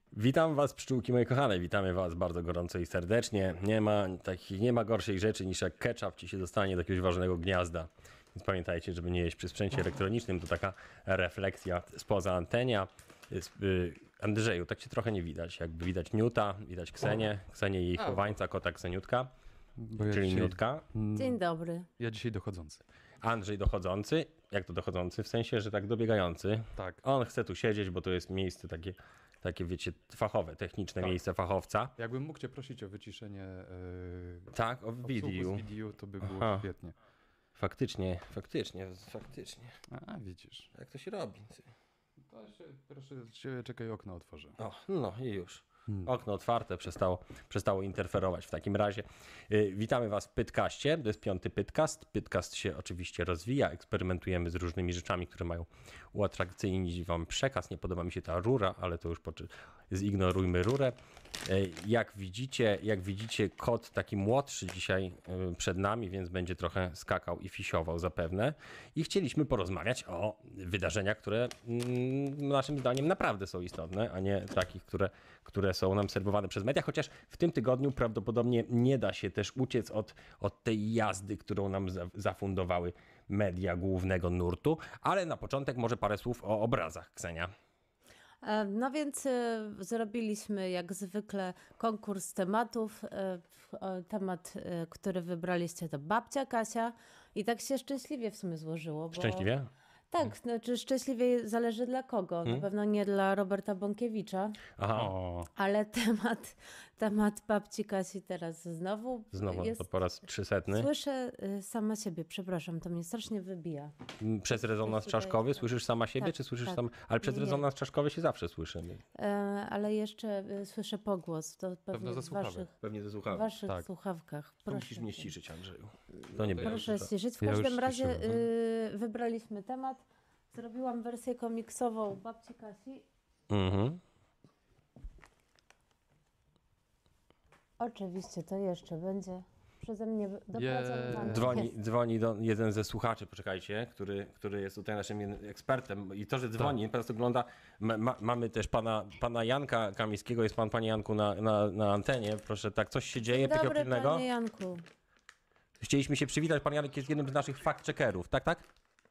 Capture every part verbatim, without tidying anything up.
Witam was, pszczółki moje kochane, witamy was bardzo gorąco i serdecznie. Nie ma takich, nie ma gorszej rzeczy niż jak ketchup ci się dostanie do jakiegoś ważnego gniazda. Więc pamiętajcie, żeby nie jeść przy sprzęcie elektronicznym, to taka refleksja spoza antenia. Andrzeju, tak cię trochę nie widać, jakby widać Niuta, widać Ksenię, Ksenię i jej chowańca, kota Kseniutka, Bo czyli dzisiaj, Niutka. Dzień dobry. Ja dzisiaj dochodzący. Andrzej dochodzący, jak to dochodzący? W sensie, że tak dobiegający. Tak. On chce tu siedzieć, bo to jest miejsce takie, takie wiecie, fachowe, techniczne Tak. miejsce fachowca. Jakbym mógł cię prosić o wyciszenie yy, Tak, o video. video. video, to by było Aha. świetnie. Faktycznie, faktycznie, faktycznie. A, widzisz. Jak to się robi? To się, proszę cię, czekaj, okno otworzę. O, no i już. Hmm. Okno otwarte, przestało, przestało interferować. W takim razie y, witamy was w Pytkaście. To jest piąty Pytkast. Pytkast się oczywiście rozwija. Eksperymentujemy z różnymi rzeczami, które mają uatrakcyjnić wam przekaz. Nie podoba mi się ta rura, ale to już poczy... zignorujmy rurę. Y, jak widzicie, jak widzicie, kot taki młodszy dzisiaj y, przed nami, więc będzie trochę skakał i fisiował zapewne. I chcieliśmy porozmawiać o wydarzeniach, które mm, naszym zdaniem naprawdę są istotne, a nie takich, które, które są nam serwowane przez media, chociaż w tym tygodniu prawdopodobnie nie da się też uciec od, od tej jazdy, którą nam za, zafundowały media głównego nurtu, ale na początek może parę słów o obrazach, Ksenia. E, No więc e, zrobiliśmy jak zwykle konkurs tematów. E, w- o, Temat, e, który wybraliście, to babcia Kasia. I tak się szczęśliwie w sumie złożyło. Bo... Szczęśliwie? Tak, znaczy szczęśliwie zależy dla kogo. Na pewno nie dla Roberta Bąkiewicza, Aha, O, ale temat, temat babci Kasi teraz znowu, znowu jest... to po raz trzysetny. Słyszę y, sama siebie, przepraszam, to mnie strasznie wybija. Przez rezonans tutaj- czaszkowy słyszysz sama siebie, Tak, czy słyszysz tak. sam... Ale przez Nie. rezonans czaszkowy się zawsze słyszy. E, ale jeszcze y, słyszę pogłos, to pewnie ze w słuchawek. waszych, Pewnie ze w słuchawek. waszych Tak. słuchawkach. To Proszę musisz mnie cię. ściszyć, Andrzeju. To nie będzie. Proszę ściszyć. W Ja już każdym razie ściszyłem. y, wybraliśmy temat. Zrobiłam wersję komiksową babci Kasi. Mhm. Oczywiście to jeszcze będzie przeze mnie dopracowany. Yeah. Dzwoni, dzwoni do jeden ze słuchaczy, poczekajcie, który, który jest tutaj naszym jednym ekspertem. I to, że dzwoni, po prostu wygląda. Ma, ma, mamy też pana, pana Janka Kamińskiego, jest pan, panie Janku, na, na, na antenie. Proszę, tak, coś się dzieje Dzień takiego dobry, pilnego? panie Janku. Chcieliśmy się przywitać, pan Janek jest jednym z naszych fact-checkerów, tak, tak?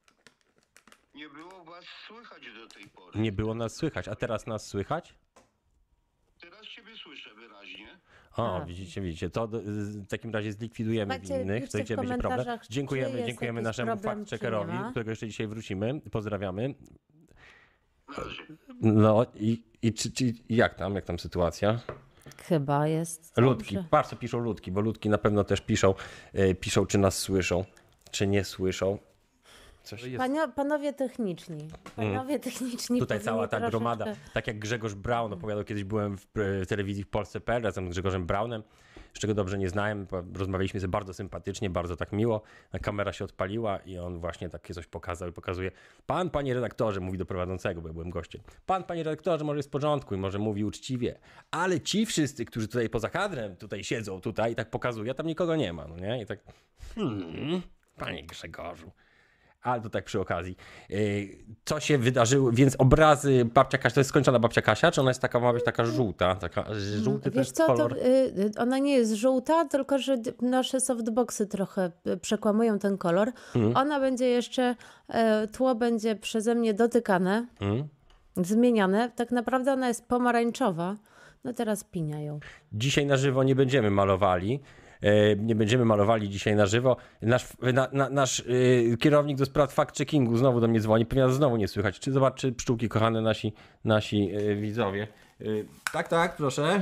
Nie było was słychać do tej pory. Nie było nas słychać, a teraz nas słychać? Teraz ciebie słyszę wyraźnie. O, A. widzicie, widzicie, to d- w takim razie zlikwidujemy Słuchajcie, winnych, piszcie to w gdzie będzie problem. komentarzach, czy Dziękujemy, jest dziękujemy jakiś naszemu problem, czy fact-checkerowi, nie ma. do którego jeszcze dzisiaj wrócimy. Pozdrawiamy. Na razie. No i, i czy, czy, jak tam, jak tam sytuacja? Chyba jest. Ludki, dobrze. patrz co piszą ludki, bo ludki na pewno też piszą, e, piszą czy nas słyszą, czy nie słyszą. Coś... jest, Pania, panowie techniczni. Panowie techniczni. Tutaj powinni cała ta troszeczkę- gromada, tak jak Grzegorz Braun opowiadał, kiedyś byłem w e, telewizji w Polsce kropka pe el razem z Grzegorzem Braunem, z czego dobrze nie znałem, po- rozmawialiśmy sobie bardzo sympatycznie, bardzo tak miło, kamera się odpaliła i on właśnie takie coś pokazał i pokazuje, pan, panie redaktorze, mówi do prowadzącego, bo ja byłem gościem, pan, panie redaktorze, może jest w porządku i może mówi uczciwie, ale ci wszyscy, którzy tutaj poza kadrem tutaj siedzą, tutaj i tak pokazuje, a tam nikogo nie ma, no nie? I tak, hmm, panie Grzegorzu. Ale to tak przy okazji. Yy, Co się wydarzyło? Więc obrazy babcia Kasia, to jest skończona babcia Kasia, czy ona jest taka, ma być taka żółta? Taka żółty to Wiesz jest co, to, kolor. y, y, ona nie jest żółta, tylko że d- nasze softboxy trochę y, przekłamują ten kolor. Mhm. Ona będzie jeszcze, y, tło będzie przeze mnie dotykane, Mm. zmieniane. Tak naprawdę ona jest pomarańczowa. No teraz piniają. Dzisiaj na żywo nie będziemy malowali. E, Nie będziemy malowali dzisiaj na żywo. Nasz, na, na, nasz e, kierownik do spraw fact-checkingu znowu do mnie dzwoni. Pewnie nas znowu nie słychać. Czy zobacz, czy pszczółki kochane nasi, nasi e, widzowie. E, Tak, tak, proszę.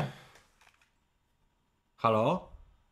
Halo?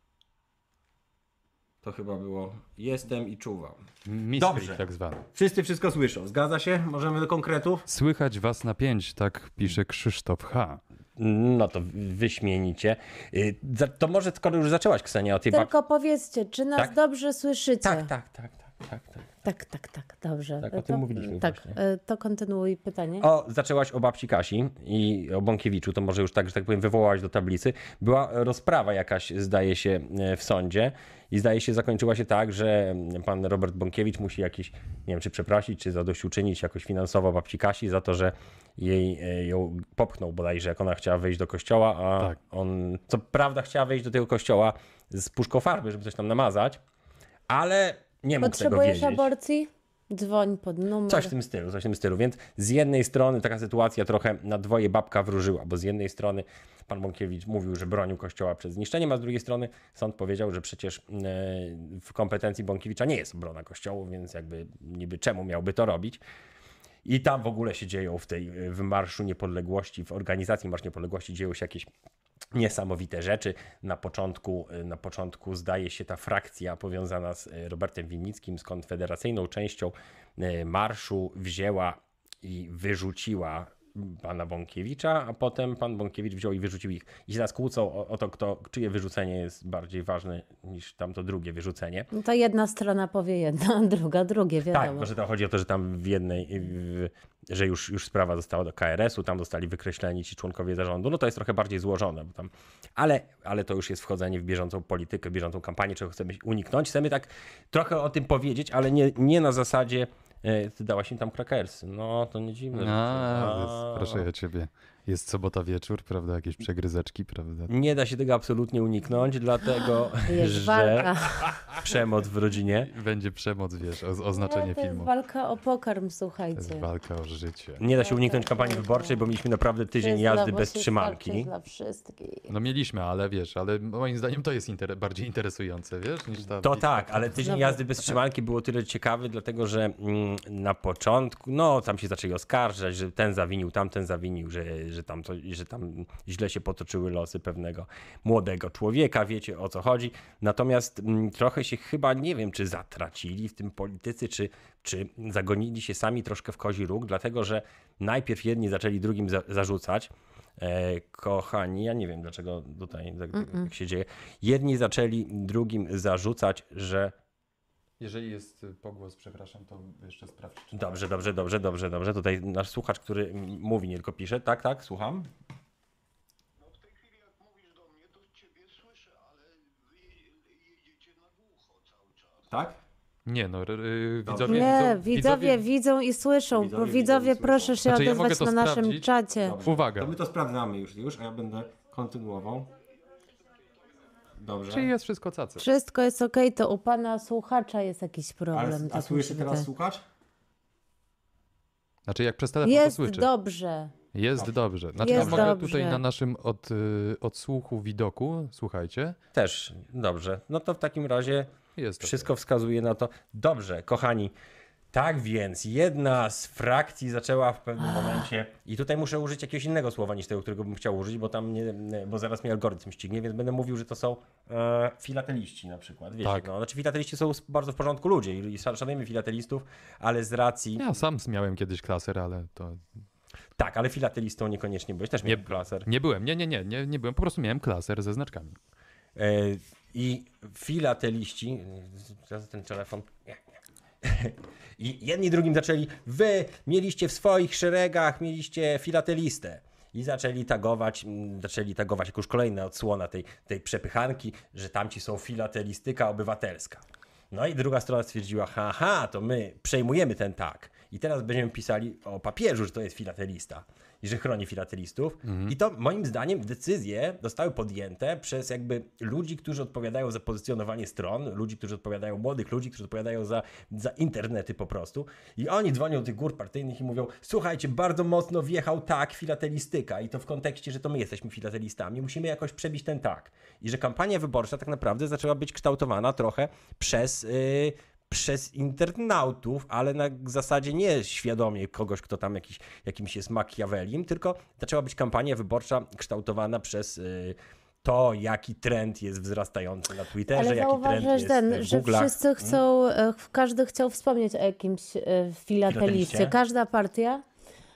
To chyba było. Jestem i czuwam. mystery Dobrze. tak zwany. Wszyscy wszystko słyszą. Zgadza się? Możemy do konkretów? Słychać was na pięć, tak pisze Krzysztof H. No to wyśmienicie. Y, za- To może skoro już zaczęłaś, Ksenia, o tej babci. Tylko powiedzcie, czy nas Tak? dobrze słyszycie? Tak, tak, tak, tak. tak, tak. Tak, tak, tak, dobrze. Tak, o to, tym mówiliśmy Tak, właśnie. e, to kontynuuj pytanie. O, zaczęłaś o babci Kasi i o Bąkiewiczu, to może już tak, że tak powiem, wywołałaś do tablicy. Była rozprawa jakaś, zdaje się, w sądzie i zdaje się zakończyła się tak, że pan Robert Bąkiewicz musi jakiś, nie wiem, czy przeprosić, czy zadośćuczynić jakoś finansowo babci Kasi za to, że jej ją popchnął bodajże, jak ona chciała wejść do kościoła, a Tak. on, co prawda chciała wejść do tego kościoła z puszką farby, żeby coś tam namazać, ale nie mógł tego Potrzebujesz wiedzieć. aborcji? Dzwoń pod numer. Coś w tym stylu, coś w tym stylu. Więc z jednej strony taka sytuacja trochę na dwoje babka wróżyła, bo z jednej strony pan Bąkiewicz mówił, że bronił kościoła przed zniszczeniem, a z drugiej strony sąd powiedział, że przecież w kompetencji Bąkiewicza nie jest obrona kościołów, więc jakby niby czemu miałby to robić. I tam w ogóle się dzieją w tej w Marszu Niepodległości, w organizacji Marsz Niepodległości dzieją się jakieś niesamowite rzeczy. Na początku, na początku zdaje się ta frakcja powiązana z Robertem Winnickim, z konfederacyjną częścią marszu wzięła i wyrzuciła pana Bąkiewicza, a potem pan Bąkiewicz wziął i wyrzucił ich. I się teraz kłócą o, o to, kto, czyje wyrzucenie jest bardziej ważne niż tamto drugie wyrzucenie. No to jedna strona powie jedno, a druga drugie, wiadomo. Tak, może to chodzi o to, że tam w jednej, w, że już, już sprawa została do K R S u, tam zostali wykreśleni ci członkowie zarządu, no to jest trochę bardziej złożone, bo tam, ale, ale to już jest wchodzenie w bieżącą politykę, w bieżącą kampanię, czego chcemy uniknąć. Chcemy tak trochę o tym powiedzieć, ale nie, nie na zasadzie e, ty dałaś im tam krakersy. No, to nie dziwne. że A, cię- jest, proszę ja ciebie. Jest sobota wieczór, prawda? Jakieś przegryzeczki, prawda? Nie da się tego absolutnie uniknąć, dlatego, Jest że walka. przemoc w rodzinie. Będzie przemoc, wiesz, o, Ale oznaczenie to jest filmu. walka o pokarm, To jest słuchajcie. walka o życie. Nie da się uniknąć kampanii wyborczej, bo mieliśmy naprawdę To tydzień jest jazdy dla- bez właśnie trzymanki. walczy dla wszystkich. No mieliśmy, ale wiesz, ale moim zdaniem to jest inter- bardziej interesujące, wiesz, niż ta... To tak, ale tydzień Znowu. jazdy bez trzymanki było tyle ciekawy, dlatego że mm, na początku, no tam się zaczęli oskarżać, że ten zawinił, tamten zawinił, że, że, tam, to, że tam źle się potoczyły losy pewnego młodego człowieka, wiecie o co chodzi. Natomiast mm, trochę się chyba, nie wiem, czy zatracili w tym politycy, czy, czy zagonili się sami troszkę w kozi róg, dlatego że najpierw jedni zaczęli drugim za- zarzucać, E, kochani, ja nie wiem dlaczego tutaj tak, tak się dzieje. Jedni zaczęli drugim zarzucać, że Jeżeli jest pogłos, przepraszam, to jeszcze sprawdź. Czy... dobrze, dobrze, dobrze, dobrze, dobrze. Tutaj nasz słuchacz, który m- mówi, nie tylko pisze. Tak, tak, słucham. No w tej chwili jak mówisz do mnie, to ciebie słyszę, ale wy jedziecie na głucho cały czas. Tak? Nie, no, r- y, Dobrze. widzowie, Nie, widzą- widzowie widzą i słyszą, Widzowie bo widzą i widzowie słyszą. proszę się Znaczy, ja mogę odezwać to na naszym sprawdzić. czacie. Dobrze. Uwaga. To my to sprawdzamy już, już, a ja będę kontynuował. Dobrze. Czyli jest wszystko cacy. Wszystko jest okej, to u pana słuchacza jest jakiś problem. Ale, a tak mi słyszy się teraz wydaje. słuchacz? Znaczy jak przez telefon to Jest słyszy. dobrze. Jest dobrze. Znaczy Jest ja mogę dobrze. tutaj na naszym od, y, odsłuchu widoku, słuchajcie, Też, dobrze. No to w takim razie jest to. wszystko wskazuje na to. Dobrze, kochani. Tak więc jedna z frakcji zaczęła w pewnym momencie, i tutaj muszę użyć jakiegoś innego słowa niż tego, którego bym chciał użyć, bo tam nie, bo zaraz mnie algorytm ścignie, więc będę mówił, że to są e, filateliści na przykład. Wiecie, Tak. no, znaczy filateliści są bardzo w porządku ludzie i, i szanujemy filatelistów, ale z racji... Ja sam miałem kiedyś klaser, ale to Tak, ale filatelistą niekoniecznie byłeś, też miałem Nie- klaser. nie byłem. Nie, nie, nie, nie, nie byłem. Po prostu miałem klaser ze znaczkami. E, I filateliści, teraz ten telefon, nie, nie. I jedni drugim zaczęli, wy mieliście w swoich szeregach, mieliście filatelistę. I zaczęli tagować, mm, zaczęli tagować jako już kolejna odsłona tej, tej przepychanki, że tamci są filatelistyka obywatelska. No i druga strona stwierdziła, haha, to my przejmujemy ten tag. I teraz będziemy pisali o papieżu, że to jest filatelista i że chroni filatelistów. I to moim zdaniem decyzje zostały podjęte przez jakby ludzi, którzy odpowiadają za pozycjonowanie stron, ludzi, którzy odpowiadają, młodych ludzi, którzy odpowiadają za, za internety po prostu. I oni dzwonią do tych gór partyjnych i mówią, słuchajcie, bardzo mocno wjechał tak filatelistyka i to w kontekście, że to my jesteśmy filatelistami, musimy jakoś przebić ten tak. I że kampania wyborcza tak naprawdę zaczęła być kształtowana trochę przez... Yy, przez internautów, ale na zasadzie nie świadomie kogoś, kto tam jakiś, jakimś jest Machiavellim, tylko zaczęła być kampania wyborcza kształtowana przez y, to, jaki trend jest wzrastający na Twitterze, Ale jaki trend zauważ, jest ten, w że Google'ach. wszyscy chcą, e, każdy chciał wspomnieć o jakimś e, filateliście. Filateliście? Każda partia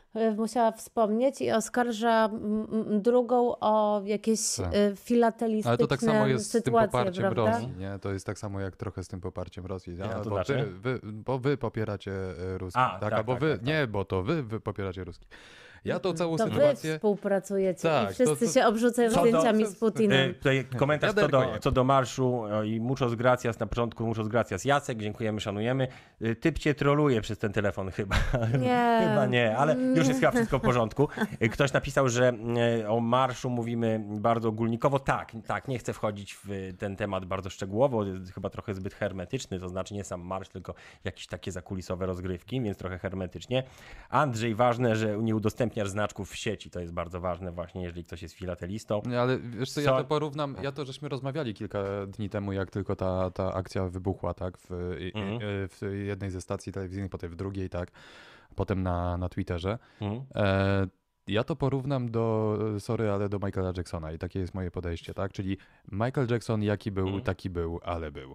y, musiała wspomnieć i oskarża m, m, drugą o jakieś Tak. y, filatelistyczne Ale to tak samo jest z tym sytuacje, poparciem prawda? Rosji, nie? To jest tak samo jak trochę z tym poparciem Rosji. Ja, A, to bo, znaczy? ty, wy, bo wy popieracie e, Ruski. A, tak, tak, albo tak, wy, tak, tak. nie, bo to wy, wy popieracie Ruski. Ja tą całą To wy sytuację... współpracujecie Tak, i wszyscy to- to- się obrzucają Co do- zdjęciami co- z Putinem. Y, Tutaj komentarz co Wiaderko do, jak. co do marszu y, i muchos gracias na początku, muchos gracias Jacek, dziękujemy, szanujemy. Y, Typ cię troluje przez ten telefon chyba. Nie. Chyba nie, ale już jest chyba wszystko w porządku. Y, Ktoś napisał, że y, o marszu mówimy bardzo ogólnikowo. Tak, tak, nie chcę wchodzić w ten temat bardzo szczegółowo, jest chyba trochę zbyt hermetyczny, to znaczy nie sam marsz, tylko jakieś takie zakulisowe rozgrywki, więc trochę hermetycznie. Andrzej, ważne, że nie udostępniasz znaczków w sieci, to jest bardzo ważne właśnie, jeżeli ktoś jest filatelistą. Nie, ale wiesz co, ja Co- to porównam, ja to żeśmy rozmawiali kilka dni temu, jak tylko ta, ta akcja wybuchła, tak, w, Mhm. i- w jednej ze stacji telewizyjnych, potem w drugiej, tak, potem na, na Twitterze. Mhm. E, ja to porównam do, sorry, ale do Michaela Jacksona i takie jest moje podejście, tak, czyli Michael Jackson jaki był, Mhm. taki był, ale był.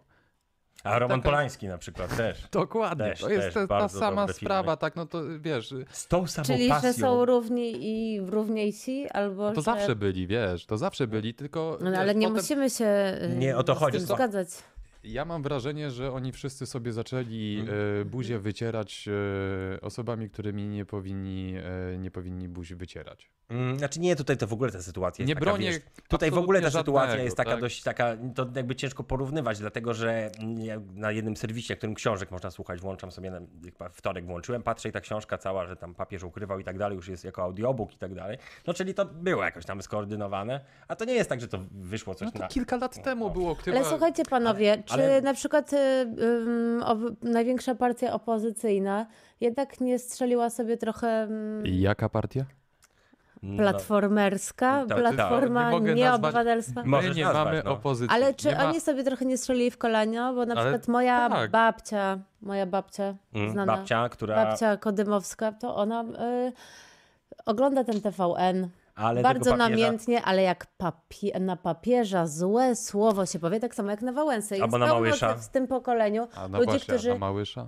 A Roman Taka- Polański na przykład też. Dokładnie, Też, to jest też ta, ta bardzo sama dobre filmy. sprawa, tak, no to wiesz, Z tą samą Czyli, pasją. że są równi i równiejsi, albo to że... zawsze byli, wiesz, to zawsze byli, tylko No, wiesz, ale nie potem... musimy się y, Nie o to z chodzi. tym Co? zgadzać. Ja mam wrażenie, że oni wszyscy sobie zaczęli Mhm. e, buzię wycierać e, osobami, którymi nie powinni, e, nie powinni buzi wycierać. Mm, Znaczy nie, tutaj to w ogóle ta sytuacja jest Nie taka, bronię wiesz, tutaj w ogóle ta absolutnie sytuacja żadnego, jest taka tak? dość taka, to jakby ciężko porównywać, dlatego że ja na jednym serwisie, na którym książek można słuchać, włączam sobie, na, chyba wtorek włączyłem, patrzę i ta książka cała, że tam papież ukrywał i tak dalej, już jest jako audiobook i tak dalej. No czyli to było jakoś tam skoordynowane, a to nie jest tak, że to wyszło coś No to na... kilka lat temu było. Chyba... Ale słuchajcie panowie, Ale- czy ale- na przykład y, ym, o, największa partia opozycyjna jednak nie strzeliła sobie trochę ym, Jaka partia? No, platformerska, To- to- platforma nie mogę nieobywatelska? My Możesz nie nazwać, mamy no. opozycji. Ale czy nie ma... oni sobie trochę nie strzelili w kolano? Bo na Ale przykład moja tak. babcia, moja babcia, Mm, znana babcia, która... babcia Kodymowska, to ona y, ogląda ten T V N. ale Bardzo tego papieża- namiętnie, ale jak papie na papieża złe słowo się powie, tak samo jak na Wałęsę. Albo Jest na pełno Małysza. w tym pokoleniu A no ludzi, właśnie, którzy... a Małysza?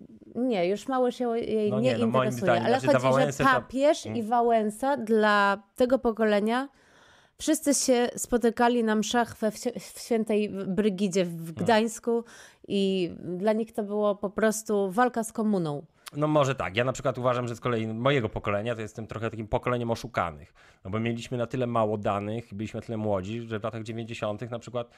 Nie, już Małysz ją- jej No nie, nie, no moim interesuje, zdaniem, ale znaczy ta chodzi, Wałęsę że to- papież i Wałęsa dla tego pokolenia wszyscy się spotykali na mszach we wsi- w świętej Brygidzie w Gdańsku i dla nich to było po prostu walka z komuną. No może tak. Ja na przykład uważam, że z kolei mojego pokolenia to jestem trochę takim pokoleniem oszukanych. No bo mieliśmy na tyle mało danych, byliśmy na tyle młodzi, że w latach dziewięćdziesiątych na przykład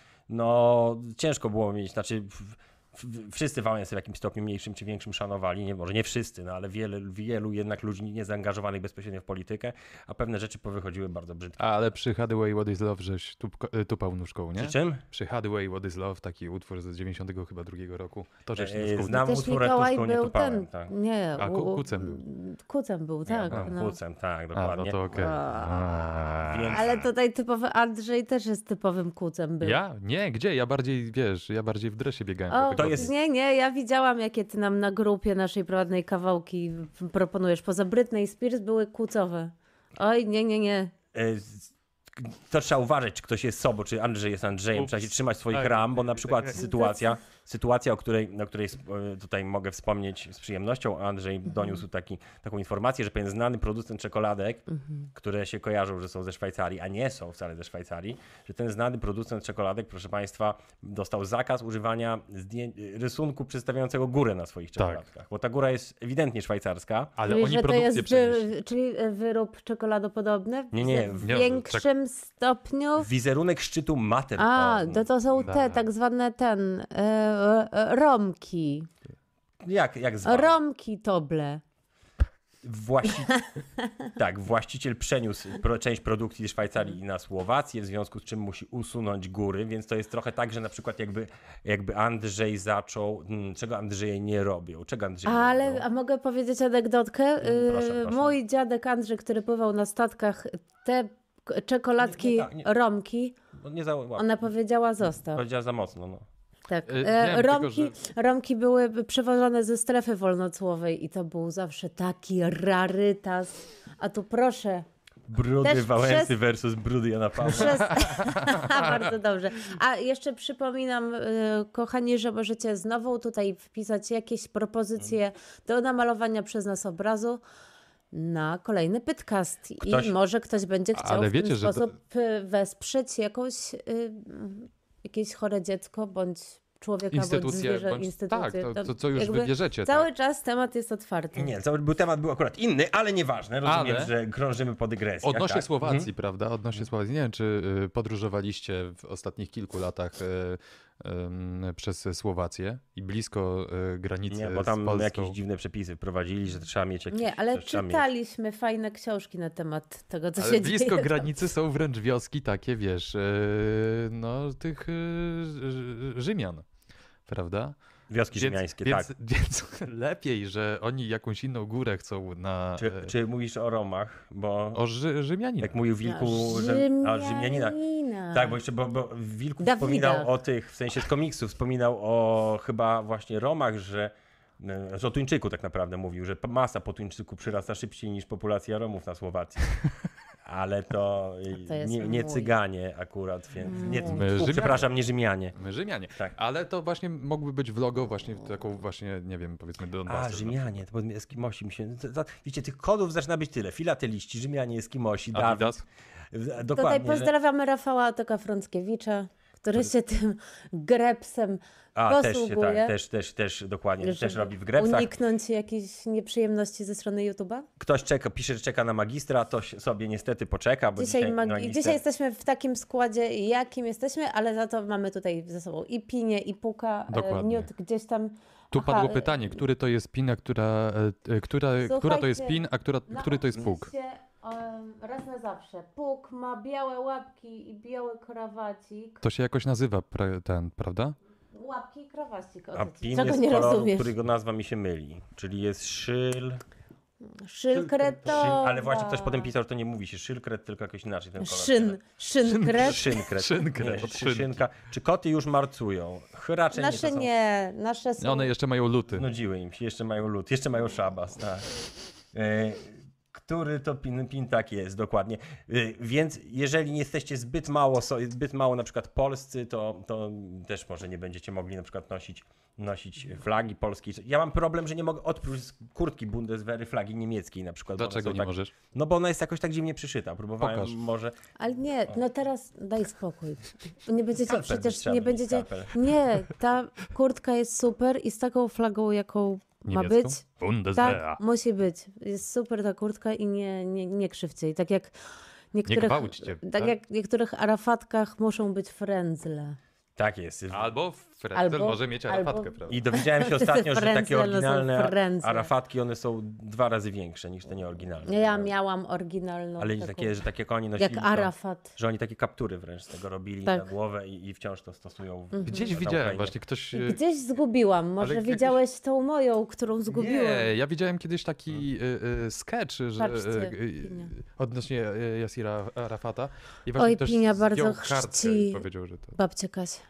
no ciężko było mieć, znaczy w, w, wszyscy Wałęsy w jakimś stopniu mniejszym czy większym szanowali, nie, może nie wszyscy, no ale wiele, wielu jednak ludzi niezaangażowanych bezpośrednio w politykę, a pewne rzeczy powychodziły bardzo brzydko. A, ale przy Hathaway What is Love żeś tup- tupał nóżką, nie? Przy czym? Przy Hathaway What is Love, taki utwór z dziewięćdziesiątego chyba drugiego roku. To żeś E, nóżką znam Też utwór Mikołaj Retuszką, nie był tupałem. ten, Tak. nie, A, u- ku- u- kucem był. Kucem był, tak. No, no. Kucem, tak, A, no dokładnie. to okej. A, Więc- Ale tutaj typowy Andrzej też jest typowym kucem był. Ja? Nie, gdzie? Ja bardziej, wiesz, ja bardziej w dresie biegałem. O, dlatego- To jest- Nie, nie, ja widziałam, jakie ty nam na grupie naszej prywatnej kawałki proponujesz. Poza Britney Spears były kłócowe. Oj, nie, nie, nie. E, z- To trzeba uważać, czy ktoś jest sobą, czy Andrzej jest Andrzejem. Ups. Trzeba się trzymać swoich Tak. ram, bo na przykład Tak. sytuacja, sytuacja, o której, o której e, tutaj mogę wspomnieć z przyjemnością. Andrzej doniósł taki, taką informację, że pewien znany producent czekoladek, które się kojarzą, że są ze Szwajcarii, a nie są wcale ze Szwajcarii, że ten znany producent czekoladek, proszę Państwa, dostał zakaz używania zdję- rysunku przedstawiającego górę na swoich czekoladkach, bo ta góra jest ewidentnie szwajcarska. Ale Czyli, oni że to produkcję jest przenieśli. wy, czyli wyrób czekoladopodobny? Nie, nie, W nie, większym stopniu? Wizerunek szczytu Matterhorn. A, to, to są te Tak. tak zwane ten, e, e, romki. Jak, jak zwane? Romki toble. Właści... tak, właściciel przeniósł pro, część produkcji ze Szwajcarii na Słowację, w związku z czym musi usunąć góry, więc to jest trochę tak, że na przykład jakby, jakby Andrzej zaczął, hmm, czego Andrzeje nie robią, czego Andrzej nie Ale, robią. a mogę powiedzieć anegdotkę? Mm, proszę, Y, proszę. Mój dziadek Andrzej, który pływał na statkach, te k- czekoladki Nie, nie, tak, nie. romki, No, nie za... ona powiedziała zostaw. Powiedziała za mocno, no. Tak. E, E, wiem, tylko romki, romki były przywożone ze strefy wolnocłowej i to był zawsze taki rarytas. A tu proszę, Brudy Też Wałęsy przez- versus brudy Jana Pawła. przez... Bardzo dobrze. A jeszcze przypominam, y, kochani, że możecie znowu tutaj wpisać jakieś propozycje do namalowania przez nas obrazu. na kolejny podcast Ktoś- i może ktoś będzie chciał Ale w wiecie, ten że to- sposób y, wesprzeć jakąś, y, jakieś chore dziecko bądź człowieka, bądź Instytucje, zwierzę, bądź, instytucję. tak, to, To to co już jakby wybierzecie. Cały tak. czas temat jest otwarty. Nie, cały był, temat był akurat inny, ale nieważne. Rozumiem, Ale- że krążymy po dygresjach. Odnośnie tak. Słowacji, Mhm. prawda? Odnośnie Słowacji. Nie wiem, czy y, podróżowaliście w ostatnich kilku latach y, ym, przez Słowację i blisko y, granicy Nie, bo z tam Polską. jakieś dziwne przepisy wprowadzili, że trzeba mieć jakieś... Nie, ale że trzeba mieć- czytaliśmy fajne książki na temat tego, co Ale się blisko dzieje. granicy są wręcz wioski takie, wiesz, y, no tych y, y, Rzymian, prawda? Wioski rzymiańskie, więc, tak. Więc lepiej, że oni jakąś inną górę chcą na... Czy, e, czy mówisz o Romach? Bo O Rzy, Rzymianin. jak mówił Wilku, że... A, Rzymianina. Tak, bo jeszcze bo, bo Wilku Dawida. wspominał o tych, w sensie z komiksu, wspominał o chyba właśnie Romach, że że o Tuńczyku tak naprawdę mówił, że masa po Tuńczyku przyrasta szybciej niż populacja Romów na Słowacji. Ale to, to jest nie, nie mój. Cyganie akurat, więc nie, My u, Rzymianie. przepraszam, nie Rzymianie. My Rzymianie. Tak. Ale to właśnie mógłby być vlogo właśnie w taką właśnie, nie wiem, powiedzmy A, Donbasu. Rzymianie, to bo Eskimosi mi się... To, to, wiecie, tych kodów zaczyna być tyle. Filateliści, Rzymianie, Eskimosi, Dawid. Adidas. Dokładnie. Tutaj że- pozdrawiamy Rafała Toka-Frąckiewicza, który się tym grepsem A, też, się, posługuje. tak, też, też, też, dokładnie, też żeby robi w grepsach. uniknąć jakichś nieprzyjemności ze strony YouTube'a? Ktoś czeka, pisze, że czeka na magistra, to się- sobie niestety poczeka, bo Dzisiaj, dzisiaj, magi- magister... dzisiaj jesteśmy w takim składzie, jakim jesteśmy, ale za to mamy tutaj ze sobą i Pinię, i Puka. e, Dokładnie. Newt gdzieś tam. Tu Aha, padło e, pytanie, który to jest pin, a która, e, e, która, która to jest Słuchajcie, pin, a która, który to jest puk. Nauczcie, em, raz na zawsze. Puk ma białe łapki i biały krawacik. To się jakoś nazywa pra, ten, prawda? Łapki i krawacik. O, A ty- pin czego jest nie koloru, rozumiesz? którego nazwa mi się myli, czyli jest szyl... Szylkretowa. Szyl, ale właśnie ktoś potem pisał, że to nie mówi się szylkret, tylko jakoś inaczej ten kolor. Szyn. Szynkret. Szynkret. Szynkret, Nie, od szy- szynki. szynka. Czy koty już marcują? Ch- Raczej Nasze nie, to są... nie, nasze są. One jeszcze mają luty. Nudziły im się, jeszcze mają lód, jeszcze mają szabas, tak. E, który to pin, pin tak jest, dokładnie. E, więc jeżeli jesteście zbyt mało, so, zbyt mało na przykład polscy, to, to też może nie będziecie mogli na przykład nosić, nosić flagi polskiej. Ja mam problem, że nie mogę odpróć z kurtki Bundeswehry flagi niemieckiej na przykład. bo one Dlaczego są nie tak, możesz? No bo ona jest jakoś tak dziwnie przyszyta. Próbowałem Pokaż. może... Ale nie, no teraz daj spokój. Nie będziecie Skalpel przecież, by trzeba nie mieć, będziecie, skalpel. nie, ta kurtka jest super i z taką flagą, jaką ma Niemiecką? być. Bundeswehr. Tak, musi być. Jest super ta kurtka i nie, nie, nie krzywcie. I tak jak niektórych, gwałćcie, tak, tak? jak w niektórych arafatkach muszą być frędzle. Tak jest. Albo Frenzel Albo- może mieć albo- arafatkę, prawda? I dowiedziałem się ostatnio, że takie Frędzle, no są oryginalne frędzle. arafatki, one są dwa razy większe niż te nieoryginalne. Ja miałam oryginalną Ale taką, takie, że takie konie nosili, jak to, Arafat. że oni takie kaptury wręcz z tego robili Tak. na głowę i, i wciąż to stosują. W, Gdzieś na widziałem Ukrainie. właśnie ktoś... I e, Gdzieś zgubiłam. Może jakoś- widziałeś tą moją, którą zgubiłam. Nie, ja widziałem kiedyś taki y, y, sketch, że Patrzcie, y, y, Pinia. odnośnie y, Jasira Arafata. I właśnie Oj, ktoś Pinia zdjął bardzo kartkę chrzci i powiedział, że to... babcia Kasia.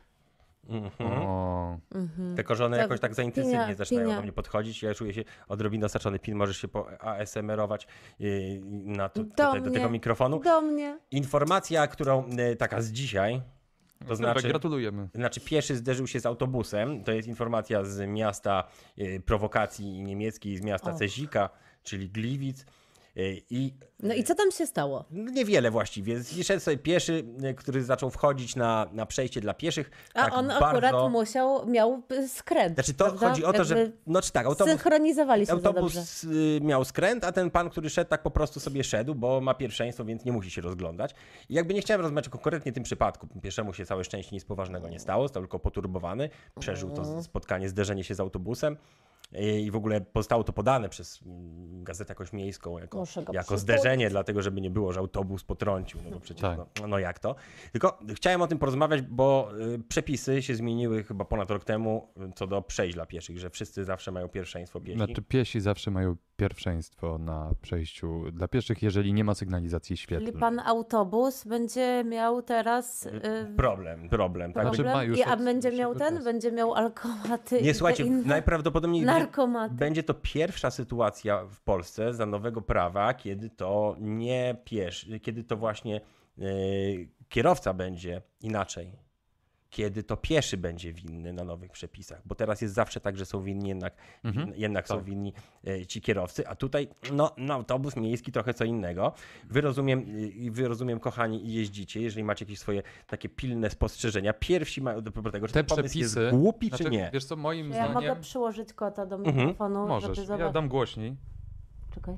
Mhm. O, Mhm. Tylko, że one Tak, jakoś tak za intensywnie pinia- zaczynają pinia. do mnie podchodzić. Ja czuję się odrobinę osaczony. Pin, możesz się po A S M R-ować yy, na tu, Do tutaj, do mnie. tego mikrofonu. Do mnie. Informacja, którą yy, taka z dzisiaj, to znaczy... znaczy... gratulujemy. Znaczy pieszy zderzył się z autobusem. To jest informacja z miasta yy, prowokacji niemieckiej, z miasta O. Cezika, czyli Gliwic. Yy, I No i co tam się stało? No niewiele właściwie. Szedł sobie pieszy, y, który zaczął wchodzić na, na przejście dla pieszych. A tak on bardzo... akurat musiał, miał y, skręt. Znaczy to prawda? chodzi o to, że... Jakby No czy tak, autobus, synchronizowali się za dobrze. autobus y, miał skręt, a ten pan, który szedł, tak po prostu sobie szedł, bo ma pierwszeństwo, więc nie musi się rozglądać. I jakby nie chciałem rozmawiać o konkretnie tym przypadku. Pieszemu się całe szczęście nic poważnego nie stało, został tylko poturbowany. Przeżył to spotkanie, zderzenie się z autobusem. I w ogóle zostało to podane przez mm, gazetę jakoś miejską jako, Muszę go jako przytulić. zderzenie, dlatego żeby nie było, że autobus potrącił, no bo przecież Tak. no, no jak to. Tylko chciałem o tym porozmawiać, bo y, przepisy się zmieniły chyba ponad rok temu y, co do przejść dla pieszych, że wszyscy zawsze mają pierwszeństwo piesi. Znaczy piesi zawsze mają pierwszeństwo na przejściu dla pieszych, jeżeli nie ma sygnalizacji Czyli świetlnej. pan autobus będzie miał teraz y, Problem, problem. Tak? Znaczy, problem ma już i a od będzie miał ten, pierwszego będzie miał alkomaty i Nie, te słuchajcie, inne najprawdopodobniej narkomaty. będzie to pierwsza sytuacja w Polsce za nowego prawa, kiedy to nie piesz, kiedy to właśnie y, kierowca będzie inaczej. kiedy to pieszy będzie winny na nowych przepisach, bo teraz jest zawsze tak, że są winni jednak, Mhm. jednak są Tak. winni e, ci kierowcy, a tutaj no, no autobus miejski trochę co innego. Wy rozumiem, y, wy rozumiem, kochani, jeździcie, jeżeli macie jakieś swoje takie pilne spostrzeżenia, pierwsi mają do tego, czy Te ten pomysł przepisy, jest głupi, Znaczy, czy nie? wiesz co, moim Ja mogę zdaniem... przyłożyć kota do Mhm. mikrofonu, Możesz, żeby ja zobaczyć. dam głośniej. Czekaj.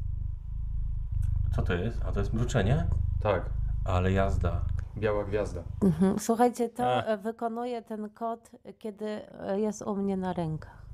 Co to jest? A to jest mruczenie? Tak, Ale jazda. biała gwiazda. Mhm. Słuchajcie, to A. e, wykonuje ten kot, kiedy e, jest u mnie na rękach.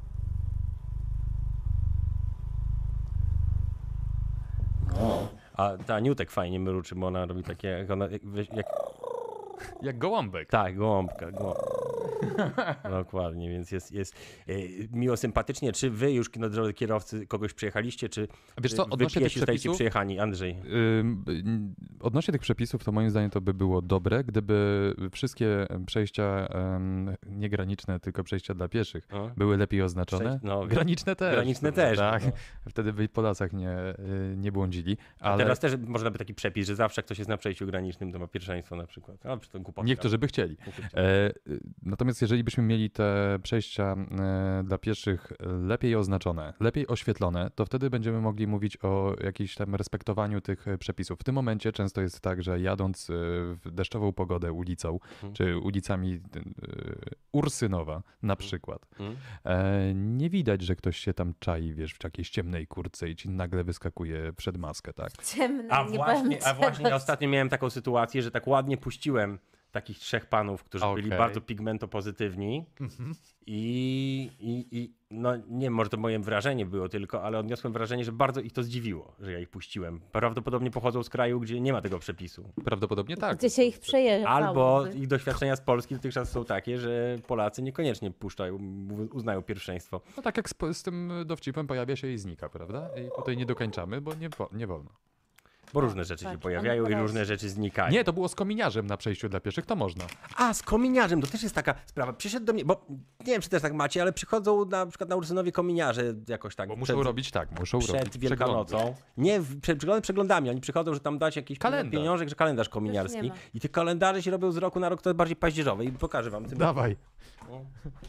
No. A ta Aniutek fajnie mruczy, bo ona robi takie, jak ona, jak, jak, Jak gołąbek. tak, gołąbka, gołąbka. Dokładnie, więc jest, jest e, miło, sympatycznie. Czy wy już, no, drodzy kierowcy, kogoś przyjechaliście, czy Wiesz co, wy odnośnie tych piesi zostajecie przepisów, przyjechani? Andrzej. Ym, y, odnośnie tych przepisów, to moim zdaniem to by było dobre, gdyby wszystkie przejścia ym, nie graniczne, tylko przejścia dla pieszych No. były lepiej oznaczone. Przejść- no, graniczne też. graniczne też, Tak. no. Wtedy by po lasach nie, y, nie błądzili. A Ale teraz też można by taki przepis, że zawsze jak ktoś jest na przejściu granicznym, to ma pierwszeństwo na przykład. A, przy tym głupotka. niektórzy by chcieli. E, y, natomiast jeżeli byśmy mieli te przejścia e, dla pieszych lepiej oznaczone, lepiej oświetlone, to wtedy będziemy mogli mówić o jakimś tam respektowaniu tych e, przepisów. W tym momencie często jest tak, że jadąc e, w deszczową pogodę ulicą, Mhm. czy ulicami e, Ursynowa na przykład, Hmm? e, nie widać, że ktoś się tam czai, wiesz, w jakiejś ciemnej kurtce i ci nagle wyskakuje przed maskę, tak? Ciemny, A nie właśnie, powiem a właśnie ja czegoś. ostatnio miałem taką sytuację, że tak ładnie puściłem takich trzech panów, którzy Okej. byli bardzo pigmentopozytywni i, i, i no nie wiem, może to moje wrażenie było tylko, ale odniosłem wrażenie, że bardzo ich to zdziwiło, że ja ich puściłem. Prawdopodobnie pochodzą z kraju, gdzie nie ma tego przepisu. Prawdopodobnie tak. Gdzie się ich przejeżdża. Albo ich doświadczenia z Polski dotychczas są takie, że Polacy niekoniecznie puszczają, uznają pierwszeństwo. No tak jak z, z tym dowcipem pojawia się i znika, prawda? I tutaj nie dokończamy, bo nie, wo- nie wolno. Bo różne rzeczy tak, się pojawiają i on różne rzeczy znikają. Nie, to było z kominiarzem na przejściu dla pieszych, to można. A, z kominiarzem, to też jest taka sprawa. Przyszedł do mnie, bo nie wiem, czy też tak macie, ale przychodzą na przykład na Ursynowie kominiarze jakoś tak. Bo muszą przed, robić tak, muszą robić przed Wielkanocą. przeglądy. Nie, w- przed przeglądami, przeglądami. Oni przychodzą, że tam dać jakiś Kalendarz. pieniążek, że kalendarz nie kominiarski. ma. I te kalendarze się robią z roku na rok, to jest bardziej paździerzowe i pokażę wam. Tym Dawaj. No.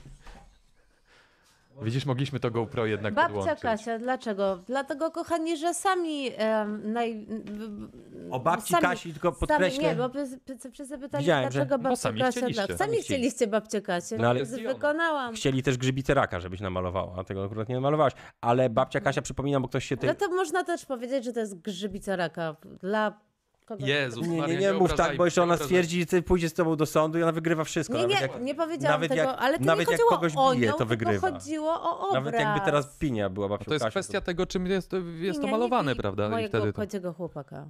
Widzisz, mogliśmy to GoPro jednak Babcia podłączyć. Kasia, dlaczego? Dlatego, kochani, że sami em, naj... O babci sami- Kasi tylko podkreślę. Sami, nie, bo py- py- wszyscy pytali, Widziałem, że- dlaczego bo babcia sami Kasia... chcieliście. Tak, Sami sami chcieli. chcieliście babcię Kasię, No ale- więc wykonałam. Chcieli też grzybicę raka, żebyś namalowała, a tego akurat nie namalowałaś. Ale babcia Kasia, przypominam, bo ktoś się... Ty... No to można też powiedzieć, że to jest grzybica raka dla kogoś. Jezus Nie, nie, Maria, nie mów tak, obrażajmy, bo jeszcze ona nie obrażajmy. stwierdzi, że ty pójdzie z tobą do sądu i ona wygrywa wszystko. Nie, nawet nie, jak, nie powiedziałam nawet tego, jak- ale to nawet nie jak chodziło kogoś o bije, nią, to tylko wygrywa. chodziło o obraz. Nawet jakby teraz Pinia była babcią To jest Kasią, kwestia tego, czym jest, jest to Nie, malowane, nie bij prawda? I mojego wtedy to... kociego chłopaka.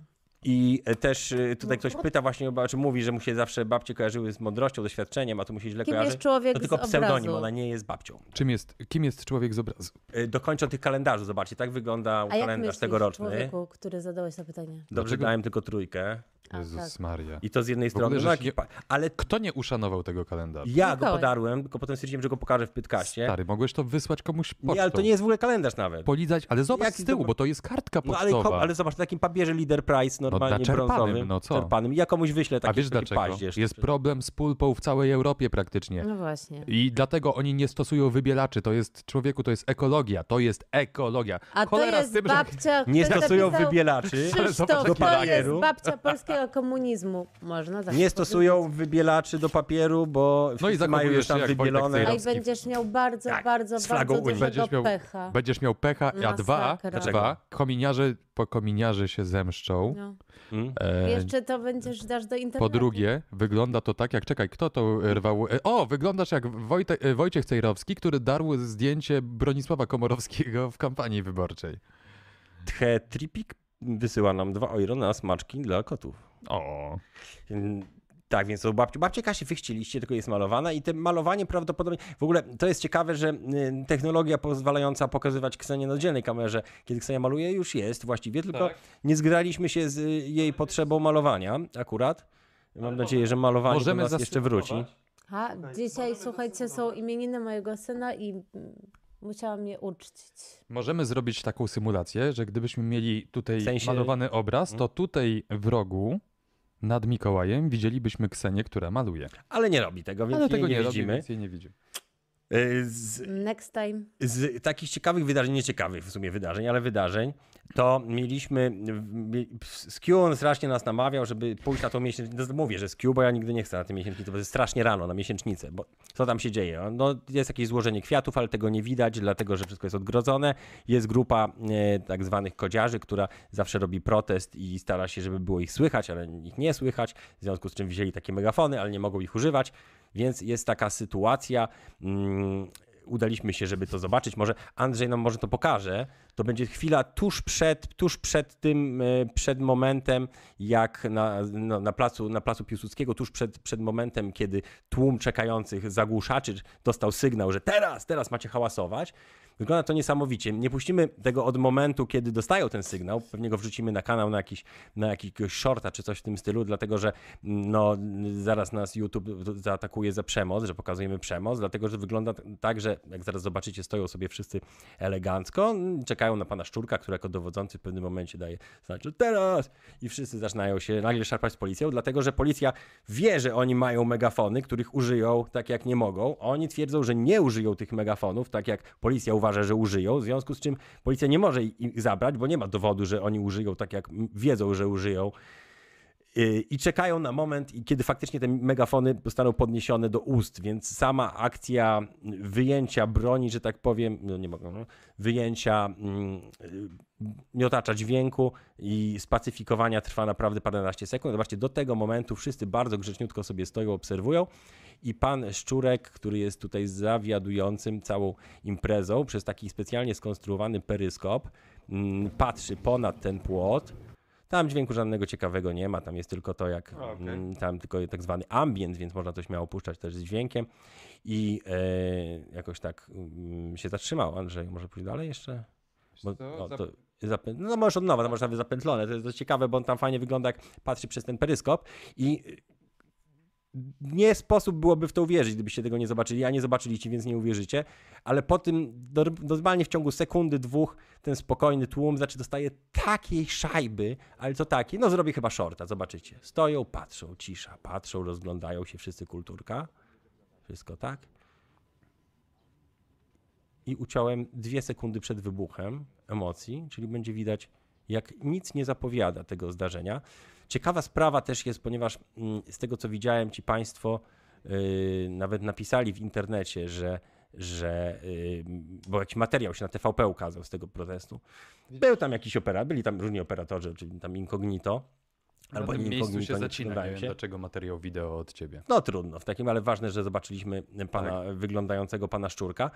I e, też e, tutaj ktoś pyta właśnie, o- czy mówi, że mu się zawsze babcie kojarzyły z mądrością, doświadczeniem, a tu mu się źle Kim kojarzy. jest człowiek To tylko z pseudonim, obrazu? ona nie jest babcią. Czym jest, kim jest człowiek z obrazu? E, Dokończę o tych kalendarzy, zobaczcie, tak wygląda A jak kalendarz myślisz, tegoroczny. człowieku, który zadałeś to pytanie? Dobrze Dlaczego? dałem tylko trójkę. A, Jezus tak. Maria. I to z jednej W ogóle, strony, no, żeś jakiś nie- pa- ale Kto nie uszanował tego kalendarza? ja go Mikołaj. podarłem, tylko potem stwierdziłem, że go pokażę w Pytkaście. Stary, mogłeś to wysłać komuś pocztą. Nie, ale to nie jest w ogóle kalendarz nawet. Polizać, ale zobacz Jaki z tyłu, to- bo to jest kartka No ale, pocztowa. ko- ale zobacz, na takim papierze Leader Price normalnie naczerpanym, brązowym, no co? czerpanym. I ja komuś wyślę taki, A wiesz taki dlaczego? paździerz. Jest problem z pulpą w całej Europie praktycznie. No właśnie. I dlatego oni nie stosują wybielaczy. To jest, człowieku, to jest ekologia. To jest ekologia. A to Cholera jest z tym, że- babcia, Nie która stosują napisał, wybielaczy Krzysztof, do to jest papieru. babcia polskiego komunizmu. Można tak Nie stosują wybielaczy do papieru, bo No i wszyscy mają zachowujesz już tam się jak Wojtek wybielone. A i Cejrowski. będziesz miał bardzo, Tak, bardzo, z flagą bardzo Unii. dużego Będziesz miał- pecha. Będziesz miał pecha, a dwa, Masakra. dwa kominiarze po kominiarze się zemszczą. No. Mm? E, Jeszcze to będziesz dasz do internetu. po drugie, wygląda to tak jak, czekaj, kto to rwał? E, O, wyglądasz jak Wojte, e, Wojciech Cejrowski, który darł zdjęcie Bronisława Komorowskiego w kampanii wyborczej. Tche Tripik wysyła nam dwa euro na smaczki dla kotów. O, Mm, Tak, więc to babci, babcie Kasi wy chcieliście, tylko jest malowana i to malowanie prawdopodobnie, w ogóle to jest ciekawe, że y, technologia pozwalająca pokazywać Ksenię na oddzielnej kamerze, kiedy Ksenia maluje, już jest właściwie, tylko Tak. nie zgraliśmy się z y, jej potrzebą malowania akurat. Mam nadzieję, że malowanie możemy do nas jeszcze wróci. zastosować? A, dzisiaj, słuchajcie, są imieniny mojego syna i mm, musiałam je uczcić. Możemy zrobić taką symulację, że gdybyśmy mieli tutaj W sensie- malowany obraz, to tutaj w rogu nad Mikołajem widzielibyśmy Ksenię, która maluje. Ale nie robi tego, więc Ale jej tego nie, nie robi, widzimy. więc jej nie widzimy. Y, Z, Next time. z takich ciekawych wydarzeń, nieciekawych w sumie wydarzeń, ale wydarzeń, to mieliśmy, z Q on strasznie nas namawiał, żeby pójść na tą miesięcznicę. Mówię, że z Q, bo ja nigdy nie chcę na tej miesięcznicy, bo jest strasznie rano na miesięcznicę, bo co tam się dzieje? No, jest jakieś złożenie kwiatów, ale tego nie widać, dlatego że wszystko jest odgrodzone. Jest grupa e, tak zwanych kodziarzy, która zawsze robi protest i stara się, żeby było ich słychać, ale ich nie słychać, w związku z czym wzięli takie megafony, ale nie mogą ich używać, więc jest taka sytuacja. Mm, udaliśmy się, żeby to zobaczyć. Może Andrzej nam może to pokaże. To będzie chwila tuż przed, tuż przed tym, przed momentem, jak na, no, na, placu, na placu Piłsudskiego, tuż przed, przed momentem, kiedy tłum czekających zagłuszaczy dostał sygnał, że teraz, teraz macie hałasować. Wygląda to niesamowicie. Nie puścimy tego od momentu, kiedy dostają ten sygnał. Pewnie go wrzucimy na kanał, na, jakiś, na jakiegoś shorta czy coś w tym stylu, dlatego że no, zaraz nas YouTube zaatakuje za przemoc, że pokazujemy przemoc, dlatego że wygląda tak, że jak zaraz zobaczycie, stoją sobie wszyscy elegancko, czekają na pana Szczurka, który jako dowodzący w pewnym momencie daje znać, że teraz i wszyscy zaczynają się nagle szarpać z policją, dlatego że policja wie, że oni mają megafony, których użyją tak jak nie mogą. Oni twierdzą, że nie użyją tych megafonów, tak jak policja uważa, że użyją, w związku z czym policja nie może ich zabrać, bo nie ma dowodu, że oni użyją tak jak wiedzą, że użyją. I czekają na moment, kiedy faktycznie te megafony zostaną podniesione do ust, więc sama akcja wyjęcia broni, że tak powiem, no nie mogę, no, wyjęcia mm, miotacza dźwięku i spacyfikowania trwa naprawdę paręnaście sekund. Zobaczcie, do tego momentu wszyscy bardzo grzeczniutko sobie stoją, obserwują i pan Szczurek, który jest tutaj zawiadującym całą imprezą, przez taki specjalnie skonstruowany peryskop, mm, patrzy ponad ten płot. Tam dźwięku żadnego ciekawego nie ma, tam jest tylko to jak, okay. tam tylko tak zwany ambient, więc można to śmiało puszczać też z dźwiękiem i e, jakoś tak um, się zatrzymał. Andrzej, może pójść dalej jeszcze? Bo, o, to, zapę- no możesz od nowa, to może nawet zapętlone, to jest dość ciekawe, bo on tam fajnie wygląda, jak patrzy przez ten peryskop i nie sposób byłoby w to uwierzyć, gdybyście tego nie zobaczyli, a nie zobaczyliście, więc nie uwierzycie, ale po tym normalnie w ciągu sekundy, dwóch ten spokojny tłum znaczy dostaje takiej szajby, ale co takiej, no zrobi chyba shorta, zobaczycie. Stoją, patrzą, cisza, patrzą, rozglądają się wszyscy, kulturka, wszystko tak. I uciąłem dwie sekundy przed wybuchem emocji, czyli będzie widać, jak nic nie zapowiada tego zdarzenia. Ciekawa sprawa też jest, ponieważ z tego, co widziałem, ci państwo yy, nawet napisali w internecie, że, że yy, bo jakiś materiał się na T V P ukazał z tego protestu. Był tam jakiś operator, byli tam różni operatorzy, czyli tam incognito. Albo na tym incognito, miejscu się nie zacina, nie wiem, się. dlaczego materiał wideo od ciebie. No trudno, w takim, ale ważne, że zobaczyliśmy pana, tak. wyglądającego pana Szczurka.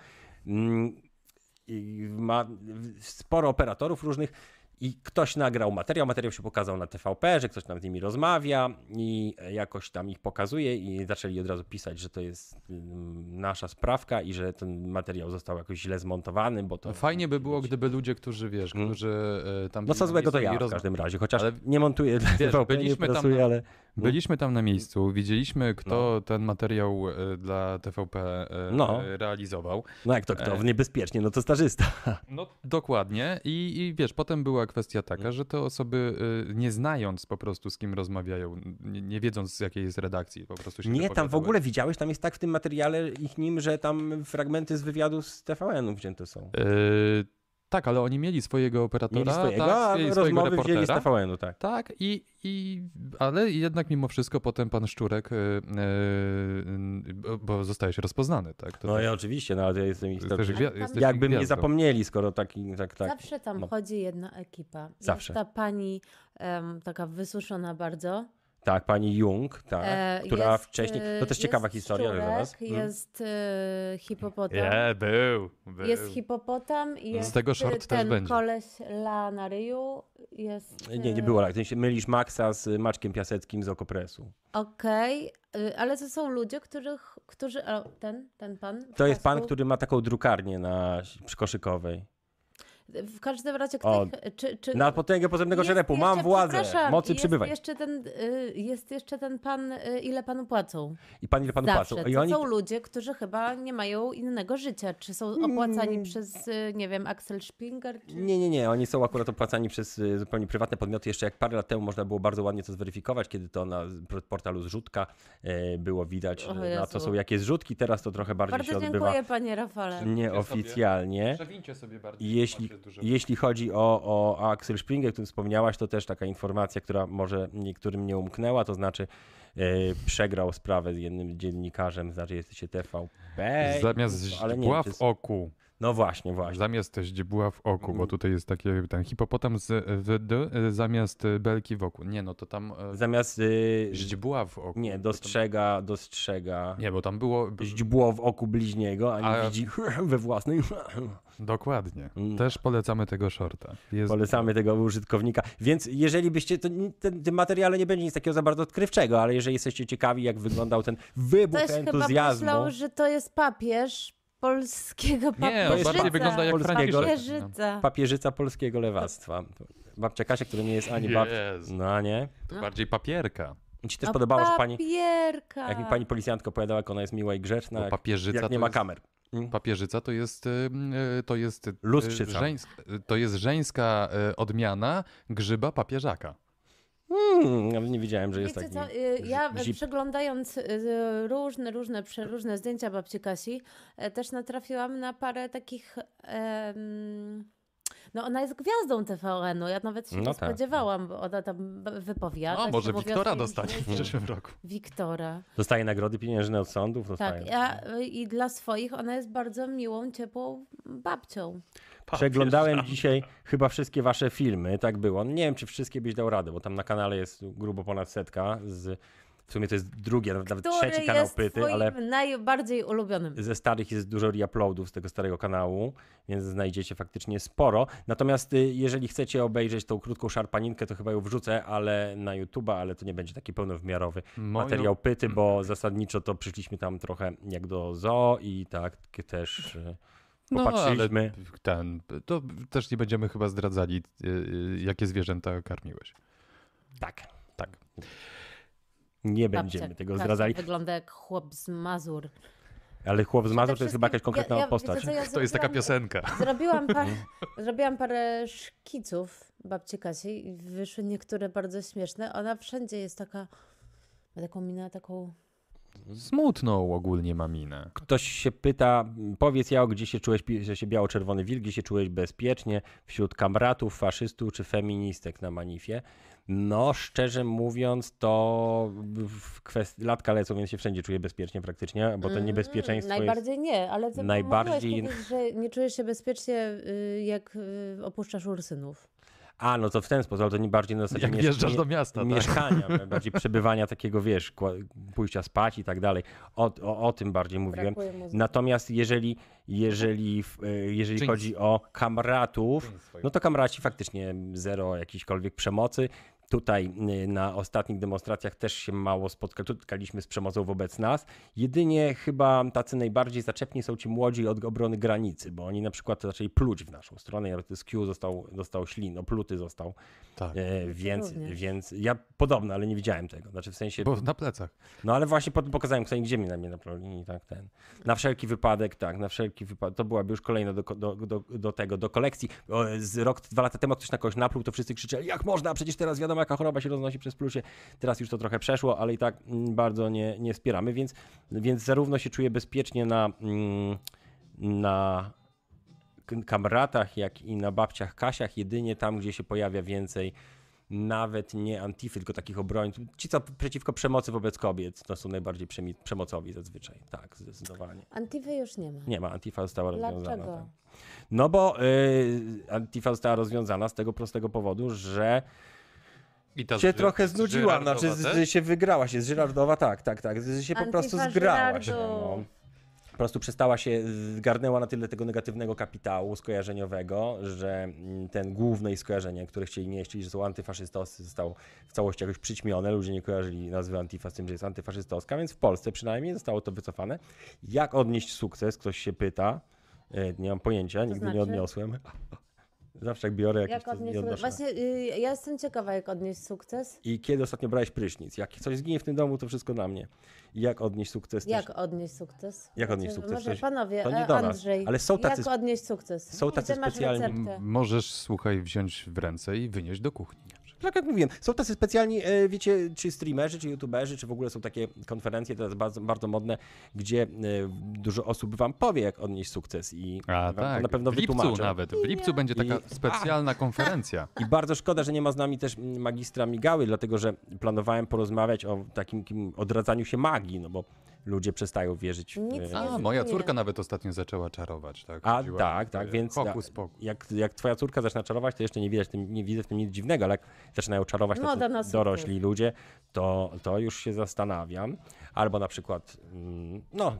I ma sporo operatorów różnych. I ktoś nagrał materiał, materiał się pokazał na T V P, że ktoś tam z nimi rozmawia i jakoś tam ich pokazuje i zaczęli od razu pisać, że to jest nasza sprawka i że ten materiał został jakoś źle zmontowany, bo to... Fajnie by było, gdyby ludzie, którzy, wiesz, hmm. którzy tam... No co złego to ja roz... w każdym razie, chociaż ale... nie montuję dla wiesz, T V P, byliśmy nie pracuję, tam na... ale... Byliśmy tam na miejscu, widzieliśmy, kto no. ten materiał dla T V P no. realizował. No jak to kto? Niebezpiecznie, no to starzysta. No dokładnie I, i wiesz, potem była kwestia taka, że te osoby nie znając po prostu z kim rozmawiają, nie, nie wiedząc z jakiej jest redakcji, po prostu się Nie, tam w ogóle widziałeś, tam jest tak w tym materiale ich nim, że tam fragmenty z wywiadu z T V N-u wzięte są. Yy... Tak, ale oni mieli swojego operatora, mieli swojego, tak, a mieli rozmowy swojego reportera. wzięli z T V N-u, tak. Tak, i, i, ale jednak mimo wszystko potem pan Szczurek, yy, yy, bo zostałeś rozpoznany, tak? To no tak, i oczywiście, no ale ja jestem ich jesteś gwia- jesteś jakby mnie gwiazdą. zapomnieli, skoro taki, tak, tak. Zawsze tam no. chodzi jedna ekipa. Zawsze. Jest ta pani um, taka wysuszona bardzo. Tak, pani Jung, tak, e, która jest, wcześniej, to też ciekawa historia. Szczurek, zaraz. jest e, hipopotam. Nie, był, był. Jest hipopotam i jest z tego short ten też będzie. koleś la na ryju. Jest, nie, nie było, ty się mylisz Maxa z Maćkiem Piaseckim z Okopresu. Okej, okay, ale to są ludzie, których, którzy, o, ten, ten pan. To jest pan, który ma taką drukarnię na Koszykowej. W każdym razie, O, ktoś, czy, czy, Na potęgę pozemnego jest szerepu, mam jeszcze- władzę, przepraszam, mocy jest przybywań. Jeszcze ten, y, jest jeszcze ten pan, y, ile panu płacą? I pan ile panu Zawsze. płacą? I To oni... są ludzie, którzy chyba nie mają innego życia. Czy są opłacani Mm. przez, y, nie wiem, Axel Springer? Czy... Nie, nie, nie. Oni są akurat opłacani przez y, zupełnie prywatne podmioty. Jeszcze jak parę lat temu można było bardzo ładnie to zweryfikować, kiedy to na z- portalu Zrzutka y, było widać, O y, na Jezu. co są jakie zrzutki. Teraz to trochę bardziej Bardzo się dziękuję, odbywa panie Rafale. nieoficjalnie. Przewincie sobie bardziej. I jeśli, jeśli chodzi o, o Axel Springer, o którym wspomniałaś, to też taka informacja, która może niektórym nie umknęła, to znaczy y, przegrał sprawę z jednym dziennikarzem, znaczy jesteście T V P. Zamiast ale nie źdźbła wiem, czy w oku. No właśnie, właśnie. Zamiast źdźbła w oku, Mm. bo tutaj jest takie, ten hipopotam z w d, zamiast belki w oku. Nie, no to tam e, Zamiast y, źdźbła w oku. nie, Bo dostrzega, dostrzega. Tam, nie, bo tam było... Źdźbło w oku bliźniego, a nie A- widzi we własnej. Dokładnie. Mm. Też polecamy tego shorta. Jest... Polecamy tego użytkownika. Więc jeżeli byście, to nie- ten, tym materiale nie będzie nic takiego za bardzo odkrywczego, ale jeżeli jesteście ciekawi, jak wyglądał ten wybuch Ktoś chyba entuzjazmu. myślał, że to jest papież polskiego papieżyca. on bardziej wygląda jak Franciszek. Papieżyca. Papieżyca polskiego lewactwa. Babcia Kasia, która nie jest ani babcią. Jezu. No nie. To bardziej papierka. Mi się też O, podobało, że pani, Papierka. jak mi pani policjantko opowiadała, jak ona jest miła i grzeczna, Bo jak, papieżyca jak nie to ma jest- kamer. Mm. Papieżyca to jest, y, y, to jest, y, Lustrzyca. żeńsk, to jest żeńska y, odmiana grzyba papieżaka. Mm, nawet nie wiedziałem, że jest Wiecie taki. co, y, ja zi- przeglądając y, różne, różne, przeróżne zdjęcia babci Kasi, e, też natrafiłam na parę takich... em, No ona jest gwiazdą T V N-u, ja nawet się No nie tak. spodziewałam, bo ona tam b- wypowiada. No, się, może mówi o Wiktora swoim dostanie w życiu. przyszłym roku. Wiktora. Dostaje nagrody pieniężne od sądów. Dostaje. Tak, ja, i dla swoich ona jest bardzo miłą, ciepłą babcią. Przeglądałem dzisiaj chyba wszystkie wasze filmy, tak było. Nie wiem, czy wszystkie byś dał radę, bo tam na kanale jest grubo ponad setka. Z, w sumie to jest drugie, nawet Który trzeci kanał jest Pyty, twoim ale najbardziej ulubionym. ze starych jest dużo reuploadów z tego starego kanału, więc znajdziecie faktycznie sporo. Natomiast y, jeżeli chcecie obejrzeć tą krótką szarpaninkę, to chyba ją wrzucę, ale na YouTube'a, ale to nie będzie taki pełnowymiarowy Moją- materiał Pyty, bo zasadniczo to przyszliśmy tam trochę jak do zoo i tak też y, No, popatrzyliśmy. ale ten, to też nie będziemy chyba zdradzali, y, y, jakie zwierzęta karmiłeś. Tak, Tak. nie Babcia będziemy tego Kasia zdradzali. Wygląda jak chłop z Mazur. Ale chłop z Mazur to jest Przede chyba jakaś wszystkim konkretna ja- ja- postać. wiecie co, ja To jest taka zrobiłam- piosenka. Zrobiłam, par, zrobiłam parę szkiców babci Kasi i wyszły niektóre bardzo śmieszne. Ona wszędzie jest taka, ma taką minę, taką... Smutną ogólnie ma minę. Ktoś się pyta, powiedz Jao, gdzie się czułeś, pisze się biało-czerwony wilk, gdzie się czułeś bezpiecznie wśród kamratów, faszystów czy feministek na Manifie? No, szczerze mówiąc, to w kwestii, latka lecą, więc się wszędzie czuję bezpiecznie praktycznie, bo to Mm, niebezpieczeństwo jest... Najbardziej nie, ale ty najbardziej- mogłaś powiedzieć, że nie czujesz się bezpiecznie, y, jak y, opuszczasz Ursynów. A, no to w ten sposób, ale to nie bardziej na zasadzie Jak miesz- wjeżdżasz mie- do miasta, tak? mieszkania, bardziej przebywania takiego, wiesz, kła- pójścia spać i tak dalej. O, o, o tym bardziej mówiłem. Brakuje muzyki. Natomiast jeżeli, jeżeli, w- y, jeżeli Jeans. chodzi o kamratów, no to kamraci faktycznie zero jakiejśkolwiek przemocy. Tutaj y, na ostatnich demonstracjach też się mało spotka- spotkaliśmy z przemocą wobec nas. Jedynie chyba tacy najbardziej zaczepni są ci młodzi od obrony granicy, bo oni na przykład zaczęli pluć w naszą stronę. Z Q został, dostał ślin, opluty został. Tak. E, więc, również. więc ja podobno, ale nie widziałem tego. Znaczy w sensie... Bo na plecach. No ale właśnie potem pokazałem, kto gdzie mnie na mnie napluli i tak ten. Na wszelki wypadek, tak, na wszelki wypadek. To byłaby już kolejna do, do, do, do tego, do kolekcji. O, z rok, dwa lata temu jak ktoś na kogoś napluł, to wszyscy krzyczeli, jak można, przecież teraz wiadomo jaka choroba się roznosi przez plusie. Teraz już to trochę przeszło, ale i tak mm, bardzo nie, nie wspieramy, więc, więc zarówno się czuję bezpiecznie na, mm, na k- kamratach, jak i na babciach Kasiach, jedynie tam, gdzie się pojawia więcej nawet nie Antify, tylko takich obrońców. Ci, co przeciwko przemocy wobec kobiet, to są najbardziej przemi- przemocowi zazwyczaj. Tak, zdecydowanie. Antify już nie ma. Nie ma, Antifa została rozwiązana. Dlaczego? Tak. No bo y, Antifa została rozwiązana z tego prostego powodu, że I ta się z- trochę z znudziła, Żyrardowa znaczy, też? że się wygrała się z Żyrardowa, tak, tak, tak, że się po Antifa prostu zgrała się. Żyrardów. No. Po prostu przestała się, zgarnęła na tyle tego negatywnego kapitału skojarzeniowego, że mm, ten główne skojarzenie, które chcieli nieść, czyli że są antyfaszystowscy, zostało w całości jakoś przyćmione. Ludzie nie kojarzyli nazwy Antifa z tym, że jest antyfaszystowska, więc w Polsce przynajmniej zostało to wycofane. Jak odnieść sukces? Ktoś się pyta. E, Nie mam pojęcia, nigdy nie znaczy? odniosłem. Zawsze jak biorę jakieś, Jak to odnieść nie sukces? odnoszę. Właśnie y, ja jestem ciekawa, jak odnieść sukces. I kiedy ostatnio brałeś prysznic? Jak coś zginie w tym domu, to wszystko na mnie. I jak odnieść sukces Jak też? odnieść sukces? Jak odnieść Znaczy, sukces? Może Coś- panowie, to nie e, do nas. Andrzej, Ale są tacy jak odnieść sukces? są tacy Gdzie masz specjalni- receptę? M- Możesz, słuchaj, wziąć w ręce i wynieść do kuchni. Tak jak mówiłem, są tacy specjalni, e, wiecie, czy streamerzy, czy youtuberzy, czy w ogóle są takie konferencje teraz bardzo, bardzo modne, gdzie e, dużo osób wam powie, jak odnieść sukces i A wam to tak, na pewno w lipcu wytłumaczą. nawet. W lipcu będzie taka I- specjalna konferencja. I bardzo szkoda, że nie ma z nami też magistra Migały, dlatego że planowałem porozmawiać o takim kim odradzaniu się magii, no bo ludzie przestają wierzyć w... Nic nie A, moja córka nawet ostatnio zaczęła czarować. Tak? A, Chodziła tak, w- tak, więc Hokus pokus. jak, jak twoja córka zaczyna czarować, to jeszcze nie widać, w tym, nie widzę w tym nic dziwnego, ale jak zaczynają czarować Moda tacy na sukces. dorośli ludzie, to, to już się zastanawiam. Albo na przykład, mm, no,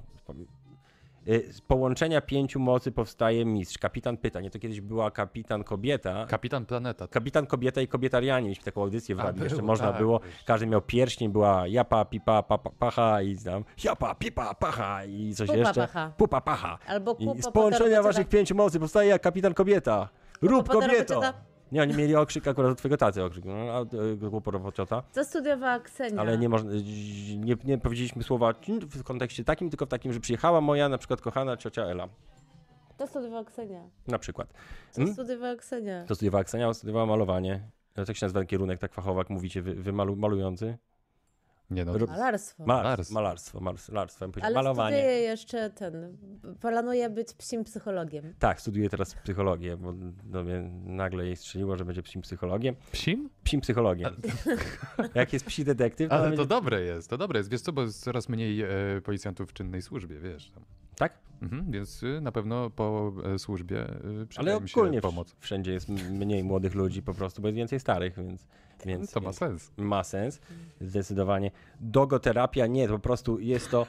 y, z połączenia pięciu mocy powstaje mistrz. Kapitan pyta, nie to kiedyś była kapitan kobieta. Kapitan Planeta. Kapitan kobieta i kobietarianie. Mieliśmy taką audycję w A, radiu, jeszcze było, można tak, było. jeszcze. Każdy miał pierścień, była japa, pipa, papa, pacha i tam japa, pipa, pacha i coś Pupa, jeszcze. pacha. Pupa, pacha. Albo I kupa, z połączenia podarowaceta. waszych pięciu mocy powstaje kapitan kobieta. Rób kobieto! podarowaceta. Nie, oni mieli okrzyk akurat od twojego taty okrzyk. No, a e, głuporowoczota. Co studiowała Ksenia? Ale nie można, nie, nie powiedzieliśmy słowa w kontekście takim, tylko w takim, że przyjechała moja na przykład kochana ciocia Ela. To studiowała Ksenia. Na przykład. Co Hmm? studiowała Ksenia? To studiowała Ksenia, studiowała malowanie. Tak się nazywa ten kierunek tak fachowo, jak mówicie, wy, wymalu, malujący. Nie no, Rób- Malarstwo. Malarstwo, Malarstwo. malarstwo, malarstwo. Ja bym powiedział, Ale malowanie. studiuje jeszcze ten, planuje być psim psychologiem. Tak, studiuje teraz psychologię, bo do mnie nagle jej strzeliło, że będzie psim psychologiem. psim? Psim psychologiem. Jak jest psi detektyw, to, Ale będzie... to dobre jest, to dobre jest. Wiesz co, bo jest coraz mniej e, policjantów w czynnej służbie, wiesz. Tam. Tak? Mhm, więc y, na pewno po e, służbie y, przyda Ale im się ogólnie pomoc. w- wszędzie jest m- mniej młodych ludzi po prostu, bo jest więcej starych, więc, więc To ma więc sens. ma sens. Zdecydowanie. Dogoterapia nie, to po prostu jest to...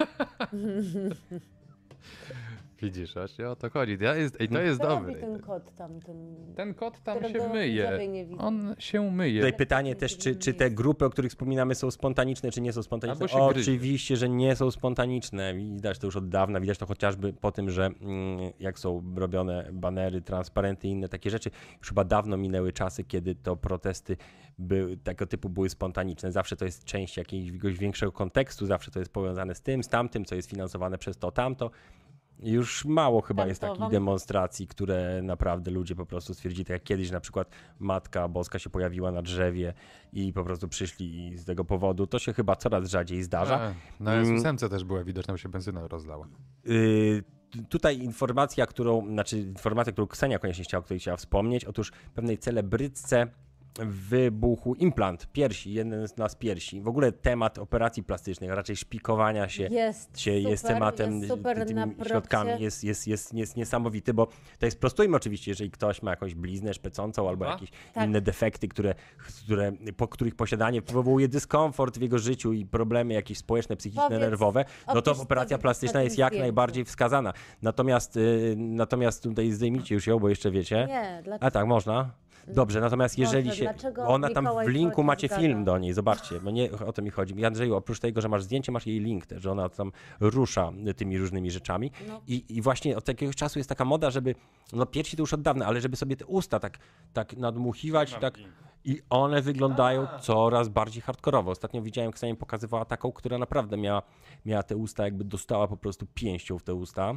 Widzisz, właśnie o to chodzi. Ja jest, ej, to jest Co dobre. robi ten kot tam? Ten... Ten kot tam którego się myje. widzowie nie widzą? On się myje. Tutaj pytanie też, czy, czy te grupy, o których wspominamy, są spontaniczne, czy nie są spontaniczne? Albo się gryzie. Oczywiście, że nie są spontaniczne. Widać to już od dawna. Widać to chociażby po tym, że mm, jak są robione banery, transparenty i inne takie rzeczy. Już chyba dawno minęły czasy, kiedy to protesty były, tego typu były spontaniczne. Zawsze to jest część jakiegoś większego kontekstu, zawsze to jest powiązane z tym, z tamtym, co jest finansowane przez to, tamto. Już mało chyba Tak, jest to takich wam- demonstracji, które naprawdę ludzie po prostu stwierdzili, tak jak kiedyś na przykład Matka Boska się pojawiła na drzewie i po prostu przyszli i z tego powodu. To się chyba coraz rzadziej zdarza. A, na Mm. S ósem też była widoczna, bo się benzyna rozlała. Yy, t- tutaj informacja, którą, znaczy informacja, którą Ksenia koniecznie chciała, o której chciała wspomnieć. Otóż pewnej celebrytce wybuchł implant piersi, jeden z nas piersi. W ogóle temat operacji plastycznych, a raczej szpikowania się Jest się super, jest tematem, jest super tymi na propsie. środkami jest, jest, jest, jest niesamowity, bo to jest prostujmy oczywiście, jeżeli ktoś ma jakąś bliznę szpecącą albo A? jakieś Tak. inne defekty, które, które, po których posiadanie wywołuje dyskomfort w jego życiu i problemy jakieś społeczne, psychiczne, Powiedz, nerwowe, no to opisz operacja to plastyczna na jest tym jak zdjęciu. najbardziej wskazana. Natomiast, y, natomiast tutaj zdejmijcie już ją, bo jeszcze wiecie. Nie, dlaczego? A tak, można? Dobrze, natomiast jeżeli Może, się. dlaczego Ona tam Mikołaj w linku cały czas macie gada? film do niej, zobaczcie, bo nie o to mi chodzi. I Andrzeju, oprócz tego, że masz zdjęcie, masz jej link też, że ona tam rusza tymi różnymi rzeczami. No. I, I właśnie od jakiegoś czasu jest taka moda, żeby. No piersi to już od dawna, ale żeby sobie te usta tak, tak nadmuchiwać, tak. I one wyglądają coraz bardziej hardkorowo. Ostatnio widziałem, Ksenia mi pokazywała taką, która naprawdę miała, miała te usta, jakby dostała po prostu pięścią w te usta.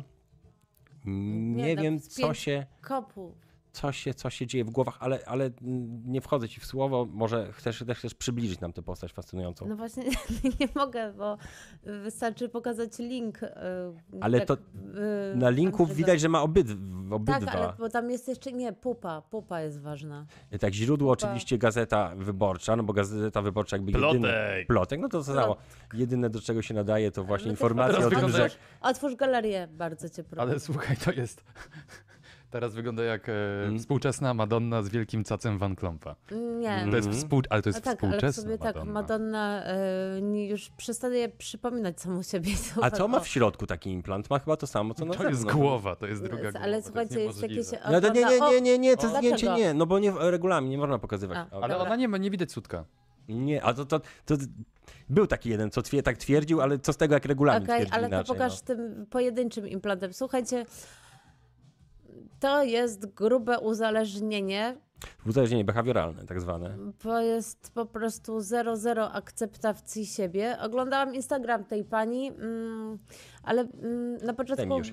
Nie, Nie, no, wiem, z co pięć- się. Kopu. Co się, co się dzieje w głowach, ale, ale mm, nie wchodzę ci w słowo. Może chcesz też chcesz przybliżyć nam tę postać fascynującą. No właśnie nie mogę, bo wystarczy pokazać link. y, Ale jak, to y, Na linku Andrzej widać, że ma obyd, Tak, obydwa. ale bo tam jest jeszcze, nie, pupa, pupa jest ważna. Tak, źródło Pupa. oczywiście Gazeta Wyborcza, no bo Gazeta Wyborcza jakby jedyne... Plotek. Plotek. No to co samo. Jedyne do czego się nadaje to właśnie No to informacje teraz o tym, wygląda że... jak- Otwórz galerię, bardzo cię proszę. Ale słuchaj, to jest... Teraz wygląda jak e, Mm. współczesna Madonna z wielkim cacem Van Klompa. Nie. To jest Mhm. współ... Ale to jest A tak, ale współczesna sobie tak, Madonna. Madonna y, nie- już przestaje przypominać samą siebie. A co ma w środku taki implant? Ma chyba to samo, co na To jest zewnątrz. głowa, to jest druga głowa. Ale to słuchajcie, jest jakieś... niemożliwe. No to nie, nie, nie, nie, nie, to O, zdjęcie dlaczego? nie, no bo nie w regulaminie, nie można pokazywać. A. A, Ale Dobra. ona nie ma, nie widać sutka. Nie, a to, to, to był taki jeden, co twie, tak twierdził, ale co z tego, jak regulamin Okej, twierdzi ale inaczej. to pokaż no. tym pojedynczym implantem. Słuchajcie, to jest grube uzależnienie, Uzależnienie behawioralne tak zwane. bo jest po prostu zero, zero akceptacji siebie. Oglądałam Instagram tej pani, mm, ale mm, na Daj mi początku już.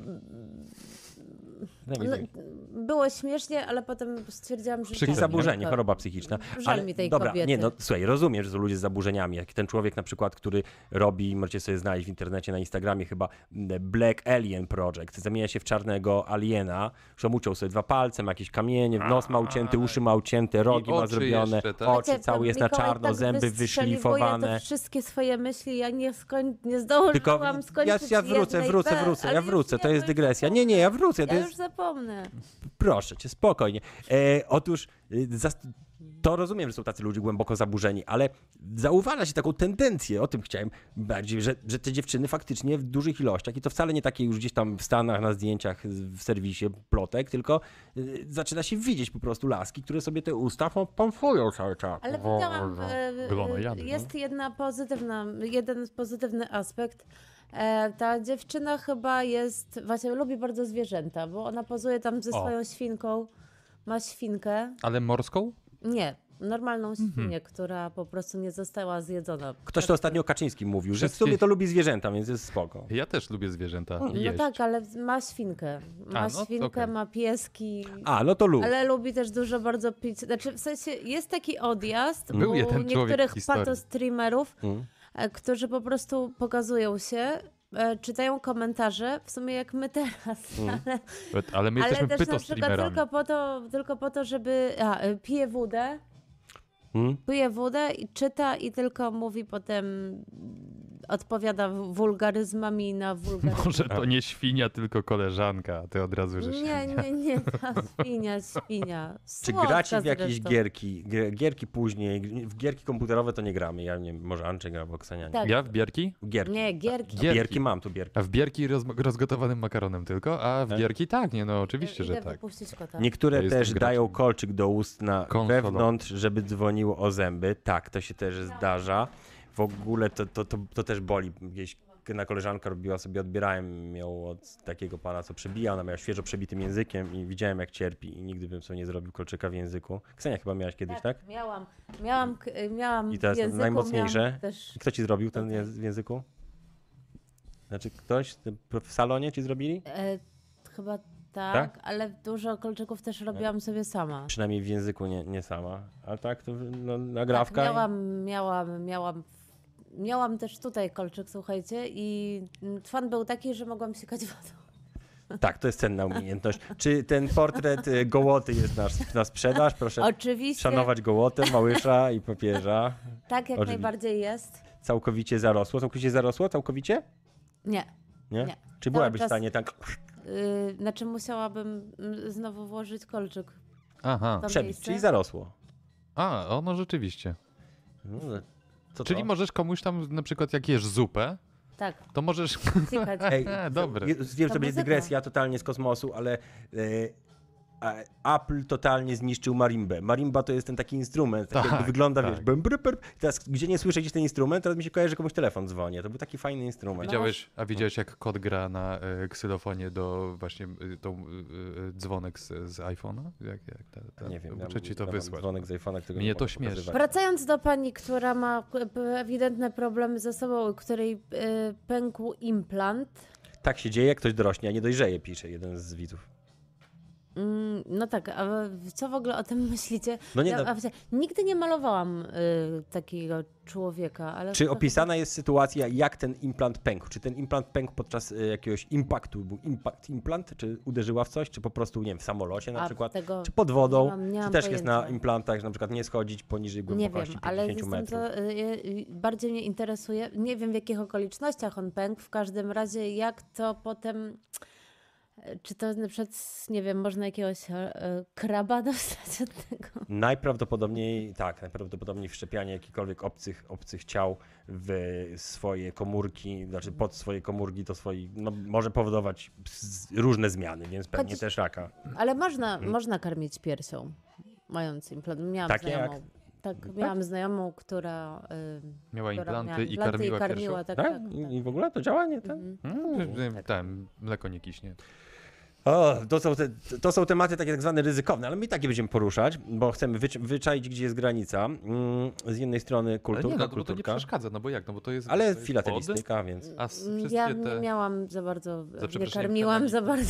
Daj mi, no, daj mi. było śmiesznie, ale potem stwierdziłam, że... Czyli Czyli tak, zaburzenie, tak. choroba psychiczna. Żal mi tej dobra, kobiety. nie, no słuchaj, rozumiem, że są ludzie z zaburzeniami. Jak ten człowiek na przykład, który robi, możecie sobie znaleźć w internecie, na Instagramie chyba Black Alien Project, zamienia się w czarnego aliena, że mu uciął sobie dwa palce, ma jakieś kamienie, nos ma ucięty, uszy ma ucięte, rogi ma oczy zrobione, jeszcze, tak? oczy Wiecie, cały pan jest na Mikołaj czarno, tak zęby wystrzeliwuje wyszlifowane. te wszystkie swoje myśli, ja nie, skoń... nie zdążyłam Tylko ja, skończyć ja wrócę, jednej wrócę, B, wrócę, ale ja już wrócę, to nie, jest bo już dygresja. Nie, nie, ja zapomnę. wrócę, to Ja jest... już zapomnę. Proszę cię, spokojnie. E, otóż y, zas- to rozumiem, że są tacy ludzie głęboko zaburzeni, ale zauważa się taką tendencję, o tym chciałem bardziej, że, że te dziewczyny faktycznie w dużych ilościach i to wcale nie takie już gdzieś tam w Stanach na zdjęciach w serwisie plotek, tylko y, zaczyna się widzieć po prostu laski, które sobie te usta pom- pompują cały czas. Ale widziałam, e, Glony e, jady, no. jest jedna pozytywna, jeden pozytywny aspekt. E, ta dziewczyna chyba jest, właśnie lubi bardzo zwierzęta, bo ona pozuje tam ze O. swoją świnką, ma świnkę, Ale morską? nie, normalną Mhm. świnię, która po prostu nie została zjedzona. Ktoś to ostatnio o Kaczyńskim mówił, że w Wszystkie- sumie to lubi zwierzęta, więc jest spoko. Ja też lubię zwierzęta. No Jeść. tak, ale ma świnkę, ma A, no to świnkę, okej. ma pieski. A, no to lub. Ale lubi też dużo bardzo pić. Znaczy, w sensie jest taki odjazd Był u jeden człowiek w niektórych historii. patostreamerów, Mm. e, którzy po prostu pokazują się, e, czytają komentarze, w sumie jak my teraz, Mm. ale, Ale my ale jesteśmy też na przykład pytostreamerami. tylko po, to, tylko po to, żeby... A, e, pije wódę, Mm? pije wódę i czyta i tylko mówi potem, odpowiada wulgaryzmami na wulgaryzmy. Może to nie świnia, tylko koleżanka, a ty od razu, że Nie, świnia. nie, nie, ta świnia, świnia. Czy Słodka gracie w jakieś zresztą. gierki? Gier- Gierki później, w gierki komputerowe to nie gramy, ja nie może Andrzej gra, bo Ksenia nie. Tak. Ja w bierki? Gierki. Nie, gierki. A Gierki. Bierki mam tu bierki. A w bierki roz, rozgotowanym makaronem tylko, a w Tak? gierki tak, nie no, oczywiście, Idę że tak. wypuścić kota. Niektóre Ja jestem też graczem. dają kolczyk do ust na Konsolą. wewnątrz, żeby dzwoniło o zęby. Tak, to się też zdarza. W ogóle to, to, to, to też boli. Gdzieś jedna koleżanka robiła sobie, odbierałem ją od takiego pana, co przebija. Ona miała świeżo przebitym językiem i widziałem, jak cierpi i nigdy bym sobie nie zrobił kolczyka w języku. Ksenia chyba miałaś kiedyś, tak? Miałam, miałam, k- miałam I teraz w języku, najmocniejsze. miałam też... I kto ci zrobił ten jęz- w języku? Znaczy ktoś w salonie ci zrobili? E, chyba tak, Tak? ale dużo kolczyków też robiłam sobie sama. Przynajmniej w języku nie, nie sama. A tak to no, nagrawka? Tak, miałam, miałam, miałam, miałam też tutaj kolczyk, słuchajcie, i fan był taki, że mogłam sikać wodą. Tak, to jest cenna umiejętność. Czy ten portret y, gołoty jest nasz, na sprzedaż? Proszę Oczywiście, szanować gołotę, małysza i papieża. tak jak oczywi- najbardziej jest. Całkowicie zarosło. Całkowicie zarosło? Całkowicie? Nie. Nie? Nie. Czy byłabyś w czas- stanie tak Yy, znaczy musiałabym mm, znowu włożyć kolczyk. Aha. To przebić? miejsce? Czyli zarosło. A, o no rzeczywiście. No, co Czyli to? możesz komuś tam, na przykład jak jesz zupę, Tak, to możesz... sikać. Ej, Dobre. je- Wiem, że to To będzie muzyka. dygresja totalnie z kosmosu, ale e, a, Apple totalnie zniszczył marimbę. Marimba to jest ten taki instrument, tak, Tak, jakby wygląda, tak. wiesz, bym, bry, bry. Teraz gdzie nie słyszę gdzieś ten instrument, teraz mi się kojarzy, że komuś telefon dzwoni. To był taki fajny instrument. Widziałeś, a widziałeś jak kot gra na e, ksylofonie do właśnie e, tą e, e, dzwonek z, z iPhone'a? Jak, jak ta, ta, Nie wiem, muszę ci to ja mam wysłać. dzwonek z iPhone'a, którego Mnie nie to mogę śmieszy. pokazywać. Wracając do pani, która ma e, ewidentne problemy ze sobą, której e, pękł implant. Tak się dzieje, ktoś dorośnie, a nie dojrzeje, pisze jeden z widzów. Mm, no tak, a co w ogóle o tym myślicie? No nie, Ja, no, a właśnie, nigdy nie malowałam y, takiego człowieka, ale... czy to- opisana jest sytuacja, jak ten implant pękł? Czy ten implant pękł podczas y, jakiegoś impaktu? Był impact implant? Czy uderzyła w coś? Czy po prostu, nie wiem, w samolocie na a przykład? Tego Czy pod wodą? nie mam- nie czy mam też jest na pojęcia. implantach, że na przykład nie schodzić poniżej Nie głębokości wiem, ale pięćdziesiąt jestem metrów? to, y, y, bardziej mnie interesuje, nie wiem w jakich okolicznościach on pękł, w każdym razie jak to potem, y, czy to na przykład, nie wiem, można jakiegoś y, kraba dostać od tego? Najprawdopodobniej tak, najprawdopodobniej wszczepianie jakichkolwiek obcych, obcych ciał w swoje komórki, znaczy pod swoje komórki, to swoi, no, może powodować z- różne zmiany, więc pewnie Choć- też raka. Ale można, można karmić piersią, mając implant. Miałam Takie znajomą. jak? Tak, miałam znajomą, która... y, Miała która implanty miała i implanty karmiła, karmiła piersią? tak, Tak? tak, I, tak. I w ogóle to działa, nie? Tak? Mhm. Mm, tak. Tam mleko nie kiśnie. O, to są, te, to są tematy takie tak zwane ryzykowne, ale my i takie będziemy poruszać, bo chcemy wycz, wyczaić, gdzie jest granica. Mm, z jednej strony Ale kulturka, nie, no, bo to nie kulturka, przeszkadza, no bo jak, no bo to jest... ale to jest filatelistyka, więc... pod, A s- Mm, wszystkie Ja te... nie miałam za bardzo, Za nie przeproszeniem karmiłam za bardzo.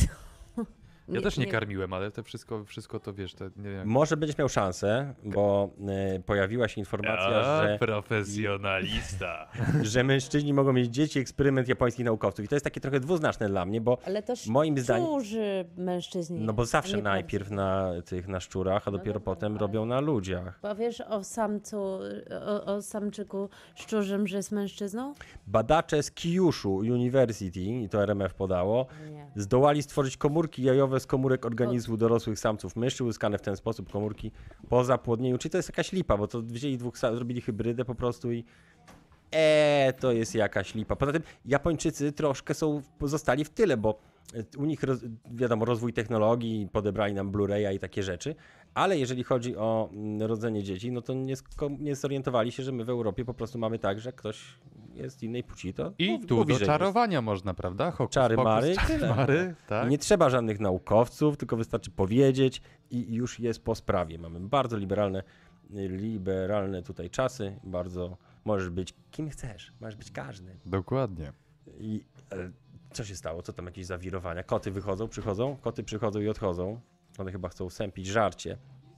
Ja też nie karmiłem, ale te wszystko, wszystko to wiesz, te, nie wiem. Może będziesz miał szansę, bo y, pojawiła się informacja, że, profesjonalista. że mężczyźni mogą mieć dzieci, eksperyment japońskich naukowców. I to jest takie trochę dwuznaczne dla mnie, bo Ale też moim zdaniem... szczurzy mężczyźni. No bo a zawsze nie najpierw na tych, na szczurach, a No dopiero dobra, potem ale- robią na ludziach. Powiesz o samcu, o, o samczyku szczurzym, że jest mężczyzną? Badacze z Kyushu University, i to R M F podało, Nie. zdołali stworzyć komórki jajowe z komórek organizmu dorosłych samców myszy, uzyskane w ten sposób komórki po zapłodnieniu. Czyli to jest jakaś lipa, bo to wzięli dwóch, sa- zrobili hybrydę po prostu i eee, to jest jakaś lipa. Poza tym Japończycy troszkę są, zostali w tyle, bo u nich roz, wiadomo, rozwój technologii, podebrali nam Blu-raya i takie rzeczy, ale jeżeli chodzi o mm, rodzenie dzieci, no to nie, sko- nie zorientowali się, że my w Europie po prostu mamy tak, że ktoś jest innej płci, to I mówi- tu mówi, do że czarowania można, prawda? Hokus Czary pokus, mary, czary tyle. mary, jest. tak? Nie trzeba żadnych naukowców, tylko wystarczy powiedzieć i już jest po sprawie. Mamy bardzo liberalne, liberalne tutaj czasy, bardzo możesz być kim chcesz, możesz być każdy. Dokładnie. I e, co się stało? Co tam jakieś zawirowania? Koty wychodzą, przychodzą? Koty przychodzą i odchodzą. One chyba chcą sępić żarcie.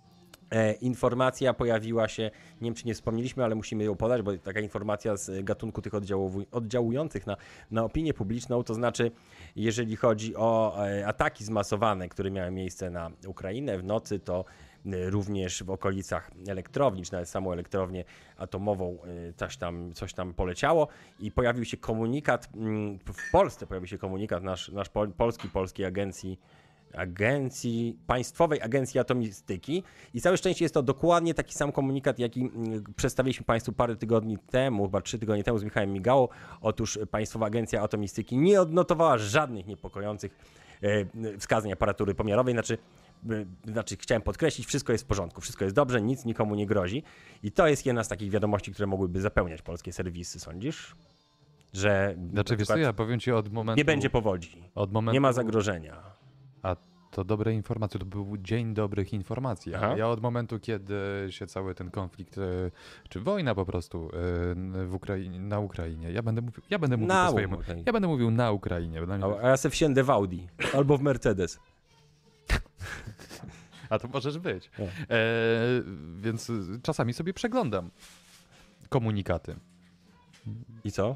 E, informacja pojawiła się, nie wiem czy nie wspomnieliśmy, ale musimy ją podać, bo taka informacja z gatunku tych oddziału- oddziałujących na, na opinię publiczną, to znaczy jeżeli chodzi o e, ataki zmasowane, które miały miejsce na Ukrainę w nocy, to e, również w okolicach elektrowni, czy nawet samą elektrownię atomową e, coś tam, coś tam poleciało i pojawił się komunikat, mm, w Polsce pojawił się komunikat nasz, nasz pol, polski, polskiej agencji Agencji, Państwowej Agencji Atomistyki i całe szczęście jest to dokładnie taki sam komunikat, jaki mm, przedstawiliśmy Państwu parę tygodni temu, chyba trzy tygodnie temu z Michałem Migałą. Otóż Państwowa Agencja Atomistyki nie odnotowała żadnych niepokojących e, wskazań aparatury pomiarowej, znaczy, e, znaczy chciałem podkreślić, wszystko jest w porządku, wszystko jest dobrze, nic nikomu nie grozi i to jest jedna z takich wiadomości, które mogłyby zapełniać polskie serwisy, sądzisz? Że Znaczy, na wiesz co, przykład ja powiem ci od momentu... nie będzie powodzi, od momentu, nie ma zagrożenia. A to dobre informacje, to był dzień dobrych informacji. Aha. Ja od momentu, kiedy się cały ten konflikt, e, czy wojna po prostu e, w Ukrainie, na Ukrainie, ja będę mówił, ja będę mówił Na po swojemu. Ukrainie. Ja będę mówił na Ukrainie. Dla mnie to A, a ja se wsiędę w Audi albo w Mercedes. A to możesz być. No. E, więc czasami sobie przeglądam komunikaty. I co?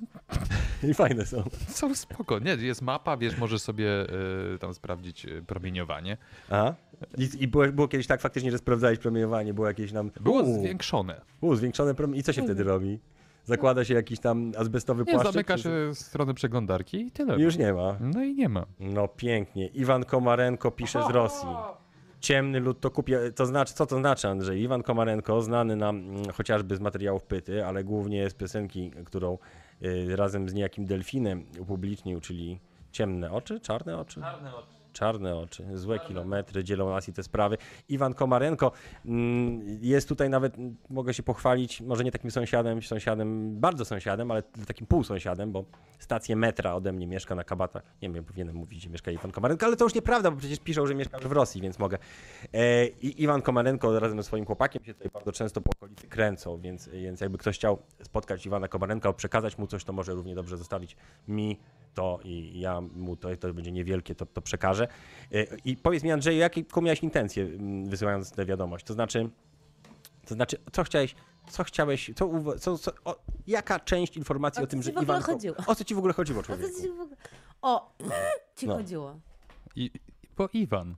I fajne są. Są spoko. Nie, jest mapa, wiesz, możesz sobie e, tam sprawdzić e, promieniowanie. Aha. I, i było, było kiedyś tak faktycznie, że sprawdzałeś promieniowanie, było jakieś tam... Było Uuu, zwiększone. uuu, zwiększone promieniowanie. I co się wtedy robi? Zakłada się jakiś tam azbestowy Nie, płaszczyk? zamyka czy- się stronę przeglądarki i tyle. I już nie ma. No i nie ma. No pięknie. Iwan Komarenko pisze z Rosji. Ciemny lud to kupię. To znaczy, co to znaczy, Andrzej? Iwan Komarenko, znany nam mm, chociażby z materiałów Pyty, ale głównie z piosenki, którą y, razem z niejakim delfinem upublicznił, czyli Ciemne oczy, czarne oczy? Czarne oczy. Czarne oczy, złe kilometry dzielą nas i te sprawy. Iwan Komarenko mm, jest tutaj nawet, mm, mogę się pochwalić, może nie takim sąsiadem, sąsiadem, bardzo sąsiadem, ale takim półsąsiadem, bo stację metra ode mnie mieszka na Kabatach. Nie wiem, powinienem mówić, gdzie mieszka Iwan Komarenko, ale to już nieprawda, bo przecież piszą, że mieszka w Rosji, więc mogę. E, I Iwan Komarenko razem ze swoim chłopakiem się tutaj bardzo często po okolicy kręcą, więc, więc jakby ktoś chciał spotkać Iwana Komarenka, przekazać mu coś, to może równie dobrze zostawić mi to i ja mu to, to będzie niewielkie, to, to przekażę. I powiedz mi, Andrzeju, jaką miałeś intencję mm, wysyłając tę wiadomość? To znaczy, to znaczy, co chciałeś, co chciałeś, co, uwa- co, co o, jaka część informacji O o, tym, co że ci w ogóle Iwan... Ko- chodziło? O co ci w ogóle chodziło, O co człowieku? ci w ogóle... O, ci No. chodziło. I, i bo Iwan.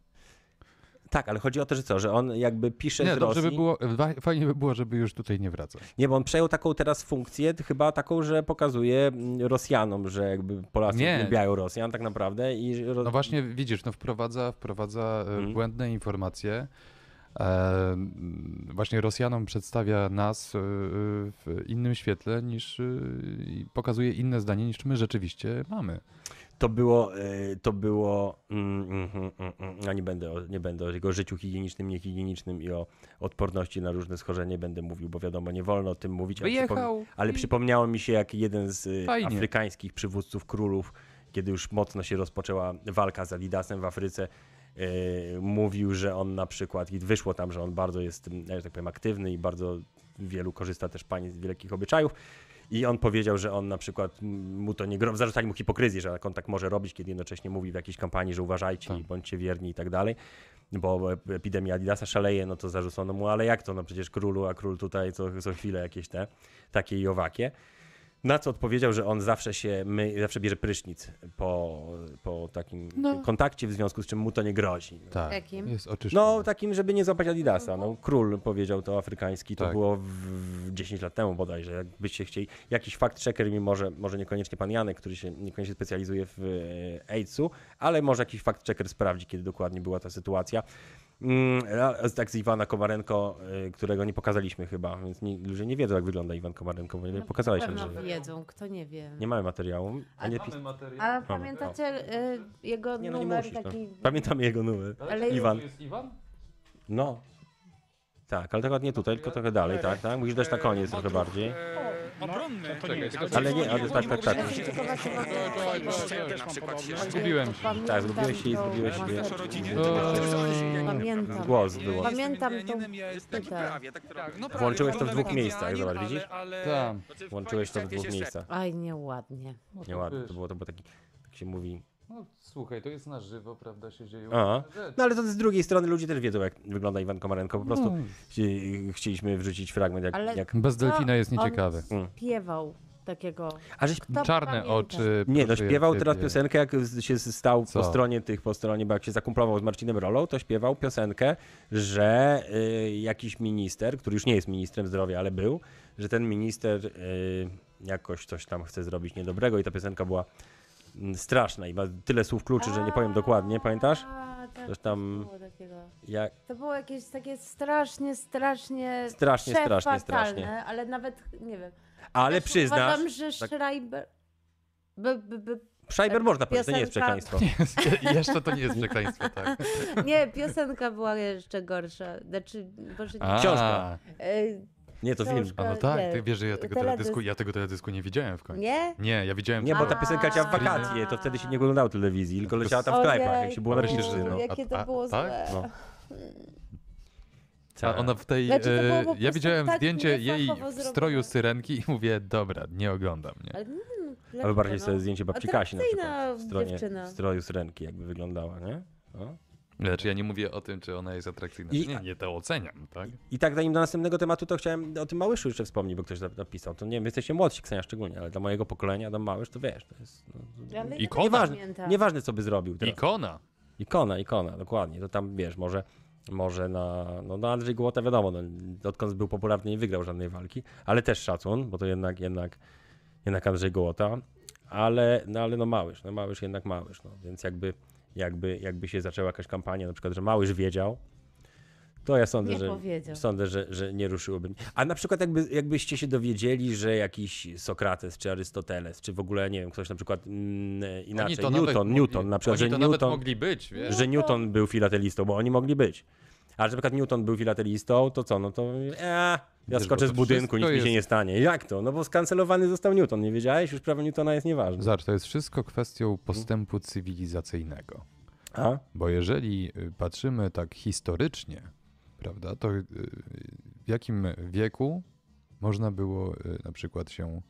Tak, ale chodzi o to, że co, że on jakby pisze Nie, z dobrze Rosji. by było, wa- fajnie by było, żeby już tutaj nie wracał. Nie, bo on przejął taką teraz funkcję, chyba taką, że pokazuje mm, Rosjanom, że jakby Polacy Nie. uwielbiają Rosjan tak naprawdę i... że Ro... No właśnie, widzisz, no wprowadza, wprowadza e, Mhm. błędne informacje. E, m, właśnie Rosjanom przedstawia nas e, w innym świetle niż e, i pokazuje inne zdanie niż my rzeczywiście mamy. To było, e, to było, mm, mm, mm, mm, mm. ja nie będę, o, nie będę o jego życiu higienicznym, niehigienicznym i o odporności na różne schorzenia nie będę mówił, bo wiadomo, nie wolno o tym mówić. ale przypom- Wyjechał Ale i- przypomniało mi się, jak jeden z e, Fajnie. afrykańskich przywódców królów kiedy już mocno się rozpoczęła walka z Adidasem w Afryce, yy, mówił, że on na przykład, i wyszło tam, że on bardzo jest, że tak powiem, aktywny i bardzo wielu korzysta też pani z wielkich obyczajów. I on powiedział, że on na przykład mu to nie grozi, zarzucali mu hipokryzję, że on tak może robić, kiedy jednocześnie mówi w jakiejś kampanii, że uważajcie Tak. i bądźcie wierni i tak dalej, bo epidemia Adidasa szaleje, no to zarzucono mu, ale jak to, no przecież królu, a król tutaj co, co chwilę jakieś te, takie i owakie. Na co odpowiedział, że on zawsze się my, zawsze bierze prysznic po, po takim No. kontakcie, w związku z czym mu to nie grozi. Tak, Jakim? jest oczyszczony. No, takim, żeby nie złapać Adidasa. No, król powiedział to afrykański, to Tak. było w, w dziesięć lat temu bodajże. Jakbyście chcieli, jakiś fakt checker mi może, może niekoniecznie pan Janek, który się niekoniecznie specjalizuje w e, AIDSu, ale może jakiś fakt checker sprawdzi, kiedy dokładnie była ta sytuacja. Mm, a- tak z Iwana Komarenko, y, którego nie pokazaliśmy chyba, więc nie, ludzie nie wiedzą, jak wygląda Iwan Komarenko, bo nie No, pokazaliśmy, pewno że wiedzą, kto nie wie. nie mamy materiału. A nie, Mamy materiał. A pamiętacie y, jego nie, no nie numer musisz, no. taki... Pamiętamy jego numer. Ale Iwan. jest Iwan? No. Tak, ale tylko nie tutaj, tylko trochę dalej, tak, tak? Musisz dać na koniec trochę bardziej. Obronny. To nie jest. Ale nie, ale tak, tak, tak. Ja jestem ciekawa, czy w ogóle- Na przykład się Zgubiłem się. Pamiętam Tak, zgubiłeś się i tą zgubiłeś się. maseczkę. O, Pamiętam. Głos było. Pamiętam tą... Ja jestem taki tutaj. prawie, tak trochę. No prawie, Włączyłeś to w oglądamy dwóch miejscach, Indianin, zobacz, widzisz? ale- ale- tam. Włączyłeś to w dwóch miejscach. Aj, nieładnie. Nieładnie, to było, to było taki, tak się mówi. No słuchaj, to jest na żywo, prawda, się dzieją Aha. różne rzeczy. No ale to z drugiej strony ludzie też wiedzą, jak wygląda Iwan Komarenko. Po prostu No. chci- chcieliśmy wrzucić fragment, jak... Ale- jak... Bez delfina jest On nieciekawy. Mm. śpiewał takiego... A żeś Kto Czarne pamięta? oczy. Nie, no proszę śpiewał ja teraz ciebie. piosenkę, jak z- się stał Co? po stronie tych, po stronie, bo jak się zakumplował z Marcinem Rolą, to śpiewał piosenkę, że y, jakiś minister, który już nie jest ministrem zdrowia, ale był, że ten minister y, jakoś coś tam chce zrobić niedobrego i ta piosenka była mm, straszna i ma tyle słów kluczy, że nie powiem dokładnie, pamiętasz? A, tak, Coś tam- było takiego. Jak... To było jakieś takie strasznie, strasznie... Strasznie, strasznie, przefatalne, strasznie. ale nawet, nie wiem. Ale Też przyznasz, Uważam, że tak- Schreiber... By, by, by... Schreiber można powiedzieć, to nie jest piosenka- przekleństwo. Je- Jeszcze to nie jest przekleństwo, tak. Nie, piosenka była jeszcze gorsza. Znaczy, Boże, A, Książka. e, Nie, to film. książka, A no tak, nie, ty wiesz, że ja tego teledysk. teledysku, ja tego teledysku nie widziałem w końcu. Nie? Nie, ja widziałem Nie, bo ta A. piosenka leciała w wakacje, to wtedy się nie oglądało telewizji, tylko leciała tam w Ojej, knajpach, jak się było na Boże, Ryszczy, no. Jakie to A- a- było tak? złe. No. A ona w tej. Znaczy, to było e, po ja prostu widziałem tak zdjęcie jej niefachowo w zrobione. stroju syrenki i mówię, dobra, nie oglądam, nie? Ale, nie, no, Ale dlaczego, bardziej no? sobie zdjęcie babci Kasi na przykład Atrakcyjna w, stronie, dziewczyna. w stroju syrenki, jakby wyglądała, nie? No. Lecz ja nie mówię o tym, czy ona jest atrakcyjna. I- I... Nie, nie to oceniam, tak? I tak zanim do następnego tematu, to chciałem o tym Małyszu jeszcze wspomnieć, bo ktoś napisał. To nie wiem, wy jesteście młodsi, Ksenia szczególnie, ale dla mojego pokolenia Adam Małysz, to wiesz, to jest... No, to... Ale ja Ikona. nie Nieważne, pamiętam. nieważne, co by zrobił teraz. Ikona. Ikona, ikona, dokładnie. To tam, wiesz, może, może na, no, na Andrzej Gołota wiadomo, no, odkąd był popularny nie wygrał żadnej walki, ale też szacun, bo to jednak, jednak, jednak Andrzej Gołota, ale no, ale no Małysz, no Małysz jednak Małysz, no, więc jakby, jakby, jakby się zaczęła jakaś kampania, na przykład, że Małysz wiedział, to ja sądzę, Nie że, powiedział. sądzę że, że nie ruszyłoby. A na przykład jakby, jakbyście się dowiedzieli, że jakiś Sokrates, czy Arystoteles, czy w ogóle, nie wiem, ktoś na przykład mm, inaczej, Oni to Newton, nawet Newton, mogli, na przykład, oni że to nawet Newton, mogli być, wiesz? że Newton był filatelistą, bo oni mogli być. Ale że na przykład Newton był filatelistą, to co, no to e, ja Wiesz, skoczę bo z to budynku, nic wszystko mi się jest- nie stanie. Jak to? No bo skancelowany został Newton, nie wiedziałeś? Już prawo Newtona jest nieważne. Zobacz, to jest wszystko kwestią postępu cywilizacyjnego. A? Bo jeżeli y, patrzymy tak historycznie, prawda, to y, w jakim wieku można było y, na przykład się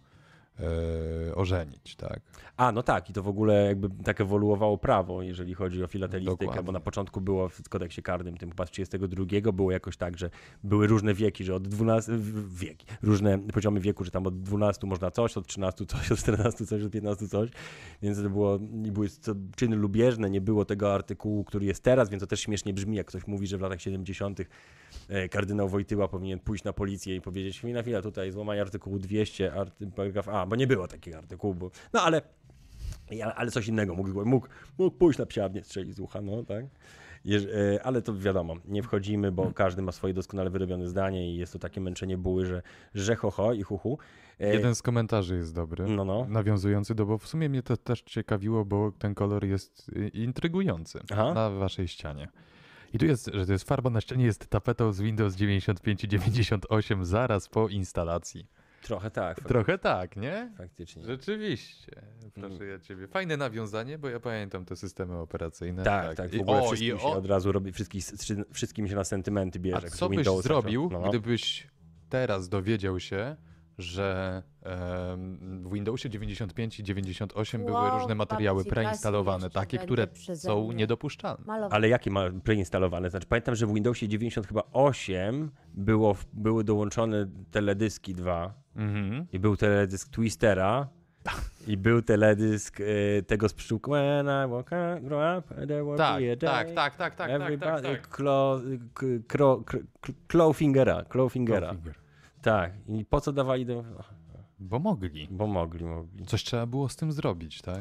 e, ożenić, tak? A, no tak, i to w ogóle jakby tak ewoluowało prawo, jeżeli chodzi o filatelistykę, Dokładnie. bo na początku było w kodeksie karnym, tym chyba z trzydziestego drugiego było jakoś tak, że były różne wieki, że od dwunastu, w- wieki, różne poziomy wieku, że tam od dwunastu można coś, od trzynastu coś, od czternastu coś, od piętnastu coś, więc to było, i były co- czyny lubieżne, nie było tego artykułu, który jest teraz, więc to też śmiesznie brzmi, jak ktoś mówi, że w latach siedemdziesiątych e, kardynał Wojtyła powinien pójść na policję i powiedzieć, chwila, chwila, tutaj złamanie artykułu dwieście, arty, paragraf A, bo nie było takiego artykułu, bo, no ale ja, ale coś innego mógł, mógł, mógł pójść na psiarnię, strzelić z ucha, no tak. Jeż, e, ale to wiadomo, nie wchodzimy, bo każdy ma swoje doskonale wyrobione zdanie i jest to takie męczenie buły, że, że ho, ho i hu, hu. E, Jeden z komentarzy jest dobry, No, no. nawiązujący do, bo w sumie mnie to też ciekawiło, bo ten kolor jest y, intrygujący Aha. na waszej ścianie. I tu jest, że to jest farba na ścianie, jest tapetą z Windows dziewięćdziesiąt pięć i dziewięćdziesiąt osiem zaraz po instalacji. Trochę tak. Faktycznie. Trochę tak, nie? faktycznie. Rzeczywiście. Proszę ja ciebie. Fajne nawiązanie, bo ja pamiętam te systemy operacyjne. Tak, tak, w I, ogóle o, wszystkim i, się o, od razu robi, wszystkich, wszystkim się na sentymenty bierze. A jak co byś Windows zrobił, zaczął? No. gdybyś teraz dowiedział się, że em, w Windowsie dziewięćdziesiąt pięć i dziewięćdziesiąt osiem były Wow, różne materiały babci preinstalowane, Kasi takie, jeszcze które będzie przeze są mnie. niedopuszczalne. Malować. Ale jakie ma preinstalowane? Znaczy pamiętam, że w Windowsie dziewięćdziesiąt chyba osiem było, były dołączone teledyski dwa Mhm. i był teledysk Twistera i był teledysk y, tego z pszczółką When I walk out, grow up, there will Tak, be a day. tak, tak, tak, tak, tak, Everybody, tak, tak. Klo, k, kro, k, k, Clawfingera, Clawfingera. Clawfinger. Tak. I po co dawali do... Bo mogli. Bo mogli, mogli. Coś trzeba było z tym zrobić, tak?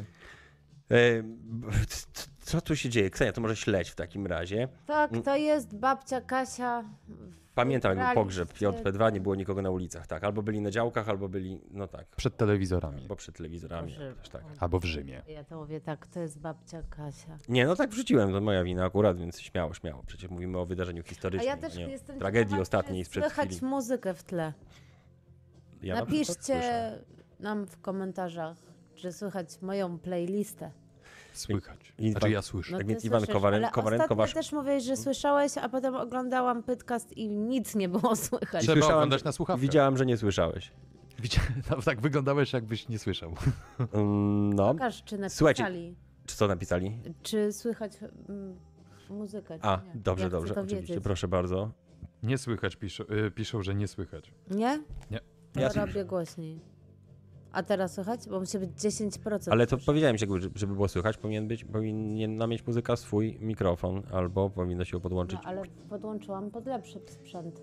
E, b- c- co tu się dzieje? Ksenia, to może śledź w takim razie. Tak, to jest babcia Kasia. Pamiętam, jak był Wybraliście- pogrzeb J P dwa, nie było nikogo na ulicach, tak. Albo byli na działkach, albo byli, no tak, Przed telewizorami. bo przed telewizorami. Boże. Też tak. Albo w Rzymie. Ja to mówię tak, to jest babcia Kasia. Nie, no tak wrzuciłem, to moja wina akurat, więc śmiało, śmiało. Przecież mówimy o wydarzeniu A historycznym, ja też nie o jestem tragedii ciekawa, ostatniej czy sprzed słychać chwili. muzykę w tle. Ja na przykład Napiszcie słyszę. nam w komentarzach, czy słychać moją playlistę. Słychać. I- Znaczy ja słyszę. No Tak ty więc Iwan słyszysz, Kowaren- ale Kowarenko, ostatnio wasz- też mówiłeś, że słyszałeś, a potem oglądałam podcast i nic nie było słychać. I Trzeba słyszałem, oglądać że- na słuchawkach. Widziałem, że nie słyszałeś. Widziałem, no, tak wyglądałeś, jakbyś nie słyszał. Mm, No, Pokaż, czy napisali, Słuchajcie, czy co napisali? czy słychać mm, muzykę, czy A, nie. dobrze, Ja chcę dobrze, to oczywiście, wiedzieć. proszę bardzo. Nie słychać, piszą, y, piszą, że nie słychać. Nie? Nie. To Ja robię głośniej. A teraz słychać? Bo musi być dziesięć procent. Ale to powiedziałem ci, jakby, żeby było słychać, powinien być, powinna mieć muzyka swój mikrofon, albo powinno się podłączyć. No, ale podłączyłam pod lepszy sprzęt.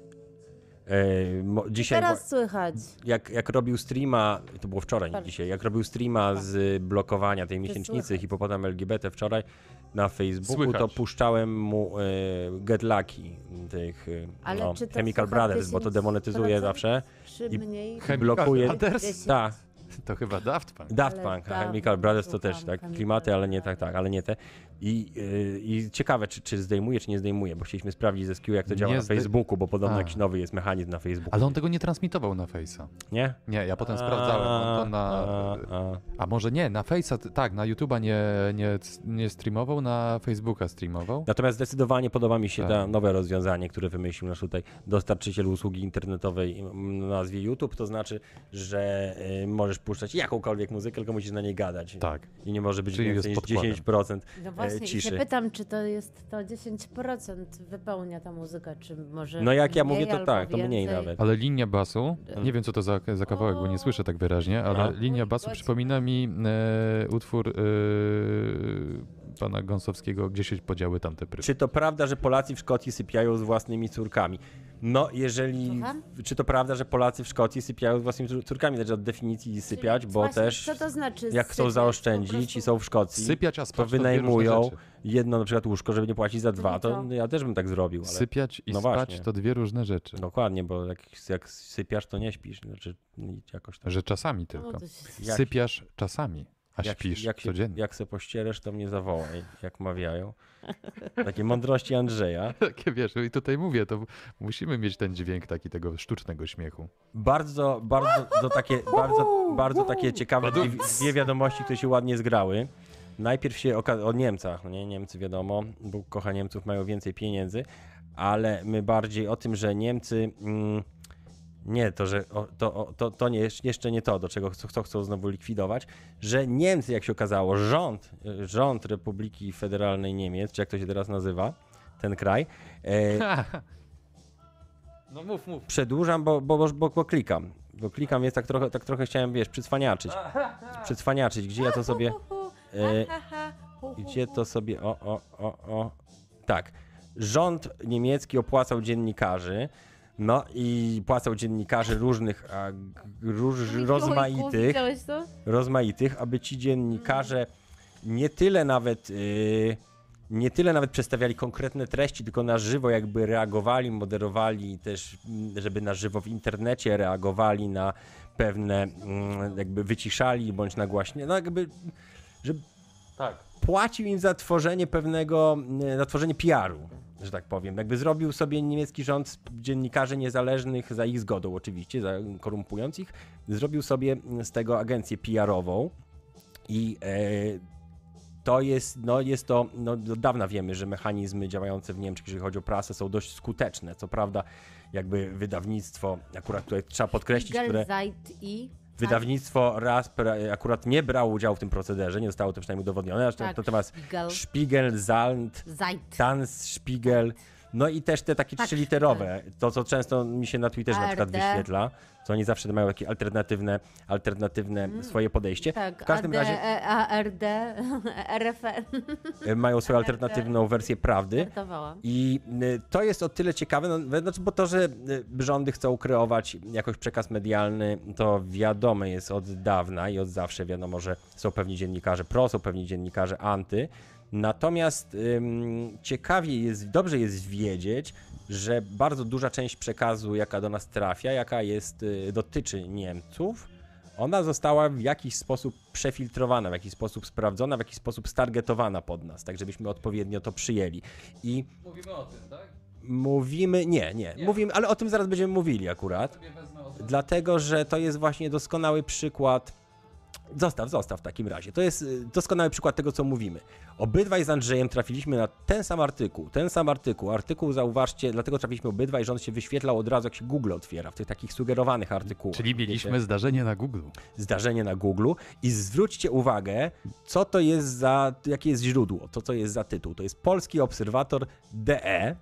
E, mo, dzisiaj, Teraz słychać. jak, jak robił streama, to było wczoraj, nie Bardzo. dzisiaj, jak robił streama z blokowania tej To miesięcznicy słychać. Hipopotam L G B T wczoraj na Facebooku, Słychać. to puszczałem mu e, Get Lucky tych e, Ale no, czy to Chemical słychać Brothers, bo to dziesięć demonetyzuje procent? zawsze. Czy I mniej? blokuje- Brothers? Tak, To chyba Daft Punk. Daft Ale Punk, dawno Chemical Brothers to słucham też tak, Chemical klimaty, ale nie tak, Brothers. tak, ale nie te. I, yy, i ciekawe, czy, czy zdejmuje, czy nie zdejmuje, bo chcieliśmy sprawdzić ze Q, jak to działa Nie na zdej- Facebooku, bo podobno A. jakiś nowy jest mechanizm na Facebooku. Ale on tego nie transmitował na Face'a. Nie? Nie, ja potem sprawdzałem. On to na... A, a. A może nie, na Face'a, t- tak, na YouTube'a nie, nie, nie streamował, na Facebooka streamował. Natomiast zdecydowanie podoba mi się Tak. to nowe rozwiązanie, które wymyślił nasz tutaj dostarczyciel usługi internetowej o nazwie YouTube, to znaczy, że y, możesz puszczać jakąkolwiek muzykę, tylko musisz na niej gadać. Tak. I nie może być Czyli więcej niż jest podkładem. dziesięć procent No właśnie, i ciszy. się pytam, czy to jest to dziesięć procent wypełnia ta muzyka, czy może No jak ja mniej mówię, to albo tak, to mniej więcej? nawet. Ale linia basu, nie wiem co to za, za kawałek, bo nie słyszę tak wyraźnie, ale No. linia basu przypomina mi e, utwór e, pana Gąsowskiego, Gdzie się podziały tamte pry. Czy to prawda, że Polacy w Szkocji sypiają z własnymi córkami? No, jeżeli... Słucham? Czy to prawda, że Polacy w Szkocji sypiają z własnymi cór- córkami? Znaczy od definicji sypiać, Czyli bo właśnie, też co to znaczy jak chcą sypiać? Po zaoszczędzić prostu- i są w Szkocji, Sypiać, a to spać to dwie różne wynajmują rzeczy. jedno na przykład łóżko, żeby nie płacić za dwa, to co? ja też bym tak zrobił, ale... Sypiać i No spać właśnie. to dwie różne rzeczy. Dokładnie, bo jak, jak sypiasz, to nie śpisz, znaczy jakoś tak. Że czasami No, tylko. to się... Jak- Sypiasz czasami, a jak, śpisz jak się, codziennie. Jak se pościeresz, to mnie zawołaj, jak mawiają. Takie mądrości Andrzeja. Takie wiesz, i tutaj mówię, to musimy mieć ten dźwięk taki tego sztucznego śmiechu. Bardzo, bardzo, to takie, bardzo, bardzo takie ciekawe dwie, dwie wiadomości, które się ładnie zgrały. Najpierw się oka- o Niemcach, no nie, Niemcy wiadomo, Bóg kocha Niemców, mają więcej pieniędzy, ale my bardziej o tym, że Niemcy, mm, nie to, że o, to, o, to, to nie, jeszcze nie to, do czego chcą, chcą, chcą znowu likwidować, że Niemcy, jak się okazało, rząd, rząd Republiki Federalnej Niemiec, czy jak to się teraz nazywa, ten kraj, e, No mów, mów. przedłużam, bo, bo, bo, bo, bo klikam. Bo klikam, jest tak trochę, tak trochę chciałem, wiesz, przycwaniaczyć. Przycwaniaczyć, gdzie ja to sobie... E, gdzie to sobie... O, o, o, o. Tak. Rząd niemiecki opłacał dziennikarzy, no i płacał dziennikarzy różnych, a, g- róż, rozmaitych, Widziałeś to? rozmaitych, aby ci dziennikarze nie tyle nawet... Yy, nie tyle nawet przedstawiali konkretne treści, tylko na żywo jakby reagowali, moderowali też, mm, żeby na żywo w internecie reagowali na pewne, mm, jakby wyciszali bądź nagłaśniali, no jakby, że Tak. płacił im za tworzenie pewnego, mm, za tworzenie P R u. że tak powiem. Jakby zrobił sobie niemiecki rząd dziennikarzy niezależnych za ich zgodą oczywiście, za korumpując ich, zrobił sobie z tego agencję P R-ową i e, to jest, no jest to, no od dawna wiemy, że mechanizmy działające w Niemczech, jeżeli chodzi o prasę, są dość skuteczne. Co prawda jakby wydawnictwo, akurat tutaj trzeba podkreślić, które... Zeit i... Wydawnictwo raz akurat nie brało udziału w tym procederze, nie zostało to przynajmniej udowodnione. Tak, Natomiast Spiegel. Spiegel, Zalt, Zeit. Tanz, Spiegel, no i też te takie Tak, trzyliterowe, to co często mi się na Twitterze na przykład A R D. wyświetla, co oni zawsze mają takie alternatywne, alternatywne swoje podejście. Tak, W każdym A D, razie A R D, R F N. mają swoją alternatywną wersję prawdy. Żartowałam. I y, to jest o tyle ciekawe, no, znaczy, bo to, że y, rządy chcą kreować jakoś przekaz medialny, to wiadome jest od dawna i od zawsze wiadomo, że są pewni dziennikarze pro, są pewni dziennikarze anty. Natomiast ym, ciekawie jest, dobrze jest wiedzieć, że bardzo duża część przekazu, jaka do nas trafia, jaka jest, y, dotyczy Niemców, ona została w jakiś sposób przefiltrowana, w jakiś sposób sprawdzona, w jakiś sposób stargetowana pod nas, tak żebyśmy odpowiednio to przyjęli. I Mówimy o tym, tak? mówimy, nie, nie, Nie. mówimy, ale o tym zaraz będziemy mówili akurat, dlatego, że to jest właśnie doskonały przykład. Zostaw, zostaw w takim razie. To jest y, doskonały przykład tego, co mówimy. Obydwaj z Andrzejem trafiliśmy na ten sam artykuł, ten sam artykuł. Artykuł, zauważcie, dlatego trafiliśmy obydwaj, że on się wyświetlał od razu, jak się Google otwiera, w tych takich sugerowanych artykułach. Czyli mieliśmy Wiecie? zdarzenie na Google. Zdarzenie na Google i zwróćcie uwagę, co to jest za, jakie jest źródło, to co jest za tytuł. To jest Polski Obserwator D E,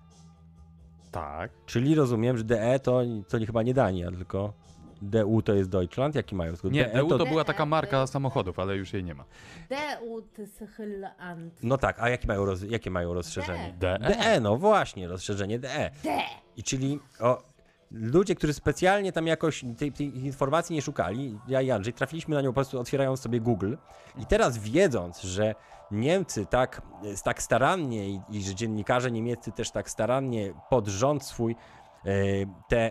Tak. czyli rozumiem, że D E to, to nie, chyba nie Dania, tylko D U to jest Deutschland. Jaki mają? Nie, D U to to... była taka marka samochodów, ale już jej nie ma. D U T S H L A N T. No tak, a jakie mają, roz... jakie mają rozszerzenie? D E. D E, no właśnie, rozszerzenie D E. D. I czyli o, ludzie, którzy specjalnie tam jakoś tej, tej informacji nie szukali, ja i Andrzej, trafiliśmy na nią po prostu otwierając sobie Google i teraz wiedząc, że Niemcy tak, tak starannie i, i że dziennikarze niemieccy też tak starannie pod rząd swój e, te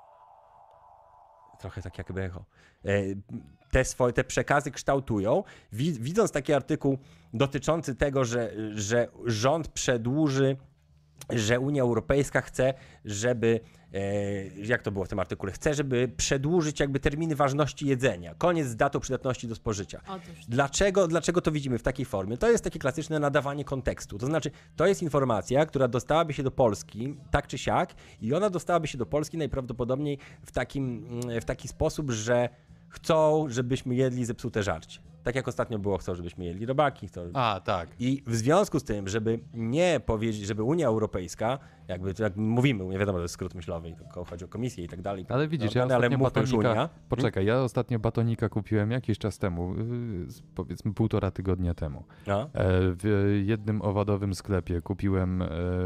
trochę tak jakby echo, e, te swoje, te przekazy kształtują, wi, widząc taki artykuł dotyczący tego, że, że rząd przedłuży, że Unia Europejska chce, żeby, e, jak to było w tym artykule, chce, żeby przedłużyć jakby terminy ważności jedzenia, koniec z datą przydatności do spożycia. Otóż. Dlaczego, dlaczego to widzimy w takiej formie? To jest takie klasyczne nadawanie kontekstu. To znaczy, to jest informacja, która dostałaby się do Polski, tak czy siak, i ona dostałaby się do Polski najprawdopodobniej w, takim, w taki sposób, że chcą, żebyśmy jedli zepsute żarcie. Tak jak ostatnio było, chcą, żebyśmy jedli robaki. Chcą... A, tak. I w związku z tym, żeby nie powiedzieć, żeby Unia Europejska, jakby to jak mówimy, nie wiadomo, to jest skrót myślowy, i tylko chodzi o komisję i tak dalej. Ale widzisz, ja no, ale ostatnio mów to już Unia. batonika... Poczekaj, ja ostatnio batonika kupiłem jakiś czas temu, yy, z- powiedzmy półtora tygodnia temu. No. E, W jednym owadowym sklepie kupiłem e,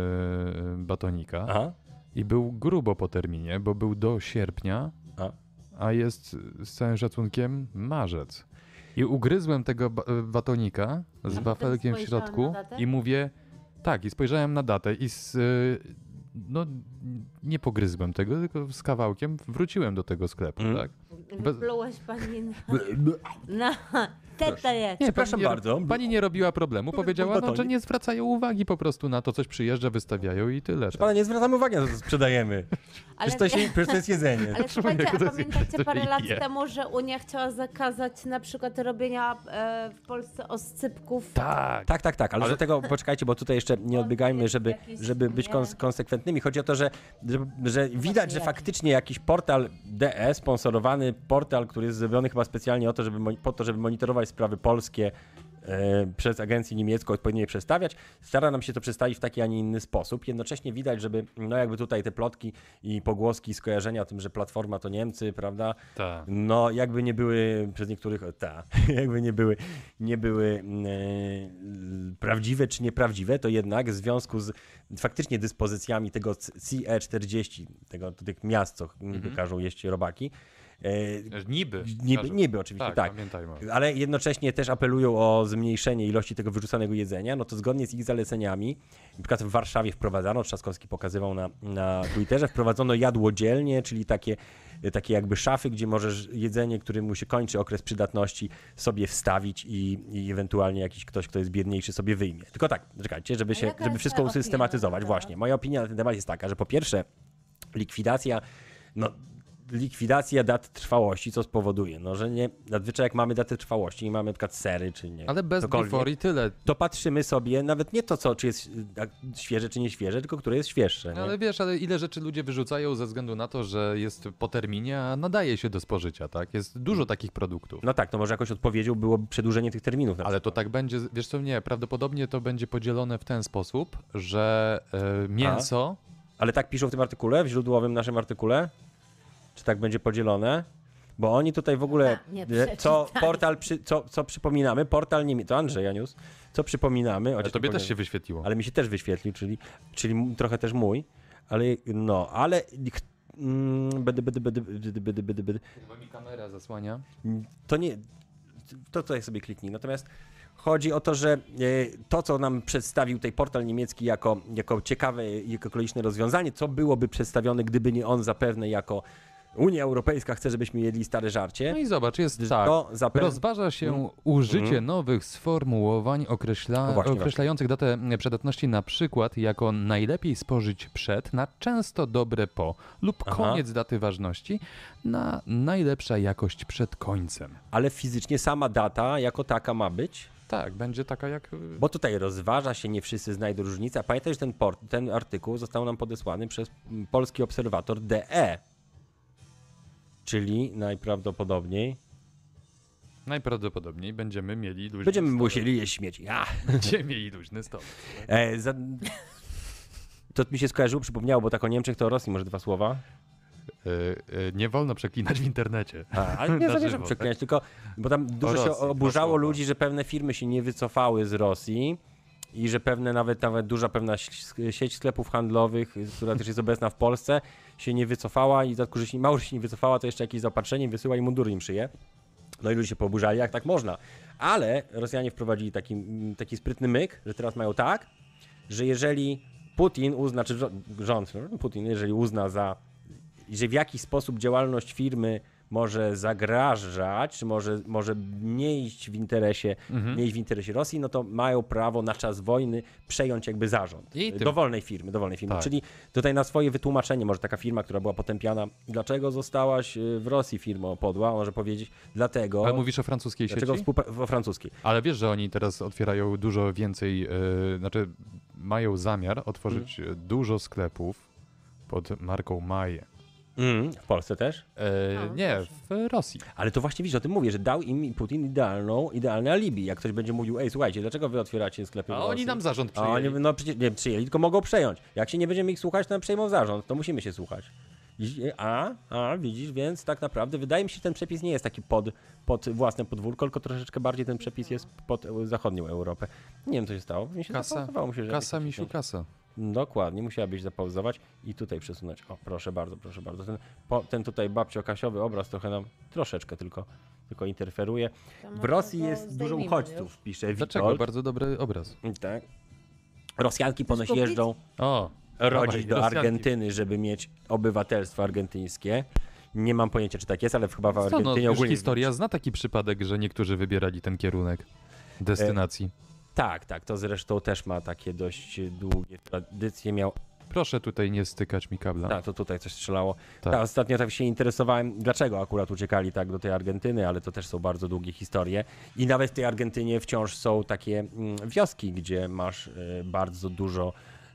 batonika Aha. i był grubo po terminie, bo był do sierpnia, A. a jest z całym szacunkiem marzec. I ugryzłem tego ba- batonika z potem wafelkiem w spojrzałem środku na datę? i mówię, tak, i spojrzałem na datę i z, y, no nie pogryzłem tego, tylko z kawałkiem wróciłem do tego sklepu, Mm. tak? Wyplułeś pani na... na teta jest. Nie, Przepraszam pani nie, bardzo. Pani nie robiła problemu, Powiedz powiedziała, mój no, że batonik. nie zwracają uwagi po prostu na to, coś przyjeżdża, wystawiają i tyle. Pana nie zwracamy uwagi na to, co sprzedajemy. Ale, Przecież to, się, przecież to jest jedzenie. ale słuchajcie, jak a to jest- pamiętacie to parę je. lat temu, że Unia chciała zakazać na przykład robienia e, w Polsce oscypków? Tak. Tak, tak, tak, ale, do tego poczekajcie, bo tutaj jeszcze nie odbiegajmy, żeby, Jakiś- żeby być nie. kons- konsekwentnymi. Chodzi o to, że, że, że widać, że jaki. faktycznie jakiś portal D E, sponsorowany portal, który jest zrobiony chyba specjalnie o to, żeby, mo- po to, żeby monitorować sprawy polskie e, przez agencję niemiecką, odpowiednio je przedstawiać, stara nam się to przedstawić w taki, a nie inny sposób. Jednocześnie widać, żeby, no jakby tutaj te plotki i pogłoski, skojarzenia o tym, że Platforma to Niemcy, prawda, Tak. no, jakby nie były przez niektórych, o, ta, jakby nie były, nie były e, prawdziwe czy nieprawdziwe, to jednak w związku z faktycznie dyspozycjami tego C E czterdzieści, tego, tych miast, co niby Mhm. każą jeść robaki, e, Niby. niby, Każą. niby oczywiście, Tak, tak. pamiętajmy. Ale jednocześnie też apelują o zmniejszenie ilości tego wyrzucanego jedzenia, no to zgodnie z ich zaleceniami, na przykład w Warszawie wprowadzano, Trzaskowski pokazywał na, na Twitterze, wprowadzono jadłodzielnie, czyli takie y, takie jakby szafy, gdzie możesz jedzenie, któremu się kończy okres przydatności, sobie wstawić i, i ewentualnie jakiś ktoś, kto jest biedniejszy, sobie wyjmie. Tylko tak, czekajcie, żeby, się, jaka żeby jest wszystko twoja usystematyzować. opinia na Właśnie, moja opinia na ten temat jest taka, że po pierwsze likwidacja, no likwidacja dat trwałości, co spowoduje, no że nie, zazwyczaj jak mamy datę trwałości i mamy na przykład sery, czy nie, Ale bez cokolwiek, before i tyle. to patrzymy sobie nawet nie to, co, czy jest tak, świeże, czy nie świeże, tylko które jest świeższe. No, Nie? ale wiesz, ale ile rzeczy ludzie wyrzucają ze względu na to, że jest po terminie, a nadaje się do spożycia, tak? Jest dużo takich produktów. No tak, to może jakoś odpowiedzią byłoby przedłużenie tych terminów. Na Ale to przykład. tak będzie, wiesz co, nie, prawdopodobnie to będzie podzielone w ten sposób, że e, mięso, Ale tak piszą w tym artykule, w źródłowym naszym artykule? Czy tak będzie podzielone? Bo oni tutaj w ogóle, A, nie e, co przeczytali. portal, przy, co, co przypominamy, portal nie, to Andrzej Janius, co przypominamy, ale chociaż tobie nie też powiem, się wyświetliło. ale mi się też wyświetlił, czyli, czyli m- trochę też mój, ale no, ale mm, bedy, bedy, bedy, bedy, bedy, bedy, bedy. Chyba mi kamera zasłania. To nie, to tutaj sobie kliknij, natomiast chodzi o to, że e, to, co nam przedstawił tutaj portal niemiecki jako, jako ciekawe i ekologiczne rozwiązanie, co byłoby przedstawione, gdyby nie on zapewne jako Unia Europejska chce, żebyśmy jedli stare żarcie, No i zobacz, jest tak. to zapewne... Rozważa się Mm. użycie Mm. nowych sformułowań określa... No właśnie, określających datę przydatności na przykład jako najlepiej spożyć przed na często dobre po lub Aha. koniec daty ważności na najlepsza jakość przed końcem. Ale fizycznie sama data jako taka ma być? Tak, będzie taka jak... Bo tutaj rozważa się, nie wszyscy znajdą różnicę. A pamiętaj, że ten, port, ten artykuł został nam podesłany przez mm, polski obserwator D E. Czyli najprawdopodobniej Najprawdopodobniej będziemy mieli luźny będziemy stołek. musieli jeść śmieci. Ja. Będziemy mieli luźny stołek. E, za... To mi się skojarzyło, przypomniało, bo tak o Niemczech to o Rosji może dwa słowa. E, e, nie wolno przeklinać w internecie. A, ale nie Na zamierzam żywo, przeklinać, tylko bo tam dużo się Rosji, oburzało dwa słowa. ludzi, że pewne firmy się nie wycofały z Rosji i że pewne, nawet, nawet duża pewna ś- sieć sklepów handlowych, która też jest obecna w Polsce, się nie wycofała i za to, że się mało że się nie wycofała, to jeszcze jakieś zaopatrzenie wysyła i mundury im szyje. No i ludzie się pooburzali, jak tak można. Ale Rosjanie wprowadzili taki, taki sprytny myk, że teraz mają tak, że jeżeli Putin uzna, czy rzo- rząd, no, Putin, jeżeli uzna za, że w jakiś sposób działalność firmy może zagrażać, czy może, może nie iść w interesie, Mhm. nie iść w interesie Rosji, no to mają prawo na czas wojny przejąć jakby zarząd I tym- dowolnej firmy, dowolnej firmy. Tak. Czyli tutaj na swoje wytłumaczenie może taka firma, która była potępiana, dlaczego zostałaś y, w Rosji firmą podła, może powiedzieć dlatego, Ale mówisz o francuskiej sieci? dlaczego współpra- o francuskiej. Ale wiesz, że oni teraz otwierają dużo więcej, yy, znaczy mają zamiar otworzyć Mhm. e, dużo sklepów pod marką Maje. Mm, w Polsce też? E, A, nie, proszę. w Rosji. Ale to właśnie widzisz, o tym mówię, że dał im Putin idealną, idealne alibi. Jak ktoś będzie mówił, ej, słuchajcie, dlaczego wy otwieracie sklepy w A Rosji? oni nam zarząd A oni, przyjęli. no przecież nie przyjęli, tylko mogą przejąć. Jak się nie będziemy ich słuchać, to nam przejmą zarząd, to musimy się słuchać. I- A, a, widzisz, więc tak naprawdę wydaje mi się, że ten przepis nie jest taki pod, pod własne podwórko, tylko troszeczkę bardziej ten przepis jest pod e, zachodnią Europę. Nie wiem, co się stało. Mi się Kasa, zapauzowało, mi się, że kasa, jakieś misiu, ciśnienie. kasa. Dokładnie, musiałabyś zapauzować i tutaj przesunąć. O, proszę bardzo, proszę bardzo. Ten, po, ten tutaj babcio-kasiowy obraz trochę nam, troszeczkę tylko, tylko interferuje. To W może Rosji go jest dużo zdejmijmy uchodźców, już. pisze Dlaczego? Witold. Bardzo dobry obraz. Tak. Rosjanki ponoć kupić? jeżdżą O, rodzić dawaj, do Rosjanki. Argentyny, żeby mieć obywatelstwo argentyńskie. Nie mam pojęcia, czy tak jest, ale chyba w Co, no, Argentynie już ogólnie... historia zna taki przypadek, że niektórzy wybierali ten kierunek destynacji. Tak, tak, to zresztą też ma takie dość długie tradycje. Miał... Proszę tutaj nie stykać mi kabla. Tak, to tutaj coś strzelało. Tak. Tak, ostatnio tak się interesowałem, dlaczego akurat uciekali tak do tej Argentyny, ale to też są bardzo długie historie. I nawet w tej Argentynie wciąż są takie mm, wioski, gdzie masz y, bardzo dużo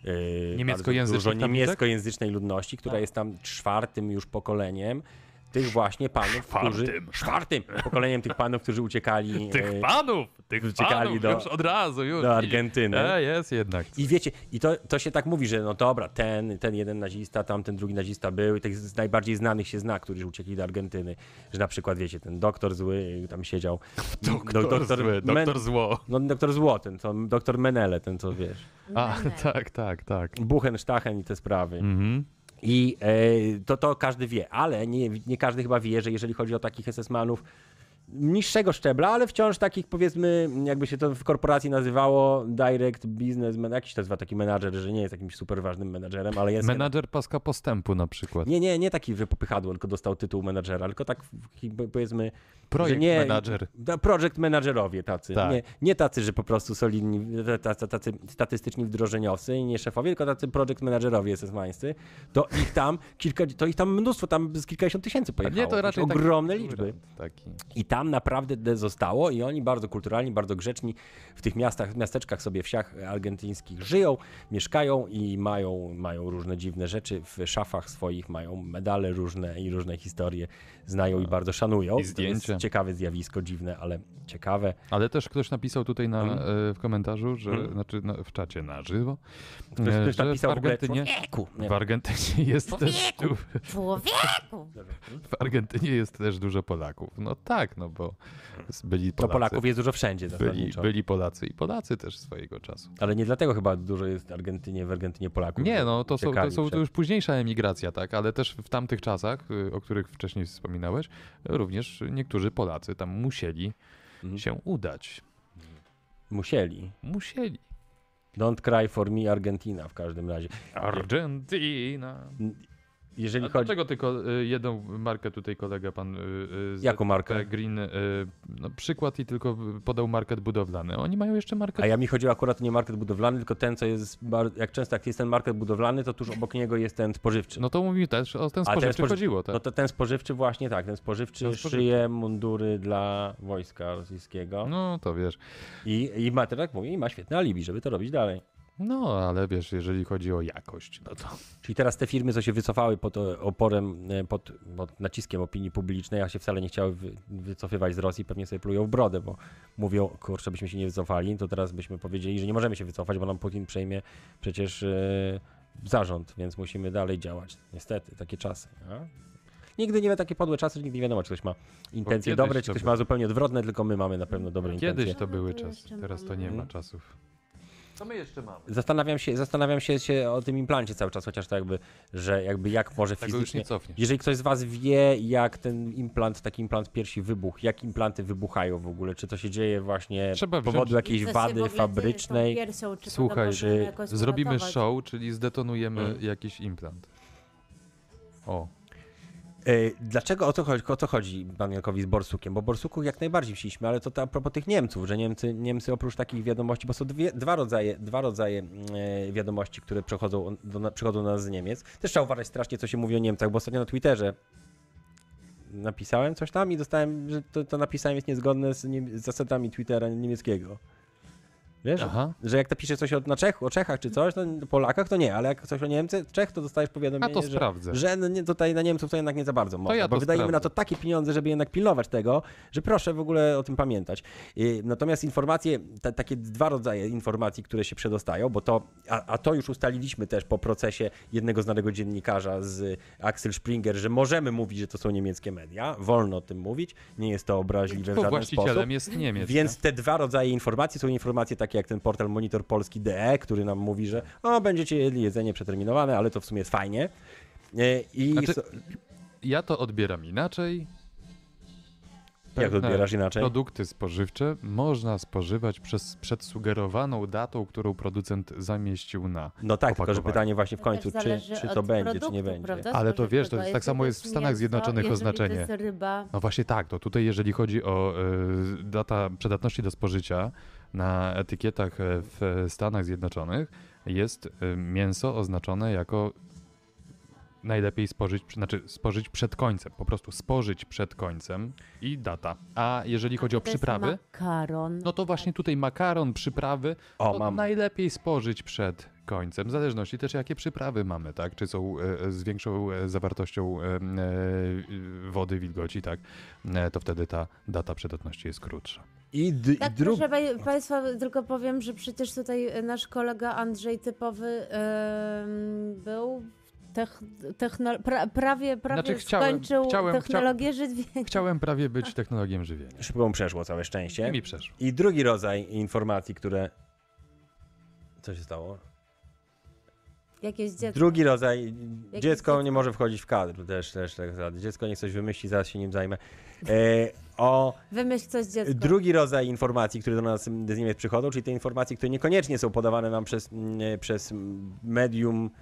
y, Niemieckojęzycznych bardzo dużo tabliczek? niemieckojęzycznej ludności, która Tak. jest tam czwartym już pokoleniem tych właśnie panów, którzy... Czwartym. Czwartym pokoleniem tych panów, którzy uciekali Tych y, panów! Tych uciekali panów! do- już od razu, już. do Argentyny. E, jest jednak. I wiecie, i to, to się tak mówi, że no dobra, ten, ten jeden nazista, tamten drugi nazista był i tych z najbardziej znanych się zna, którzy uciekli do Argentyny. Że na przykład, wiecie, ten doktor zły tam siedział. Doktor, Do- zły, Men- doktor zło. No doktor zło, ten, to doktor Menele, ten co wiesz. A, Menel. tak, tak, tak. Buchen, Sztachen i te sprawy. Mhm. I e, to, to każdy wie, ale nie, nie każdy chyba wie, że jeżeli chodzi o takich es es manów, niższego szczebla, ale wciąż takich, powiedzmy, jakby się to w korporacji nazywało direct business, man- jakiś to nazywa taki menadżer, że nie jest jakimś super ważnym menadżerem, ale jest... Menadżer paska postępu na przykład. Nie, nie, nie taki, że popychadło, tylko dostał tytuł menadżera, tylko tak powiedzmy, Projekt że nie... menadżer. Da- Project menadżerowie tacy. Tak. Nie, nie tacy, że po prostu solidni, tacy, tacy statystyczni wdrożeniowcy i nie szefowie, tylko tacy project menadżerowie esesmańscy. To ich tam kilka, to ich tam mnóstwo, tam z kilkadziesiąt tysięcy A pojechało. nie, to raczej taki ogromne góra liczby. Taki. I tam naprawdę de- zostało i oni bardzo kulturalni, bardzo grzeczni w tych miastach, miasteczkach sobie, wsiach argentyńskich żyją, mieszkają i mają, mają różne dziwne rzeczy w szafach swoich, mają medale różne i różne historie znają i bardzo szanują. I zdjęcia. To jest ciekawe zjawisko, dziwne, ale ciekawe. Ale też ktoś napisał tutaj na, Mm. e, w komentarzu, że, Mm. znaczy no, w czacie na żywo, Ktoś, e, ktoś że napisał w w ogóle Argentynie, człowieku. Nie. w Argentynie jest też du- Człowieku! w Argentynie jest też dużo Polaków. No tak, no bo byli No Polacy. Polaków jest dużo wszędzie byli, zasadniczo. byli Polacy i Polacy też swojego czasu. Ale nie dlatego chyba dużo jest w Argentynie, w Argentynie Polaków. Nie, że no to są, to uciekali są to przed- już późniejsza emigracja, tak, ale też w tamtych czasach, y, o których wcześniej wspominałeś, również niektórzy Polacy tam musieli Mhm. się udać. Musieli. Musieli. Don't cry for me Argentina w każdym razie. Argentina. Jeżeli A chodzi... dlaczego tylko y, jedną markę tutaj kolega pan y, y, z Jaką markę? D T P Green, y, no, przykład i tylko podał market budowlany. Oni mają jeszcze market... A ja mi chodziło akurat nie market budowlany, tylko ten, co jest, bar... jak często jak jest ten market budowlany, to tuż obok niego jest ten spożywczy. No to mówi też o ten A ten spożywczy spoży- chodziło, tak? No to ten spożywczy właśnie tak, ten spożywczy Ten spożywczy. szyje mundury dla wojska rosyjskiego No to wiesz. i, i ma, tak mówię, i ma świetne alibi, żeby to robić dalej. No ale wiesz, jeżeli chodzi o jakość, no to... Czyli teraz te firmy, co się wycofały pod e, oporem, e, pod, pod naciskiem opinii publicznej, a się wcale nie chciały wy, wycofywać z Rosji, pewnie sobie plują w brodę, bo mówią, kurczę, byśmy się nie wycofali, to teraz byśmy powiedzieli, że nie możemy się wycofać, bo nam Putin przejmie przecież e, zarząd, więc musimy dalej działać. Niestety, takie czasy. A? Nigdy nie ma takie podłe czasy, że nigdy nie wiadomo, czy ktoś ma intencje kiedyś dobre, czy to ktoś było. ma zupełnie odwrotne, tylko my mamy na pewno dobre intencje. Kiedyś to No, były to czasy, jeszcze teraz to mamy. nie ma Mhm. czasów. Co my jeszcze mamy? Zastanawiam się, zastanawiam się, się o tym implancie cały czas, chociaż to jakby, że jakby jak może Tego już fizycznie... nie cofniesz. Jeżeli ktoś z was wie, jak ten implant, taki implant piersi wybuchł, jak implanty wybuchają w ogóle, czy to się dzieje właśnie Trzeba z powodu wziąć- jakiejś I co się w wady ogóle dzieje z tą fabrycznej? piersią, czy Słuchaj, potem możemy czy jakoś Zrobimy uratować? show, czyli zdetonujemy Mm. jakiś implant. O, Yy, dlaczego, o co chodzi, o co chodzi pan Jankowi z Borsukiem? Bo Borsuku jak najbardziej wsiśmy, ale to, to a propos tych Niemców, że Niemcy, Niemcy oprócz takich wiadomości, bo są dwie, dwa rodzaje, dwa rodzaje yy, wiadomości, które przychodzą do, na- przychodzą do nas z Niemiec. Też trzeba uważać strasznie, co się mówi o Niemcach, bo ostatnio na Twitterze napisałem coś tam i dostałem, że to, to napisałem jest niezgodne z, nie, z zasadami Twittera niemieckiego. Wiesz? aha. Że jak napiszesz coś o, na Czech, o Czechach czy coś, to o Polakach to nie, ale jak coś o Niemcy, Czech, to dostajesz A powiadomienie, to że, sprawdzę. że no nie, tutaj na Niemców to jednak nie za bardzo można, ja bo to wydajemy sprawdzę. na to takie pieniądze, żeby jednak pilnować tego, że proszę w ogóle o tym pamiętać. I, natomiast informacje, ta, takie dwa rodzaje informacji, które się przedostają, bo to, a, a to już ustaliliśmy też po procesie jednego znanego dziennikarza z Axel Springer, że możemy mówić, że to są niemieckie media, wolno o tym mówić, nie jest to obraźliwe w Bo żaden właścicielem sposób. jest Niemiec. Więc te dwa rodzaje informacji są informacje takie jak ten portal Monitor Polski D E, który nam mówi, że o, będziecie jedli jedzenie przeterminowane, ale to w sumie jest fajnie. E, I Znaczy, so, Ja to odbieram inaczej. jak to Pewne odbierasz inaczej? Produkty spożywcze można spożywać przez przed sugerowaną datą, którą producent zamieścił na. No tak, tylko że opakowaniu. pytanie właśnie w To też końcu, czy, zależy czy od to będzie, czy produktu, nie będzie. prawda, Ale to wiesz, to spożywczego. jest- tak samo jest w Jeżeli Stanach mięso, Zjednoczonych jeżeli oznaczenie. to jest ryba, No właśnie tak, to tutaj jeżeli chodzi o y, data przydatności do spożycia, na etykietach e, w Stanach Zjednoczonych jest y, mięso oznaczone jako najlepiej spożyć, znaczy spożyć przed końcem, po prostu spożyć przed końcem i data. A jeżeli chodzi o to jest przyprawy, makaron. no to właśnie tutaj makaron, przyprawy, O, to mam. najlepiej spożyć przed końcem, w zależności też jakie przyprawy mamy, tak? Czy są e, z większą e, zawartością e, e, wody, wilgoci, tak? E, to wtedy ta data przydatności jest krótsza. I, d- Tak, i drugi. proszę pa- Państwa, tylko powiem, że przecież tutaj nasz kolega Andrzej Typowy em, był tech, techno, pra, prawie, prawie Znaczy, chciałem- skończył chciałem- technologię żywienia. Chciałem prawie być technologiem żywienia. Szybko mu przeszło, całe I szczęście. mi przeszło. I drugi rodzaj informacji, które... Co się stało? jakieś dziecko. Drugi rodzaj, Jakieś dziecko nie dziecko. może wchodzić w kadr, też, też tak zasady. Dziecko niech coś wymyśli, zaraz się nim zajmę. E, o Wymyśl coś dziecko. drugi rodzaj informacji, które do nas z Niemiec przychodzą, czyli te informacje, które niekoniecznie są podawane nam przez, mm, przez medium,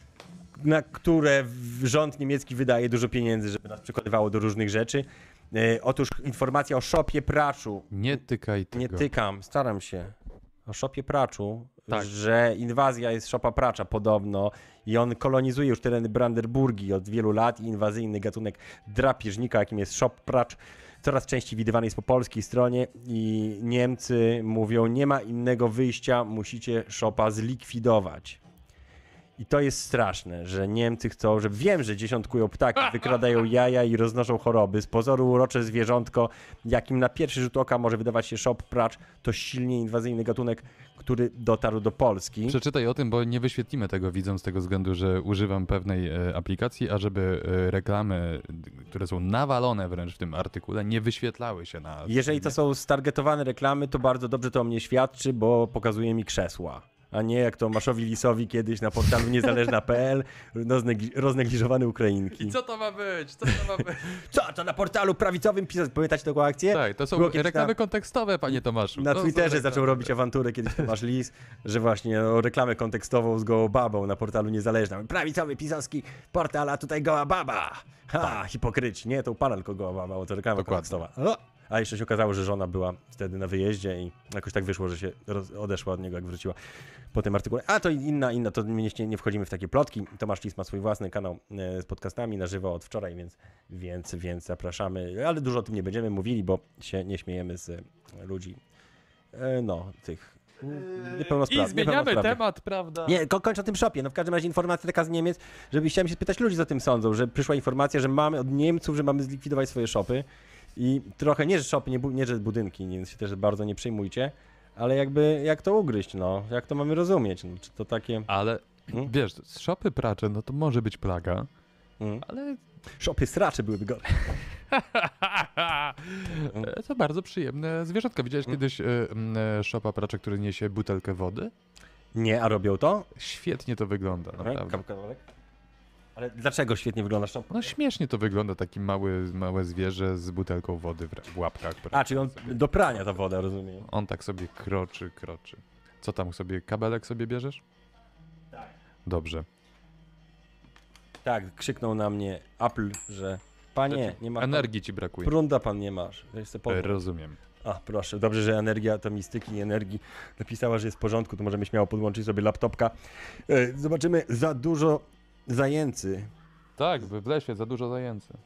na które rząd niemiecki wydaje dużo pieniędzy, żeby nas przekonywało do różnych rzeczy. E, otóż informacja o szopie Praczu. Nie tykaj tego. Nie tykam, staram się. O szopie Praczu, Tak. że inwazja jest szopa Pracza podobno i on kolonizuje już tereny Brandenburgii od wielu lat i inwazyjny gatunek drapieżnika, jakim jest szop Pracz, coraz częściej widywany jest po polskiej stronie i Niemcy mówią, nie ma innego wyjścia, musicie szopa zlikwidować. I to jest straszne, że Niemcy chcą, że wiem, że dziesiątkują ptaki, wykradają jaja i roznoszą choroby. Z pozoru urocze zwierzątko, jakim na pierwszy rzut oka może wydawać się szop Pracz, to silnie inwazyjny gatunek, który dotarł do Polski. Przeczytaj o tym, bo nie wyświetlimy tego widzom z tego względu, że używam pewnej e, aplikacji, a żeby e, reklamy, które są nawalone wręcz w tym artykule, nie wyświetlały się na... Jeżeli to są stargetowane reklamy, to bardzo dobrze to o mnie świadczy, bo pokazuje mi krzesła. A nie jak Tomaszowi Lisowi kiedyś na portalu niezależna kropka pe el roznegli- roznegliżowane Ukrainki. I co to ma być? Co to ma być? Co to na portalu prawicowym pisać? Pamiętacie taką akcję? Tak, to są Było kiedyś reklamy na- kontekstowe, panie Tomaszu. Na To są Twitterze reklamy. zaczął robić awanturę kiedyś Tomasz Lis, że właśnie o reklamę kontekstową z gołą babą na portalu niezależnym. Prawicowy, pisowski portal, a tutaj goła baba. Ha, hipokryci. Nie, to u pana tylko goła baba, bo to reklama Dokładnie. kontekstowa. O! A jeszcze się okazało, że żona była wtedy na wyjeździe i jakoś tak wyszło, że się roz- odeszła od niego, jak wróciła po tym artykule. A to inna, inna, to my nie, nie wchodzimy w takie plotki. Tomasz Lis ma swój własny kanał e, z podcastami na żywo od wczoraj, więc, więc, więc zapraszamy. Ale dużo o tym nie będziemy mówili, bo się nie śmiejemy z e, ludzi, e, no, tych niepełnosprawnych. I zmieniamy niepełnosprawnych. temat, prawda? Nie, ko- kończę o tym szopie. No w każdym razie informacja taka z Niemiec, żeby chciałem się spytać ludzi, co o tym sądzą, że przyszła informacja, że mamy od Niemców, że mamy zlikwidować swoje szopy i trochę, nie że szopy, nie, bu- nie że budynki, więc się też bardzo nie przejmujcie, ale jakby jak to ugryźć, no, jak to mamy rozumieć, no, czy to takie... Ale Hmm? wiesz, z szopy pracze, no to może być plaga, Mm. ale Szopy stracze byłyby gorsze. to bardzo przyjemne zwierzątka. Widziałeś Hmm? kiedyś y, y, szopa pracze, który niesie butelkę wody? Nie, a robią to? Świetnie to wygląda, naprawdę. Kawałek? Ale dlaczego świetnie wygląda szopa? No śmiesznie to wygląda, taki mały, małe zwierzę z butelką wody w, w łapkach. A, czyli on do prania ta woda, rozumiem. On tak sobie kroczy, kroczy. Co tam sobie, kabelek sobie bierzesz? Tak. Dobrze. Tak, krzyknął na mnie Apple, że panie, nie ma pan- Energii ci brakuje. prąda pan nie masz. Weź se E, podłóż. Rozumiem. A, proszę, dobrze, że energia, to mistyki i energii napisała, że jest w porządku, to możemy śmiało podłączyć sobie laptopka. E, Zobaczymy, za dużo zajęcy. Tak, w lesie za dużo zajęcy.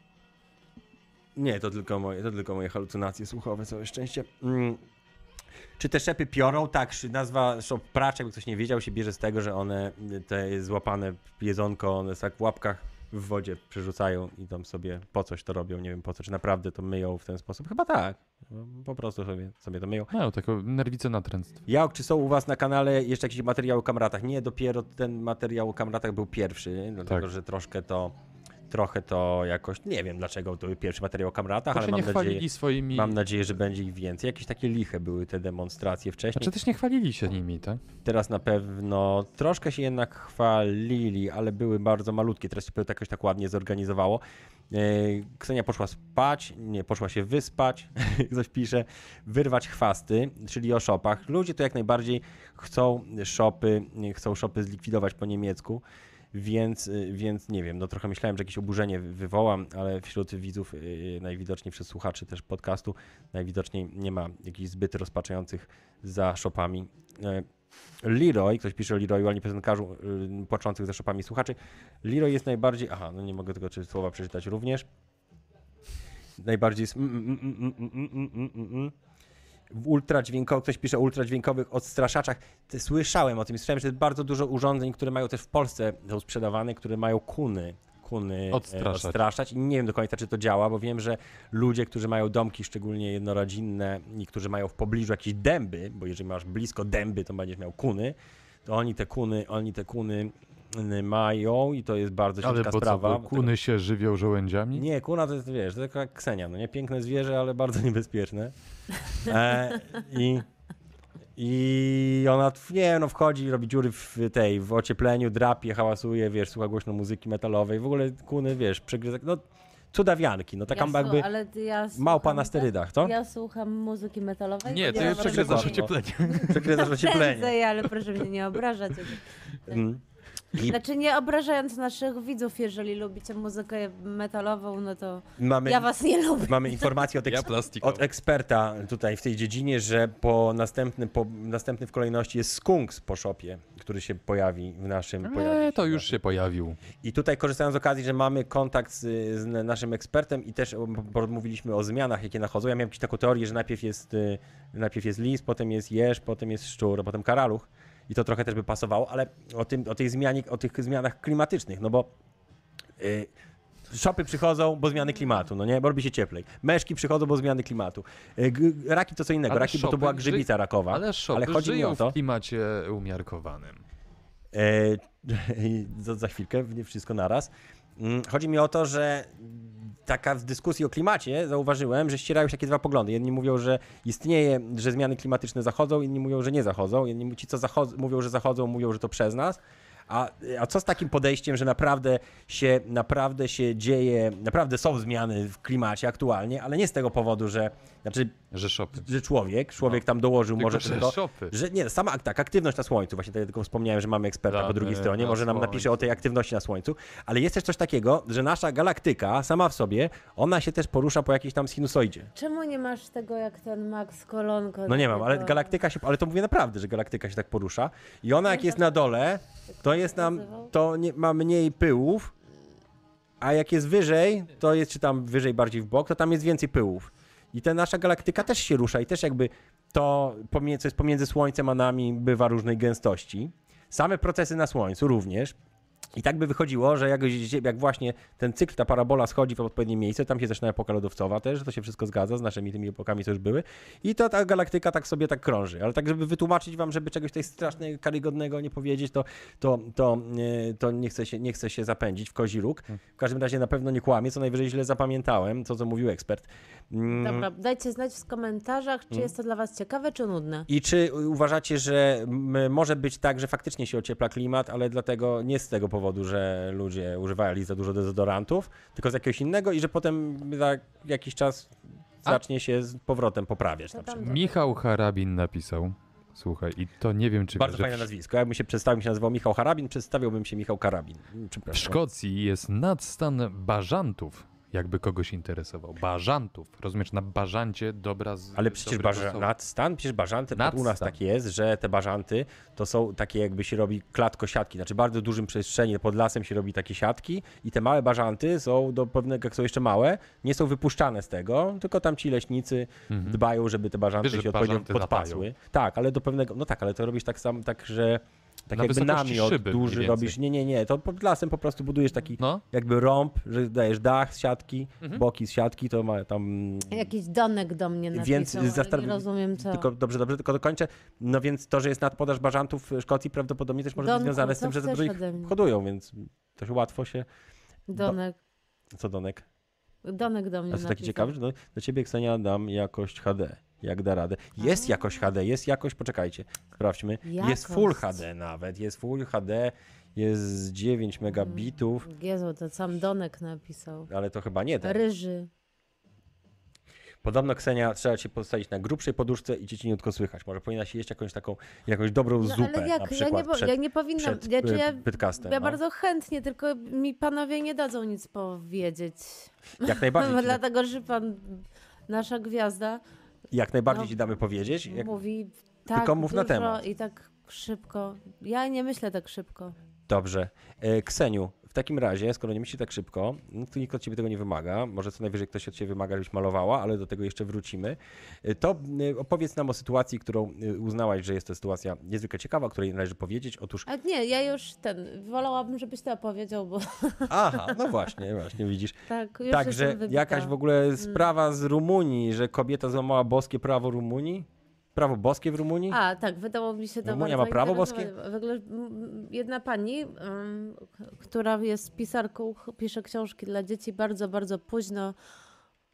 Nie, to tylko moje, to tylko moje halucynacje słuchowe, całe szczęście. Mm. Czy te szepy piorą? Tak, szy- nazwa szop pracz, jakby ktoś nie wiedział, się bierze z tego, że one, te złapane jedzonko, one tak w łapkach w wodzie przerzucają i tam sobie po coś to robią, nie wiem po co, czy naprawdę to myją w ten sposób. Chyba tak, po prostu sobie, sobie to myją. Mają taką nerwicę natręctwa. Jałk, czy są u was na kanale jeszcze jakieś materiały o kamratach? Nie, dopiero ten materiał o kamratach był pierwszy, nie? Dlatego, Tak. że troszkę to, trochę to jakoś, nie wiem dlaczego to był pierwszy materiał o kamratach, Bo ale się mam nie nadzieję, chwalili swoimi... mam nadzieję, że będzie ich więcej. Jakieś takie liche były te demonstracje wcześniej. Znaczy też nie chwalili się nimi, tak? Teraz na pewno troszkę się jednak chwalili, ale były bardzo malutkie. Teraz się to jakoś tak ładnie zorganizowało. E, Ksenia poszła spać, nie, poszła się wyspać, ktoś pisze, wyrwać chwasty, czyli o szopach. Ludzie to jak najbardziej chcą szopy, chcą szopy zlikwidować po niemiecku, więc, więc nie wiem, no trochę myślałem, że jakieś oburzenie wywołam, ale wśród widzów, yy, najwidoczniej wśród słuchaczy też podcastu, najwidoczniej nie ma jakichś zbyt rozpaczających za szopami. Yy, Leroy, ktoś pisze o Leroyu, ale nie piosenkarzu yy, płaczących za szopami słuchaczy. Leroy jest najbardziej, aha, no nie mogę tego czy słowa przeczytać również. Najbardziej jest mm, mm, mm, mm, mm, mm, mm, mm, mm. W ultradźwiękowych, ktoś pisze o ultradźwiękowych odstraszaczach. Ty, słyszałem o tym, słyszałem, że jest bardzo dużo urządzeń, które mają też w Polsce, są sprzedawane, które mają kuny, kuny e, Odstraszać. odstraszać i nie wiem do końca, czy to działa, bo wiem, że ludzie, którzy mają domki, szczególnie jednorodzinne i którzy mają w pobliżu jakieś dęby, bo jeżeli masz blisko dęby, to będziesz miał kuny, to oni te kuny, oni te kuny y, mają i to jest bardzo Ale ciężka po co, sprawa. bo kuny się żywią żołędziami? Nie, kuna to jest, wiesz, to taka Ksenia, no nie? Piękne zwierzę, ale bardzo niebezpieczne. E, i, I ona, nie no, wchodzi, robi dziury w tej, w ociepleniu, drapie, hałasuje, wiesz, słucha głośno muzyki metalowej, w ogóle kuny, wiesz, przegryzek, no cudawianki, no taka ja jakby ale ja małpa słucham- na sterydach, co? Ja słucham muzyki metalowej. Nie, to ty ja przegryzasz przykład, no. ocieplenie. Przegryzasz ocieplenie. Prędzej, ale proszę mnie nie obrażać. Mm. I Znaczy nie obrażając naszych widzów, jeżeli lubicie muzykę metalową, no to mamy, ja was nie lubię. mamy informację od, Ja eks- plastikowy. od eksperta tutaj w tej dziedzinie, że po następny, po następny w kolejności jest Skunks po shopie, który się pojawi w naszym... pojawi Eee, się to w już naszym- się pojawił. I tutaj korzystając z okazji, że mamy kontakt z, z naszym ekspertem i też bo mówiliśmy o zmianach, jakie nachodzą. Ja miałem jakąś taką teorię, że najpierw jest, y, najpierw jest lis, potem jest jeż, potem jest szczur, a potem karaluch. I to trochę też by pasowało, ale o, tym, o tej zmianie, o tych zmianach klimatycznych, no bo y, szopy przychodzą, bo zmiany klimatu, no nie, bo robi się cieplej. Meszki przychodzą, bo zmiany klimatu. Y, g- raki to co innego, Ale raki, bo to szopy była ży- grzybica rakowa. Ale szopy ale chodzi mi żyją o to, w klimacie umiarkowanym. E, za, za chwilkę, nie wszystko naraz. Mm, Chodzi mi o to, że taka w dyskusji o klimacie zauważyłem, że ścierają się takie dwa poglądy. Jedni mówią, że istnieje, że zmiany klimatyczne zachodzą, inni mówią, że nie zachodzą. Jedni ci, co zachodzą, mówią, że zachodzą, mówią, że to przez nas. A, a co z takim podejściem, że naprawdę się, naprawdę się dzieje, naprawdę są zmiany w klimacie aktualnie, ale nie z tego powodu, że, znaczy, Że szopy. że człowiek, człowiek No. tam dołożył Tylko, może że tylko, szopy. że nie, sama tak, aktywność na Słońcu, właśnie tutaj tylko wspomniałem, że mamy eksperta po Damy drugiej stronie, na może nam Słońcu. napisze o tej aktywności na Słońcu, ale jest też coś takiego, że nasza galaktyka sama w sobie, ona się też porusza po jakiejś tam sinusoidzie. Czemu nie masz tego jak ten Max Kolonko? No nie mam, ale takiego- galaktyka się, ale to mówię naprawdę, że galaktyka się tak porusza i ona jak jest na dole, to jest nam, to nie, ma mniej pyłów, a jak jest wyżej, to jest, czy tam wyżej bardziej w bok, to tam jest więcej pyłów. I ta nasza galaktyka też się rusza i też jakby to, pomiędzy, co jest pomiędzy Słońcem a nami, bywa różnej gęstości. Same procesy na Słońcu również. I tak by wychodziło, że jak, jak właśnie ten cykl, ta parabola schodzi w odpowiednie miejsce, tam się zaczyna epoka lodowcowa też, że to się wszystko zgadza z naszymi tymi epokami, co już były. I to ta galaktyka tak sobie tak krąży. Ale tak, żeby wytłumaczyć wam, żeby czegoś tutaj strasznego, karygodnego nie powiedzieć, to, to, to, e, to nie, chcę się, nie chcę się zapędzić w kozi róg. W każdym razie na pewno nie kłamię, co najwyżej źle zapamiętałem, to co mówił ekspert. Mm. Dobra, dajcie znać w komentarzach, czy jest to dla was ciekawe, czy nudne. I czy uważacie, że m, może być tak, że faktycznie się ociepla klimat, ale dlatego nie z tego powodu, że ludzie używali za dużo dezodorantów, tylko z jakiegoś innego i że potem za jakiś czas A- zacznie się z powrotem poprawiać To na tam przykład. Michał Harabin napisał. Słuchaj, i to nie wiem, czy Bardzo wiesz, że fajne w, nazwisko. Jakbym się przedstawił, się nazywał Michał Harabin, przedstawiłbym się Michał Karabin. w Przepraszam. Szkocji jest nadstan bażantów, jakby kogoś interesował. Bażantów. Rozumiesz, na bażancie dobra z Ale przecież dobry baża, posąg. nadstan, przecież bażanty, u nas Nadstan. tak jest, że te bażanty to są takie jakby się robi klatkosiatki, znaczy bardzo dużym przestrzeni pod lasem się robi takie siatki i te małe bażanty są do pewnego, jak są jeszcze małe, nie są wypuszczane z tego, tylko tam ci leśnicy Mhm. dbają, żeby te bażanty Wiesz, że się odpowiednio bażanty podpasły. latają. Tak, ale do pewnego, no tak, ale to robisz tak samo, tak, że tak Na jakby wysokości namiot szyby mniej duży więcej. robisz, nie, nie, nie, to pod lasem po prostu budujesz taki No, jakby rąb, że dajesz dach z siatki, Mhm. boki z siatki, to ma tam Jakiś donek do mnie napisał, Więc ale zastar- nie rozumiem co. tylko dobrze, dobrze, tylko dokończę. No więc to, że jest nadpodaż bażantów w Szkocji prawdopodobnie też może Donku, być związane z co tym, że za chcesz dużo ich ode mnie? hodują, więc to się łatwo się... Donek, Co Donek? donek do mnie A co taki napisał. ciekawy, że no, do ciebie Ksenia dam jakość H D. Jak da radę. Jest A. jakość H D, jest jakość, poczekajcie, sprawdźmy. Jest Jakość. Full H D nawet, jest Full H D, jest dziewięć megabitów, Jezu, to sam Donek napisał. ale to chyba nie ten. Ryży. Podobno Ksenia trzeba cię postawić na grubszej poduszce i cię cieniutko słychać. Może powinna się jeść jakąś taką, jakąś dobrą No, zupę ale jak? na Ja przykład nie, po, przed, ja nie powinnam. przed Ja, czy ja, y, podcastem. ja no. bardzo chętnie, tylko mi panowie nie dadzą nic powiedzieć. Jak najbardziej, ci, Dlatego, że pan, nasza gwiazda, jak najbardziej no, ci damy powiedzieć. Jak, mówi tak tylko mów na dużo temat. i tak szybko. Ja nie myślę tak szybko. Dobrze. E, Kseniu, w takim razie, skoro nie myślisz tak szybko, no to nikt od ciebie tego nie wymaga. Może co najwyżej ktoś od ciebie wymaga, żebyś malowała, ale do tego jeszcze wrócimy. E, To e, opowiedz nam o sytuacji, którą e, uznałaś, że jest to sytuacja niezwykle ciekawa, o której należy powiedzieć. Otóż, A nie, ja już ten, wolałabym, żebyś to opowiedział, bo aha, no właśnie, właśnie, widzisz. tak, już Także jestem wybita. jakaś w ogóle sprawa z Rumunii, że kobieta złamała boskie prawo Rumunii? Prawo boskie w Rumunii? A, tak, wydało mi się to Rumunia bardzo ma prawo interesujące. W ogóle mm, jedna pani, ym, k- która jest pisarką, ch- pisze książki dla dzieci bardzo, bardzo późno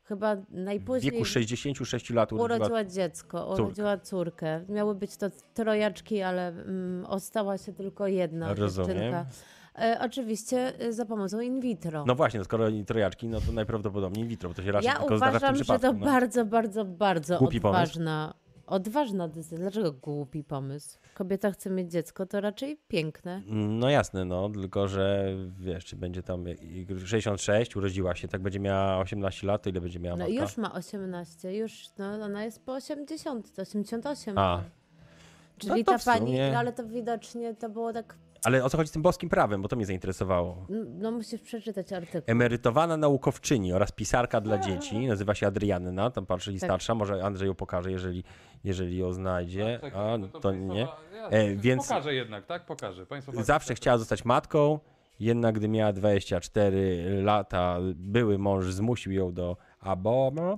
chyba W najpóźniej wieku sześćdziesięciu sześciu lat urodziła... urodziła dziecko, urodziła córkę. Miały być to trojaczki, ale mm, ostała się tylko jedna Rozumiem. dziewczynka. E, oczywiście e, za pomocą in vitro. No właśnie, no skoro oni trojaczki, no to najprawdopodobniej in vitro, bo to się raczej Ja tylko zdarza w tym uważam, że przypadku. to no. bardzo, bardzo, bardzo Głupi pomysł. odważna, odważna decyzja. Dlaczego głupi pomysł? Kobieta chce mieć dziecko, to raczej piękne. No jasne, no, tylko że wiesz, czy będzie tam sześćdziesiąt sześć, urodziła się, tak będzie miała osiemnaście lat, to ile będzie miała No matka? już ma osiemnaście, już, no ona jest po osiemdziesiąt, osiemdziesiąt osiem. A, Czyli no to ta w pani, sumie- no ale to widocznie to było tak, ale o co chodzi z tym boskim prawem, bo to mnie zainteresowało. no musisz przeczytać artykuł. Emerytowana naukowczyni oraz pisarka dla dzieci, nazywa się Adrianna, tam patrzy i Tak. starsza, może Andrzej ją pokaże, jeżeli, jeżeli ją znajdzie, Tak, a no to państwo nie. ma- ja- E, więc Pokażę jednak, tak? Pokażę. Państwo zawsze państwo- chciała zostać matką, jednak gdy miała dwadzieścia cztery lata, były mąż zmusił ją do abortu.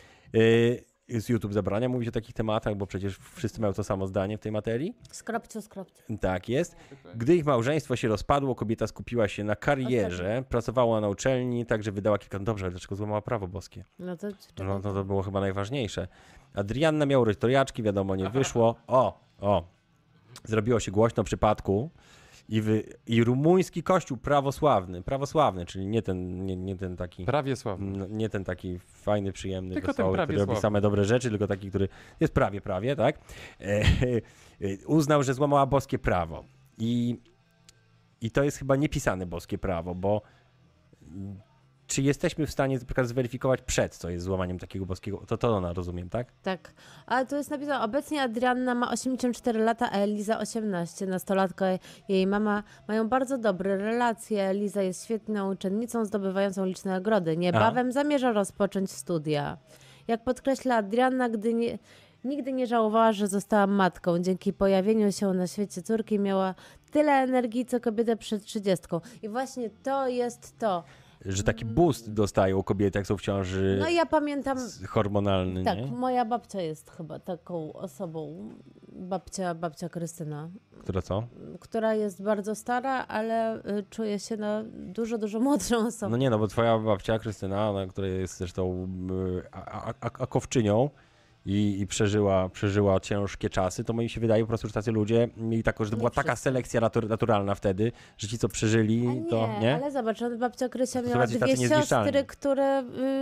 Y, Z YouTube zabrania mówić o takich tematach, bo przecież wszyscy mają to samo zdanie w tej materii. Skropciu, skropciu. Tak jest. Gdy ich małżeństwo się rozpadło, kobieta skupiła się na karierze, pracowała na uczelni, także wydała kilka... No dobrze, ale dlaczego złamała prawo boskie? No to No to, to było chyba najważniejsze. Adrianna miała urodzić trojaczki, wiadomo, nie wyszło. O, o. Zrobiło się głośno o przypadku i, wy, i rumuński kościół prawosławny, prawosławny, czyli nie ten, nie, nie ten taki... Prawie sławny. No, nie ten taki fajny, przyjemny, Tylko ten wesoły, prawie który robi sławny. same dobre rzeczy, tylko taki, który jest prawie, prawie, tak? E, e, uznał, że złamała boskie prawo. I, I to jest chyba niepisane boskie prawo, bo mm, czy jesteśmy w stanie na przykład zweryfikować przed, co jest złamaniem takiego boskiego? To to ona, rozumiem, tak? tak. Ale tu jest napisane, obecnie Adrianna ma osiemdziesiąt cztery lata, a Eliza osiemnaście. Nastolatka i jej mama mają bardzo dobre relacje. Eliza jest świetną uczennicą, zdobywającą liczne nagrody. Niebawem zamierza rozpocząć studia. Jak podkreśla Adrianna, gdy nie, nigdy nie żałowała, że została matką. Dzięki pojawieniu się na świecie córki miała tyle energii, co kobieta przed trzydziestką. I właśnie to jest to. Że taki boost dostają kobiety, jak są w ciąży, No i ja pamiętam, hormonalny, tak, nie? moja babcia jest chyba taką osobą, babcia, babcia Krystyna, Która co? która jest bardzo stara, ale y, czuje się na dużo, dużo młodszą osobą. No nie, no bo twoja babcia Krystyna, ona, która jest zresztą y, a- a- a- akowczynią i, i przeżyła, przeżyła ciężkie czasy, to mi się wydaje po prostu, że tacy ludzie mieli taką, że to Nie była taka wszyscy. selekcja natur, naturalna wtedy, że ci, co przeżyli, A nie, to nie? ale zobacz, babcia Krysia To są miała jacyś tacy dwie niezniszczalni. siostry, które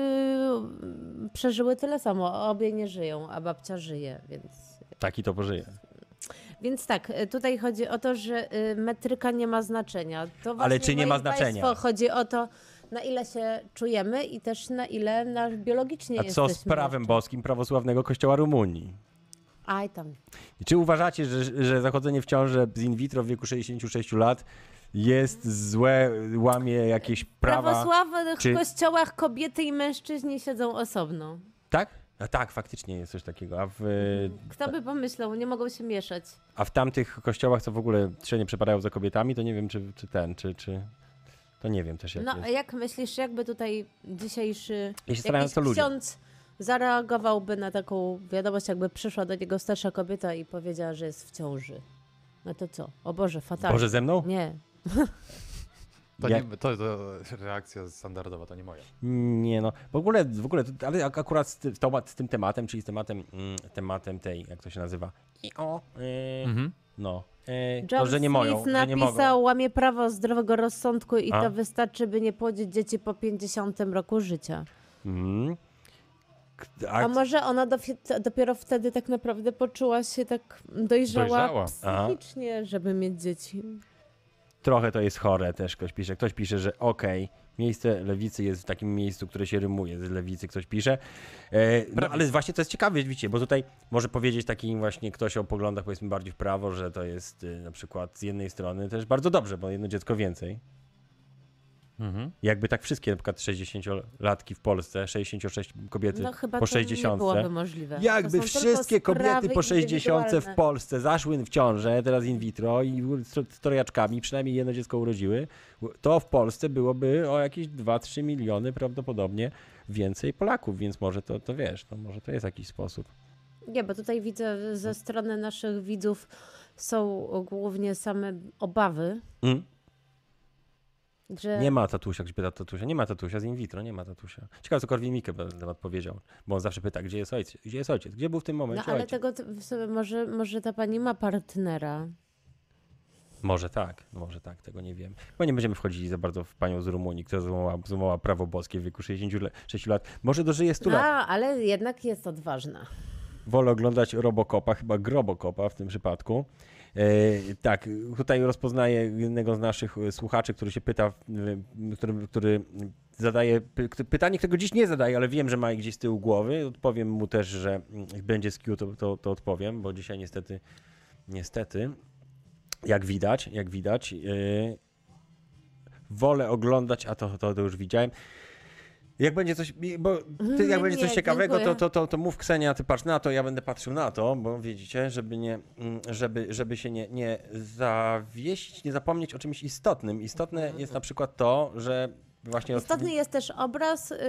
y, przeżyły tyle samo. Obie nie żyją, a babcia żyje, więc... Taki to pożyje. Więc tak, y, tutaj chodzi o to, że y, metryka nie ma znaczenia. To właśnie, czy nie ma moi znaczenia? Państwo, chodzi o to, na ile się czujemy i też na ile nasz biologicznie A jesteśmy. co z prawem jeszcze. boskim prawosławnego kościoła Rumunii? Aj tam. I czy uważacie, że, że zachodzenie w ciążę z in vitro w wieku sześćdziesięciu sześciu lat jest złe, łamie jakieś W prawa? prawosławnych czy- kościołach kobiety i mężczyźni siedzą osobno. Tak? A tak, faktycznie jest coś takiego. A w, Kto by pomyślał, nie mogą się mieszać. a w tamtych kościołach, co w ogóle trzej nie przepadają za kobietami, to nie wiem, czy, czy ten, czy, czy... To nie wiem też, jak No a jest. jak myślisz, jakby tutaj dzisiejszy Ja się starałem, jakiś to ludzie. ksiądz zareagowałby na taką wiadomość, jakby przyszła do niego starsza kobieta i powiedziała, że jest w ciąży? No to co? O Boże, fatalnie. Boże ze mną? Nie. To, Ja- nie, to, to reakcja standardowa, to nie moja. Nie no, w ogóle, w ogóle, to- ale ak- akurat z, ty, z, tą- z tym tematem, czyli z tematem, mm, tematem tej, jak to się nazywa? I o, yy, Mhm. no, yy, John to, że nie moją, Smith że nie mogą. napisał, łamie prawo zdrowego rozsądku i A? to wystarczy, by nie płodzić dzieci po pięćdziesiątym roku życia. Mhm. K- A, A, może ona dofi- dopiero wtedy tak naprawdę poczuła się tak dojrzała, Dojrzała. psychicznie, żeby mieć dzieci. trochę to jest chore też, ktoś pisze. Ktoś pisze, że okej, miejsce lewicy jest w takim miejscu, które się rymuje z lewicy, ktoś pisze. E, no, ale właśnie to jest ciekawe, widzicie, bo tutaj może powiedzieć taki właśnie ktoś o poglądach powiedzmy bardziej w prawo, że to jest y, na przykład z jednej strony też bardzo dobrze, bo jedno dziecko więcej. Mhm. Jakby tak wszystkie na przykład sześćdziesięciolatki w Polsce, sześćdziesiąt sześć kobiety No chyba po to nie sześćdziesiątce. byłoby możliwe. To Jakby są tylko wszystkie kobiety sprawy po sześćdziesiątce w indywidualne. Polsce zaszły w ciążę, teraz in vitro i z z trojaczkami, przynajmniej jedno dziecko urodziły, to w Polsce byłoby o jakieś dwa trzy miliony prawdopodobnie więcej Polaków, więc może to, to wiesz, no może to jest jakiś sposób. Nie, bo tutaj widzę ze strony naszych widzów są głównie same obawy. Mm. Że... Nie ma tatusia, ktoś pyta tatusia, nie ma tatusia z in vitro, nie ma tatusia. Ciekawe, co Korwin-Mikke na ten temat powiedział, bo on zawsze pyta, gdzie jest ojciec, gdzie jest ojciec, gdzie był w tym momencie No ale ojciec. tego t- sobie może, może ta pani ma partnera. Może tak, może tak, tego nie wiem. Bo nie będziemy wchodzili za bardzo w panią z Rumunii, która złamała, złamała prawo boskie w wieku sześćdziesięciu sześciu lat. Może dożyje stu lat. A, ale jednak jest odważna. Wolę oglądać Robocopa, chyba Grobocopa w tym przypadku. E, tak, tutaj rozpoznaję jednego z naszych słuchaczy, który się pyta, który, który zadaje py, pytanie, którego dziś nie zadaje, ale wiem, że ma je gdzieś z tyłu głowy. Odpowiem mu też, że jak będzie z Q, to, to, to odpowiem, bo dzisiaj niestety, niestety, jak widać, jak widać, yy, wolę oglądać, a to, to, to już widziałem. Jak będzie coś, bo ty, jak będzie coś Nie, ciekawego, to, dziękuję. to, to, to mów Ksenia, ty patrz na to, ja będę patrzył na to, bo widzicie, żeby nie, żeby, żeby się nie, nie zawieść, nie zapomnieć o czymś istotnym. Istotne jest na przykład to, że właśnie... Istotny jest też obraz, y,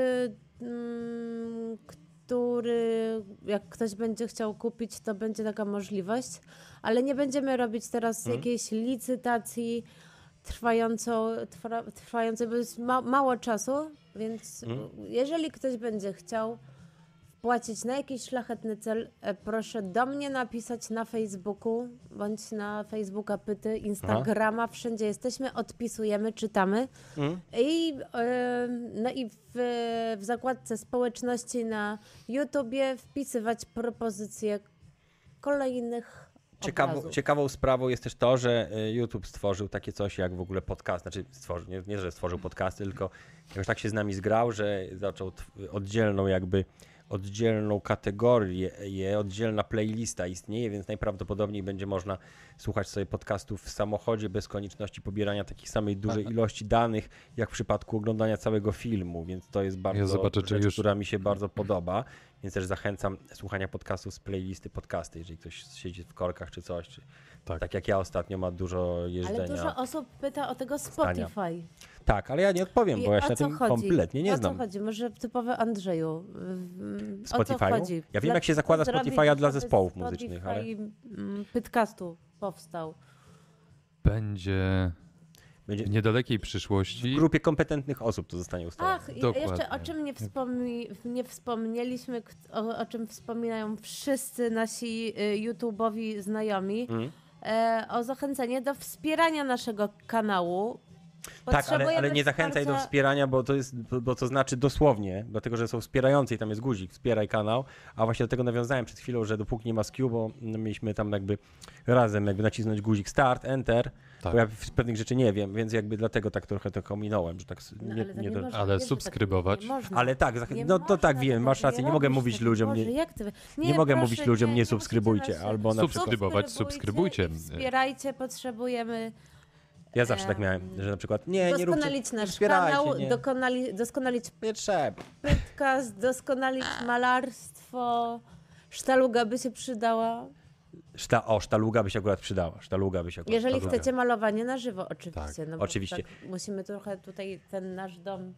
mm, który jak ktoś będzie chciał kupić, to będzie taka możliwość, ale nie będziemy robić teraz Mhm. jakiejś licytacji trwającą, trwa, trwającej, bo jest ma, mało czasu, więc Mhm. jeżeli ktoś będzie chciał wpłacić na jakiś szlachetny cel, e, proszę do mnie napisać na Facebooku, bądź na Facebooka Pyty, Instagrama, wszędzie jesteśmy, odpisujemy, czytamy. Mhm. I, e, no i w, w zakładce społeczności na YouTubie wpisywać propozycje kolejnych Ciekawo, obrazów. ciekawą sprawą jest też to, że y, YouTube stworzył takie coś jak w ogóle podcast, znaczy stworzył, nie, nie że stworzył podcasty, tylko jakoś tak się z nami zgrał, że zaczął t- oddzielną jakby oddzielną kategorię, je, oddzielna playlista istnieje, więc najprawdopodobniej będzie można słuchać sobie podcastów w samochodzie bez konieczności pobierania takiej samej dużej Aha. ilości danych, jak w przypadku oglądania całego filmu, więc to jest bardzo Ja zobaczę, czy rzecz, już- która mi się bardzo podoba, więc też zachęcam słuchania podcastów z playlisty podcasty, jeżeli ktoś siedzi w korkach czy coś, czy tak, Tak. jak ja ostatnio ma dużo jeżdżenia. Ale dużo osób pyta o tego Stania. Spotify. Tak, ale ja nie odpowiem, I bo ja się o na co tym chodzi? kompletnie nie o znam. co chodzi? Może typowy Andrzeju. mm, O co Spotify'u? chodzi? Ja wiem, jak się zakłada Dlaczego Spotify'a zrobić, dla żeby zespołów muzycznych, ale- Spotify, mm, podcastu powstał. Będzie Będzie w niedalekiej w przyszłości. grupie kompetentnych osób to zostanie ustalone. Ach, i Dokładnie. jeszcze o czym nie, wspomni, nie wspomnieliśmy, k- o, o czym wspominają wszyscy nasi y, YouTube'owi znajomi, Mhm. e, o zachęcenie do wspierania naszego kanału. Tak, ale, ale Potrzebujemy nie zachęcaj do wsparcia- wspierania, bo to jest, bo, bo to znaczy dosłownie, dlatego że są wspierający i tam jest guzik, wspieraj kanał, a właśnie do tego nawiązałem przed chwilą, że dopóki nie ma Q, bo mieliśmy tam jakby razem jakby nacisnąć guzik start, enter, Tak. bo ja w pewnych rzeczy nie wiem, więc jakby dlatego tak trochę to ominąłem, że tak s- No, nie, ale to nie nie do... można, Ale wiesz, że tak subskrybować. nie można. Ale tak, zach... Nie no to można tak wiem, tego, masz rację, nie mogę robisz mówić tego. ludziom, Boże, nie, jak ty... nie mogę proszę, mówić ludziom, nie musicie subskrybujcie, nas- albo na przykład- Subskrybować, subskrybujcie. i Wspierajcie, potrzebujemy ja zawsze tak miałem, że na przykład nie, nie róbcie, doskonalić nie nasz wspierajcie, kanał, nie, dokonali, doskonalić nie trzeba. podcast, doskonalić malarstwo. Sztaluga by się przydała. Szta, o, sztaluga by się akurat przydała, sztaluga by się akurat Jeżeli sztaluga. chcecie malowanie na żywo, oczywiście. Tak, no bo oczywiście. Tak, musimy trochę tutaj ten nasz dom...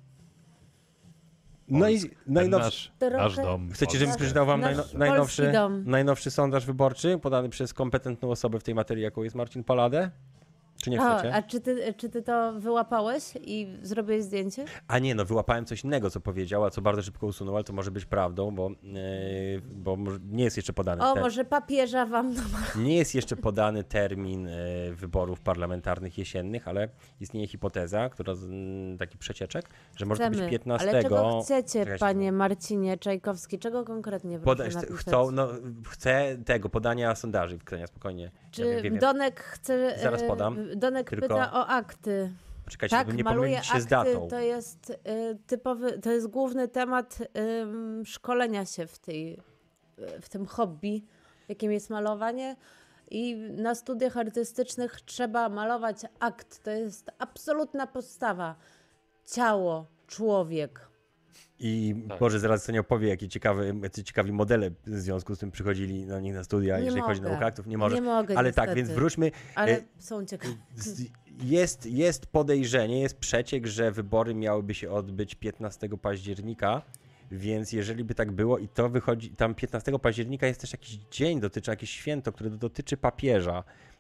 No i Ten najnowszy, nasz, Trochę- nasz dom. chcecie, żebym Nasz- przeczytał wam nasz najno, polski najnowszy, dom. najnowszy sondaż wyborczy podany przez kompetentną osobę w tej materii, jaką jest Marcin Poladę? Czy nie O, chcecie? a czy ty, czy ty to wyłapałeś i zrobiłeś zdjęcie? A nie, no wyłapałem coś innego, co powiedziała, co bardzo szybko usunął, ale to może być prawdą, bo, yy, bo może- nie jest jeszcze podany O, ter- może papieża wam... nie jest jeszcze podany termin yy, wyborów parlamentarnych jesiennych, ale istnieje hipoteza, która z, mm, taki przecieczek, że może to być Chcemy. piętnastego. Ale czego chcecie, Czekajcie, panie Marcinie Czajkowski? Czego konkretnie proszę Poda- napisać? chcą, no, chcę tego, podania sondaży, Ksenia, spokojnie. Czy ja wiem, wiem, wiem. Donek chce... Zaraz e, podam. Donek Tylko- pyta o akty. Czekajcie, Tak, żeby nie maluje pomylić się akty. z datą. To jest y, typowy, to jest główny temat ym, szkolenia się w, tej, y, w tym hobby, jakim jest malowanie. I na studiach artystycznych trzeba malować akt. To jest absolutna podstawa. Ciało, człowiek. I Tak. Boże, zaraz co nie opowie, jakie ciekawe, jacy ciekawi modele w związku z tym przychodzili na nich na studia, Nie jeżeli chodzi o mogę. naukę aktów. Nie może. Nie mogę, Ale tak, niestety. więc wróćmy. Ale E, są ciekawe. Z- Jest, jest podejrzenie, jest przeciek, że wybory miałyby się odbyć piętnastego października, więc jeżeli by tak było i to wychodzi, tam piętnastego października jest też jakiś dzień, dotyczy jakieś święto, które dotyczy papieża.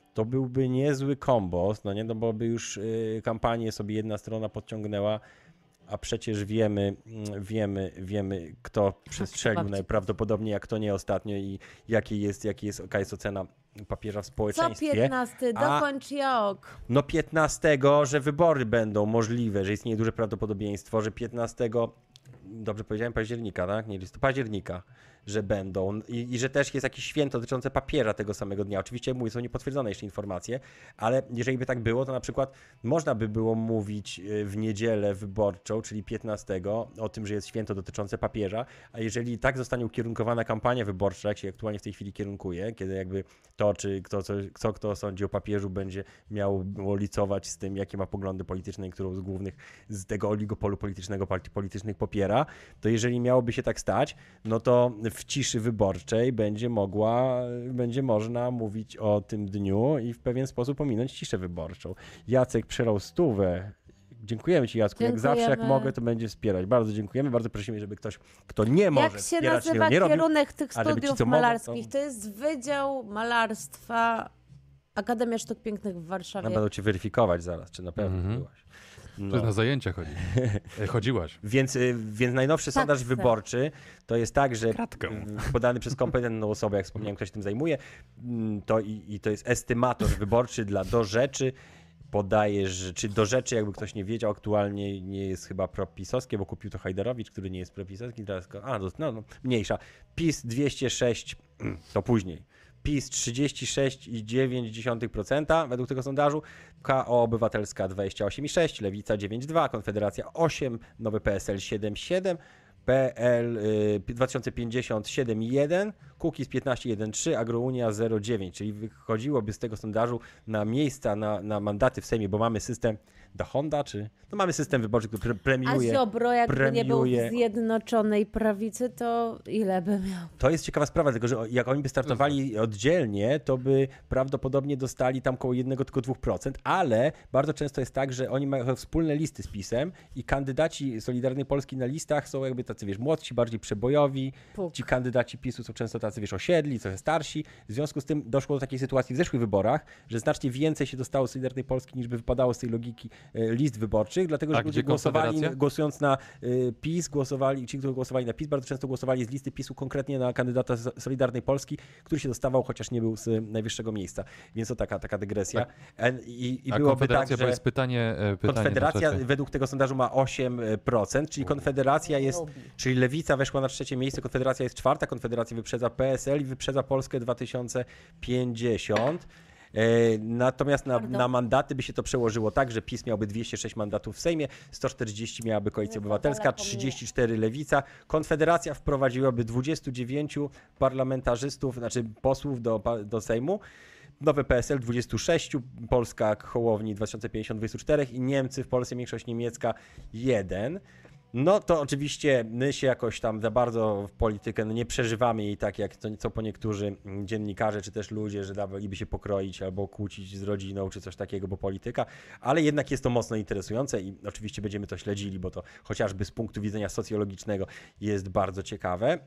to byłby niezły kombos, no nie, no bo by już y, kampanię sobie jedna strona podciągnęła, a przecież wiemy, wiemy, wiemy, kto przestrzelił babci. najprawdopodobniej, jak to nie ostatnio i jaki jest, jaki jest, jaka jest ocena papieża w Co społeczeństwie. piętnasty? A- Dokończ jok. No piętnastego, że wybory będą możliwe, że istnieje duże prawdopodobieństwo, że piętnastego, dobrze powiedziałem, października, tak? Nie, list- października, że będą I, i że też jest jakieś święto dotyczące papieża tego samego dnia. Oczywiście mówię, są niepotwierdzone jeszcze informacje, ale jeżeli by tak było, to na przykład można by było mówić y, w niedzielę wyborczą, czyli piętnastego, o tym, że jest święto dotyczące papieża, a jeżeli tak zostanie ukierunkowana kampania wyborcza, jak się aktualnie w tej chwili kierunkuje, kiedy jakby to, czy kto, co, kto, kto sądzi o papieżu, będzie miał licować z tym, jakie ma poglądy polityczne i którą z głównych z tego oligopolu politycznego partii politycznych popiera, to jeżeli miałoby się tak stać, no to w ciszy wyborczej będzie mogła, będzie można mówić o tym dniu i w pewien sposób ominąć ciszę wyborczą. Jacek przelał stówę. Dziękujemy Ci, Jacku. Jak zawsze, jak Dziękujemy. mogę, to będzie wspierać. Bardzo dziękujemy. Bardzo prosimy, żeby ktoś, kto nie może Jak się wspierać, nazywa tego nie robił. kierunek tych ale żeby ci, studiów co mogą, malarskich? to- To jest Wydział Malarstwa Akademia Sztuk Pięknych w No, Warszawie. będą Cię weryfikować zaraz, czy na pewno Mhm. byłaś. Czy No. na zajęcia chodzi? E, Chodziłaś. Więc, y, więc najnowszy Tak, sondaż tak. wyborczy to jest tak, że Kratkę. y, podany przez kompetentną osobę, jak wspomniałem, kto się tym zajmuje, mm, to i, i to jest estymator wyborczy dla Do Rzeczy. Podaje, że czy Do Rzeczy, jakby ktoś nie wiedział, aktualnie nie jest chyba propisowskie, bo kupił to Hajderowicz, który nie jest propisowski. Teraz, go- a, no, no, mniejsza. PiS dwieście sześć, to później. PiS trzydzieści sześć przecinek dziewięć procent według tego sondażu, K O Obywatelska dwadzieścia osiem przecinek sześć, Lewica dziewięć przecinek dwa, Konfederacja osiem, Nowy P S L siedem przecinek siedem, P L y, dwa tysiące pięćdziesiąt siedem przecinek jeden, Kukiz piętnaście przecinek jeden trzy, Agrounia zero przecinek dziewięć, czyli wychodziłoby z tego sondażu na miejsca, na, na mandaty w Sejmie, bo mamy system da Honda, czy no mamy system wyborczy, który pre- A premiuje. Ziobro, jakby nie był premiuje- w Zjednoczonej Prawicy, to ile by miał? To jest ciekawa sprawa, tylko że jak oni by startowali oddzielnie, to by prawdopodobnie dostali tam koło jednego, tylko dwóch procent, ale bardzo często jest tak, że oni mają wspólne listy z PiS-em i kandydaci Solidarnej Polski na listach są jakby tacy, wiesz, młodsi, bardziej przebojowi. Puk. Ci kandydaci PiS-u są często tacy, wiesz, osiedli, trochę starsi. W związku z tym doszło do takiej sytuacji w zeszłych wyborach, że znacznie więcej się dostało z Solidarnej Polski, niż by wypadało z tej logiki e, list wyborczych, dlatego że A ludzie gdzie głosowali, Konfederacja? głosując na y, PiS, głosowali, ci, którzy głosowali na PiS, bardzo często głosowali z listy PiS-u konkretnie na kandydata z Solidarnej Polski, który się dostawał, chociaż nie był z y, najwyższego miejsca. Więc to taka, taka dygresja. En- I, i A byłoby Konfederacja, tak, bo że jest pytanie, e, pytanie Konfederacja na czacie. według tego sondażu ma osiem procent, czyli Konfederacja jest, czyli Lewica weszła na trzecie miejsce, Konfederacja jest czwarta, Konfederacja wyprzedza P S L i wyprzedza Polskę dwa tysiące pięćdziesiąt. E, Natomiast na, Pardon. na mandaty by się to przełożyło tak, że PiS miałby dwieście sześć mandatów w Sejmie, sto czterdzieści miałaby Koalicja Obywatelska, trzydzieści cztery Lewica. Konfederacja wprowadziłaby dwudziestu dziewięciu parlamentarzystów, znaczy posłów do, pa- do Sejmu. Nowe P S L dwudziestu sześciu, Polska Hołowni dwa tysiące pięćdziesiąt dwudziestu czterech i Niemcy w Polsce, większość niemiecka jeden. No to oczywiście my się jakoś tam za bardzo w politykę no nie przeżywamy jej tak, jak co, co po niektórzy dziennikarze czy też ludzie, że dawaliby się pokroić albo kłócić z rodziną czy coś takiego, bo polityka, ale jednak jest to mocno interesujące i oczywiście będziemy to śledzili, bo to chociażby z punktu widzenia socjologicznego jest bardzo ciekawe.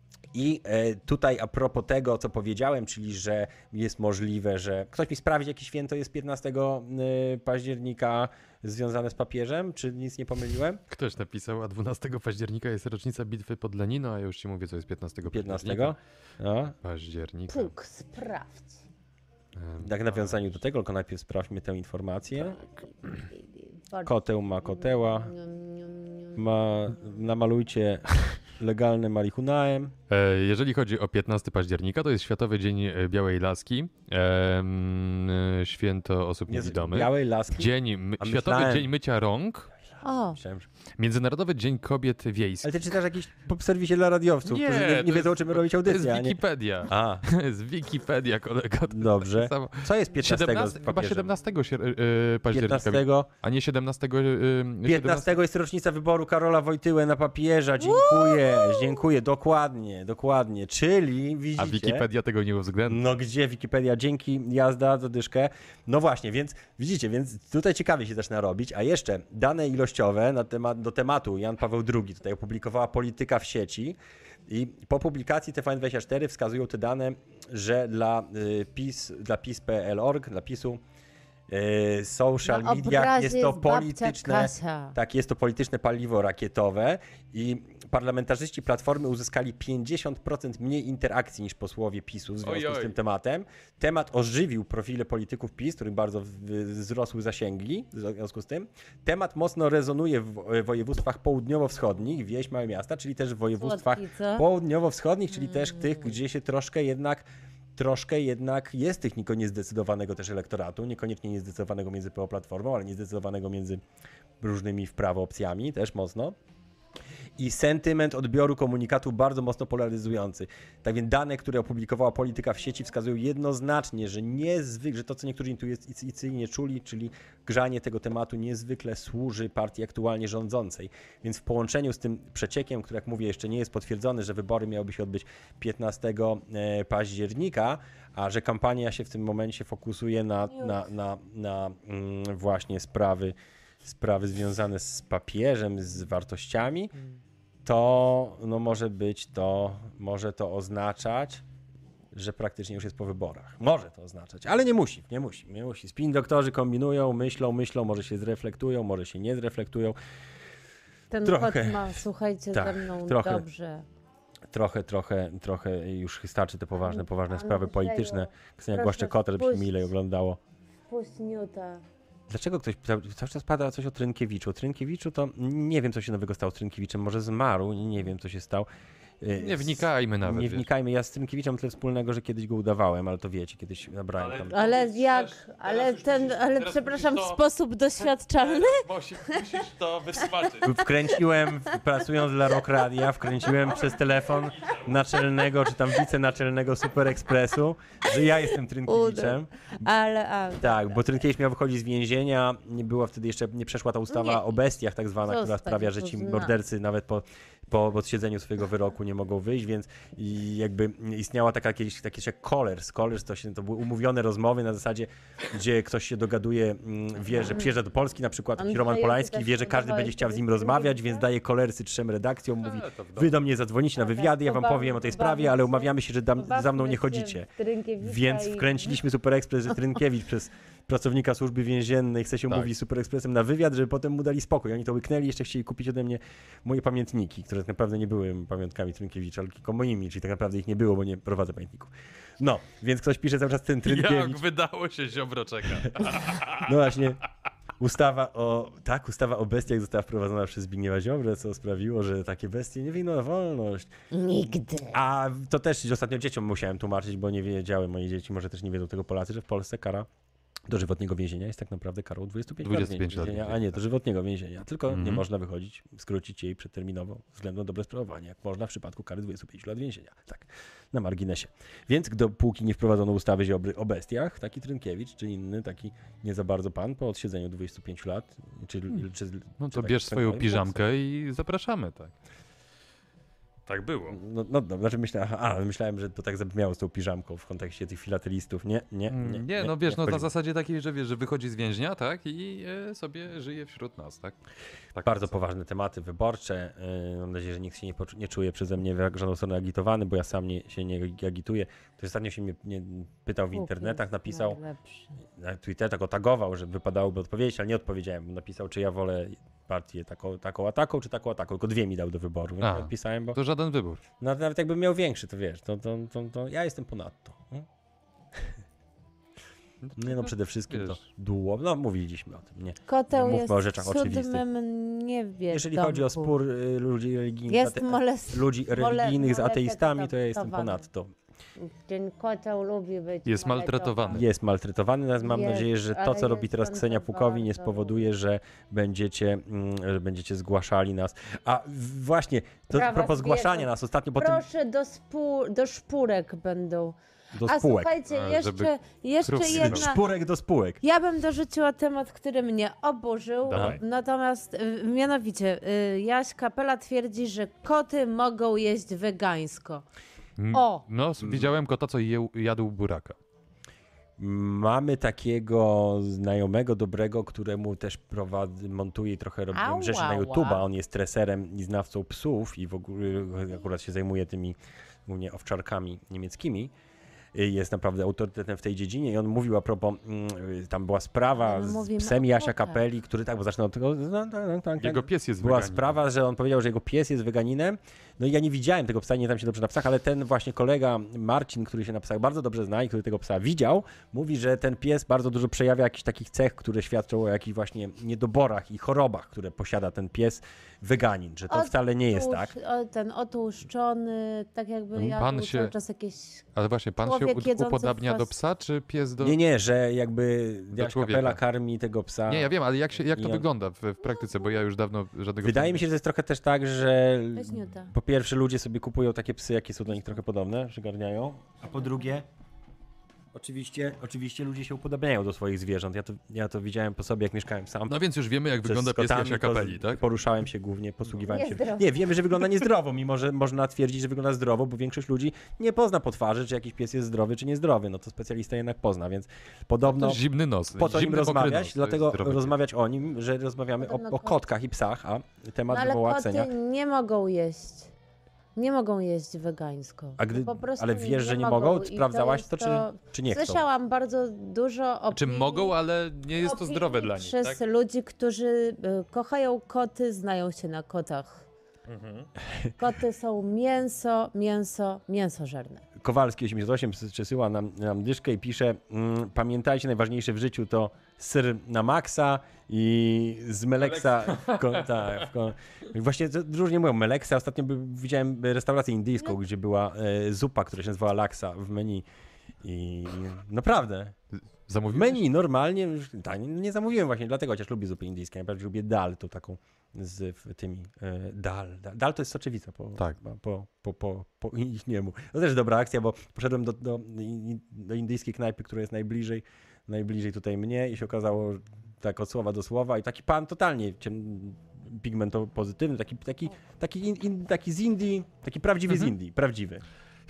I e, tutaj a propos tego, co powiedziałem, czyli że jest możliwe, że ktoś mi sprawdzi, jakie święto jest piętnastego października związane z papieżem, czy nic nie pomyliłem? Ktoś napisał, a dwunastego października jest rocznica bitwy pod Lenino, a ja już ci mówię, co jest piętnastego piętnastego? No. października. Puk, sprawdź. Em, Tak w nawiązaniu do tego, tylko najpierw sprawdźmy tę informację. Bardzo. Koteł ma koteła, Nium, nium, nium. ma, namalujcie legalne marihunaem. E, Jeżeli chodzi o piętnastego października, to jest Światowy Dzień e, Białej Laski, em, e, święto osób Nie, niewidomych. białej laski. Dzień, my, A Światowy myślałem- Dzień Mycia Rąk, O, Myślałem, że... Międzynarodowy Dzień Kobiet Ale Wiejskich. ty czytasz jakiś po serwisie dla radiowców, Nie, którzy nie, to nie wiedzą, jest- czym robić To jest audycję, a nie... Wikipedia. A, To jest Wikipedia, kolego. to dobrze. samo. Co jest piętnastego siedemnastego, z chyba papieżem? siedemnastego sier- e, października, piętnastego a nie siedemnastego. e, siedemnastego. piętnastego jest rocznica wyboru Karola Wojtyły na papieża. Dziękuję, dziękuję, dokładnie, dokładnie. Czyli widzicie... A Wikipedia tego nie uwzględnia. No gdzie Wikipedia? Dzięki, jazda, zadyszkę. No właśnie, więc widzicie, więc tutaj ciekawie się zaczyna robić, a jeszcze dane ilości społecznościowe na temat, do tematu Jan Paweł drugi. Tutaj opublikowała Polityka w sieci i po publikacji T V N dwadzieścia cztery wskazują te dane, że dla y, PiS, dla PiS kropka p l kropka org, dla PiSu y, social Na media obrazie jest to jest babcia polityczne, Kasia. tak, jest to polityczne paliwo rakietowe i parlamentarzyści Platformy uzyskali pięćdziesiąt procent mniej interakcji niż posłowie PiSu w związku Oj, oj. z tym tematem. Temat ożywił profile polityków PiS, których bardzo w- wzrosły zasięgi w związku z tym. Temat mocno rezonuje w wo- województwach południowo-wschodnich, wieś, małe miasta, czyli też w województwach Słodki, co? południowo-wschodnich, czyli też tych, gdzie się troszkę jednak troszkę jednak jest tych niko niezdecydowanego też elektoratu, niekoniecznie niezdecydowanego między P O Platformą, ale niezdecydowanego między różnymi w prawo opcjami też mocno. I sentyment odbioru komunikatu bardzo mocno polaryzujący. Tak więc dane, które opublikowała Polityka w sieci, wskazują jednoznacznie, że niezwykle, że to, co niektórzy intuicyjnie czuli, czyli grzanie tego tematu niezwykle służy partii aktualnie rządzącej. Więc w połączeniu z tym przeciekiem, który, jak mówię, jeszcze nie jest potwierdzony, że wybory miałyby się odbyć piętnastego października, a że kampania się w tym momencie fokusuje na, na, na, na mm, właśnie sprawy sprawy związane z papieżem, z wartościami, to no może być to, może to oznaczać, że praktycznie już jest po wyborach. Może to oznaczać, ale nie musi, nie musi, nie musi. Spin doktorzy kombinują, myślą, myślą, może się zreflektują, może się nie zreflektują. Ten trochę. kot ma, słuchajcie, Tak, ze mną trochę. dobrze. Trochę, trochę, trochę już starczy te poważne, poważne Panu sprawy Andrzeju, polityczne. Ksenia proszę Głaszczykota, żeby się wpuść. milej oglądało. Puść Newta. Dlaczego ktoś cały, cały czas pada coś o Trynkiewiczu? Trynkiewiczu to nie wiem, co się nowego stało z Trynkiewiczem. Może zmarł, nie wiem, co się stało. Yy, Nie wnikajmy nawet. Nie wiesz. wnikajmy. Ja z Trynkiewiczem mam tyle wspólnego, że kiedyś go udawałem, ale to wiecie, kiedyś nabrałem tam. Ale jak? Teraz Ale już ten, musisz- ale teraz przepraszam, w musisz to- sposób doświadczalny? Musisz, musisz to wytłumaczyć. Wkręciłem, pracując dla Rock Radia, wkręciłem przez telefon naczelnego, czy tam wicenaczelnego Super Expressu, że ja jestem Trynkiewiczem. Ale, a, Tak, bo Trynkiewicz miał wychodzić z więzienia, nie była wtedy jeszcze, nie przeszła ta ustawa Nie. o bestiach tak zwana, która Zostać sprawia, że ci uznana. mordercy nawet po, po odsiedzeniu swojego wyroku nie mogą wyjść, więc i jakby istniała taka jakieś, takie jak Colers. Colers to, się, to były umówione rozmowy na zasadzie, gdzie ktoś się dogaduje, mm, wie, że przyjeżdża do Polski na przykład, taki Andrzeju, Roman ty Polański, też wie, że każdy próbowałeś będzie chciał z nim kiedyś rozmawiać, Trynkiewicza? więc daje Colersy trzem redakcjom, mówi, E, to w domu. wy do mnie zadzwonicie na wywiady, ja wam Pobawmy- powiem o tej pobawmy sprawie, ale się- umawiamy się, że dam, za mną nie Pobawmy się chodzicie. w Trynkiewicza Więc i- wkręciliśmy Super Express, że Trynkiewicz przez pracownika służby więziennej chce się Tak. umówić z Super Expressem na wywiad, żeby potem mu dali spokój. Oni to łyknęli, jeszcze chcieli kupić ode mnie moje pamiętniki, które tak naprawdę nie były pamiątkami Trynkiewicza, ale tylko moimi, czyli tak naprawdę ich nie było, bo nie prowadzę pamiętników. No, więc ktoś pisze cały czas ten Jak Trynkiewicz. wydało się Ziobro czeka. No właśnie. Ustawa o, tak, ustawa o bestiach została wprowadzona przez Zbigniewa Ziobrę, co sprawiło, że takie bestie nie wyjdą na wolność. Nigdy. A to też ostatnio dzieciom musiałem tłumaczyć, bo nie wiedziały moje dzieci, może też nie wiedzą tego Polacy, że w Polsce kara dożywotniego więzienia jest tak naprawdę karą dwudziestu pięciu lat dwudziestu pięciu lat więzienia, a więzienia, nie dożywotniego więzienia. Tylko nie Mhm. można wychodzić, skrócić jej przedterminowo względem na dobre sprawowanie, jak można w przypadku kary dwudziestu pięciu lat więzienia. Tak, na marginesie. Więc dopóki nie wprowadzono ustawy Ziobry o bestiach, taki Trynkiewicz, czy inny taki nie za bardzo pan po odsiedzeniu dwudziestu pięciu lat, czy, czy, No czy to tak bierz swoją powiem, piżamkę i zapraszamy, tak. Tak było. No, no, no znaczy myślałem, aha, a, myślałem, że to tak zabrzmiało z tą piżamką w kontekście tych filatelistów. Nie, nie, nie. Nie, nie no wiesz, no na wchodzimy. zasadzie takiej, że wiesz, że wychodzi z więźnia, tak, i e, sobie żyje wśród nas, tak. tak Bardzo to- poważne tematy wyborcze. Yy, Mam nadzieję, że nikt się nie, poczu- nie czuje przeze mnie w żadną stronę agitowany, bo ja sam nie, się nie agituję. Ktoś ostatnio się mnie, mnie pytał w Bóg internetach, jest napisał, najlepszy. na Twitterze tak otagował, że wypadałoby odpowiedzieć, ale nie odpowiedziałem. Napisał, czy ja wolę partię taką, taką a taką, czy taką a taką. Tylko dwie mi dał do wyboru, więc A, nie odpisałem, bo To żaden wybór. no, nawet jakbym miał większy, to wiesz, to, to, to, to ja jestem ponadto. Hmm? Nie no, przede wszystkim to wiesz. długo, no mówiliśmy o tym, nie. Koteł Mówmy jest o rzeczach w oczywistych. siódmym niebie. Jeżeli chodzi o spór y, ludzi religijnych, Jest ate- molest... ludzi mole- religijnych z mole- ateistami, to ja jestem maltretowany. ponadto. Ten koteł lubi być Jest maltretowany. Jest maltretowany, natomiast mam Jest, nadzieję, że to, ale co robi jest teraz on Ksenia to Pukowin, nie bardzo spowoduje, lubi. że będziecie, mm, że będziecie zgłaszali nas. A w- właśnie, to a Prawa propos zgłaszania zwierząt. nas, ostatnio po tym Proszę, do, spół, do szpórek będą. do A spółek. słuchajcie, A, żeby jeszcze, jeszcze krów jedna... Szpórek do spółek. Ja bym dorzuciła temat, który mnie oburzył, Dawaj. natomiast y, mianowicie y, Jaś Kapela twierdzi, że koty mogą jeść wegańsko. Mm, O! No, s- widziałem kota, co je, jadł buraka. Mamy takiego znajomego dobrego, któremu też prowadzi, montuje i trochę robi Ała, rzeczy na ała. YouTube'a. On jest treserem i znawcą psów i w ogóle akurat się zajmuje tymi głównie owczarkami niemieckimi. Jest naprawdę autorytetem w tej dziedzinie i on mówił a propos, mm, tam była sprawa Ale my z mówimy psem o Jasia kotach. Kapeli, który tak, bo zacznę od tego, no, tak, tak, tak, Jego pies jest była weganinem. sprawa, że on powiedział, że jego pies jest weganinem. No i ja nie widziałem tego psa, nie znam się dobrze na psach, ale ten właśnie kolega Marcin, który się na psach bardzo dobrze zna i który tego psa widział, mówi, że ten pies bardzo dużo przejawia jakichś takich cech, które świadczą o jakichś właśnie niedoborach i chorobach, które posiada ten pies weganin, że to Otóż, wcale nie jest tak. o, ten otłuszczony, tak jakby Pan jadł się- cały czas jakieś... Ale właśnie, pan się Człowiek ud- jedzący upodabnia do kwas- psa, czy pies do... Nie, nie, że jakby Jaś człowieka. Kapela karmi tego psa. Nie, ja wiem, ale jak, się, jak to I on- wygląda w, w praktyce, bo ja już dawno żadnego... Wydaje psa mi się, że to jest trochę też tak, że Weź Newta. po pierwsze ludzie sobie kupują takie psy, jakie są do nich trochę podobne, przygarniają, a po drugie oczywiście, oczywiście ludzie się upodabiają do swoich zwierząt. Ja to, ja to widziałem po sobie, jak mieszkałem sam. No więc już wiemy, jak Ze wygląda pies Scottami, Jasia to z- Kapeli, tak? Poruszałem się głównie, posługiwałem się. Niezdrowo. Nie, wiemy, że wygląda niezdrowo, mimo że można twierdzić, że wygląda zdrowo, bo większość ludzi nie pozna po twarzy, czy jakiś pies jest zdrowy, czy niezdrowy. No to specjalista jednak pozna, więc podobno To zimny nos. po co nim zimny, mokry nos, rozmawiać, to dlatego jest zdrowy pies. rozmawiać o nim, że rozmawiamy o, Podobno o kot. kotkach i psach, a temat No ale wywoła koty Ksenia. nie mogą jeść. Nie mogą jeść wegańsko. A gdy, Po prostu ale wiesz, że nie mogą? i to Sprawdzałaś jest to, czy, to- czy nie chcą? Słyszałam bardzo dużo opinii. Czy mogą, ale nie jest to opinii zdrowe dla nich, przez tak? ludzi, którzy y, kochają koty, znają się na kotach. Mhm. Koty są mięso, mięso, mięsożerne. Kowalski osiemdziesiąt osiem przesyła nam, nam dyszkę i pisze: mm, pamiętajcie, najważniejsze w życiu to syr na maksa i z meleksa. W ko, tak, w ko, właśnie to różnie mówią meleksa. Ostatnio by, widziałem restaurację indyjską, gdzie była e, zupa, która się nazywała laksa w menu. I naprawdę. W Zamówiłeś? menu normalnie, już, tak, nie, nie zamówiłem właśnie, dlatego chociaż lubię zupę indyjską. Najbardziej lubię dal, tą taką z w, tymi e, dal, dal. Dal to jest soczewica po, Tak. po, po, po, po ichniemu. To też dobra akcja, bo poszedłem do, do, do indyjskiej knajpy, która jest najbliżej, najbliżej tutaj mnie i się okazało tak od słowa do słowa i taki pan totalnie ciem, pigmento pozytywny, taki, taki, taki, in, in, taki z Indii, taki prawdziwy Mhm. z Indii, prawdziwy.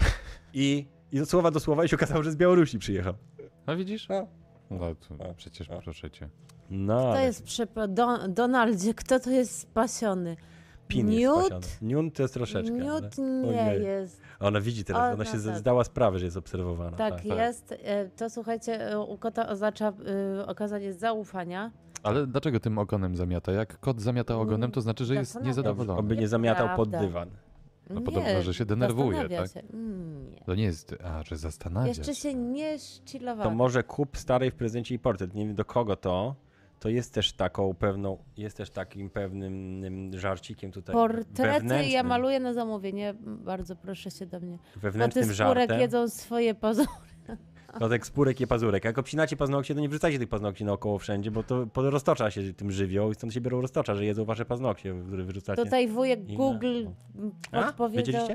I, I od słowa do słowa i się okazało, że z Białorusi przyjechał. A widzisz? No. No to A, przecież a. proszę cię. No, To ale jest przypa- Don- Donaldzie, kto to jest spasiony? pin jest Newt? spasiony. Newt to jest troszeczkę. Newt ale- nie Ojej. jest. Ona widzi teraz, Ona ona się tak. zdała sprawę, że jest obserwowana. Tak, tak. jest. E, To słuchajcie, e, u kota oznacza y, okazanie zaufania. Ale dlaczego tym ogonem zamiata? Jak kot zamiata ogonem, to znaczy, że jest Zastanawiam się. niezadowolony. Oby nie zamiatał pod Nieprawda. dywan. No podobno, że się denerwuje, zastanawia tak? Się. Mm, nie. To nie jest... A, że zastanawia Jeszcze się. się nie szczylowało. To może kup starej w prezencie i portret. Nie wiem do kogo to. To jest też taką pewną, jest też takim pewnym ym, żarcikiem tutaj. Portrety ja wewnętrznym, maluję na zamówienie. Bardzo proszę się do mnie. Wewnętrznym Koty skórek żartem. jedzą swoje pazury. Kotek spórek je pazurek. Jak obcinacie paznokcie, to nie wrzucajcie tych paznokci naokoło wszędzie, bo to po- roztocza się tym żywioł i stąd się biorą roztocza, że jedzą wasze paznokcie, które wyrzucacie. Tutaj wujek I na- Google A? podpowiedział. Wiedzieliście?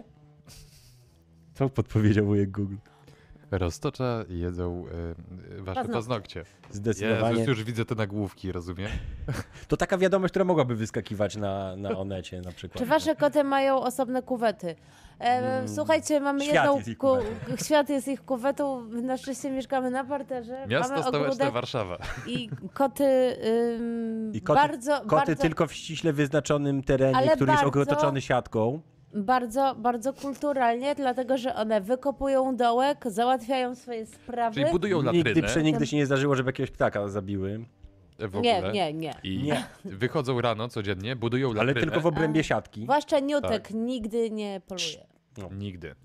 Co podpowiedział wujek Google? Roztocza i jedzą y, wasze Paznokcie. paznokcie. Zdecydowanie. Jezus, już widzę te nagłówki, rozumiem? To taka wiadomość, która mogłaby wyskakiwać na, na Onecie na przykład. Czy wasze koty mają osobne kuwety? E, Słuchajcie, mamy Świat jedną. jest ich ku- kuwetą. Świat jest ich kuwetą. Na szczęście mieszkamy na parterze. Miasto mamy stołeczne ogródek Warszawa. i koty, ym, I koty, bardzo, koty bardzo, tylko w ściśle wyznaczonym terenie, Ale który jest bardzo- otoczony siatką. bardzo, bardzo kulturalnie, dlatego że one wykopują dołek, załatwiają swoje sprawy. Czyli budują Nigdy, latrynę przenigdy się nie zdarzyło, żeby jakiegoś ptaka zabiły. w ogóle. Nie, nie, nie. I Nie. wychodzą rano codziennie, budują Ale latrynę. tylko w obrębie siatki. Zwłaszcza Niutek Tak. nigdy nie poluje. Nigdy.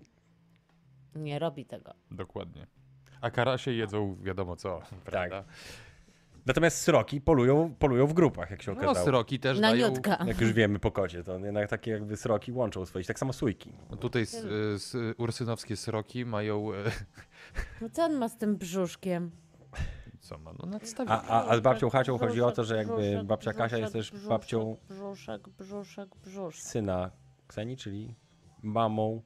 Nie robi tego. Dokładnie. A karasie jedzą wiadomo co, prawda? Natomiast sroki polują, polują w grupach, jak się No, okazało. sroki też Na dają... Niutka. Jak już wiemy po kocie, to jednak takie jakby sroki łączą swoje, tak samo sójki. No tutaj s, s, ursynowskie sroki mają... e, No co on ma z tym brzuszkiem? Co ma? No nadstawić. A, a, a z babcią Hacią chodzi o to, że jakby Brzuszek, babcia Kasia jest też brzuszek, babcią Brzuszek, brzuszek, brzuszek. syna Ksenii, czyli mamą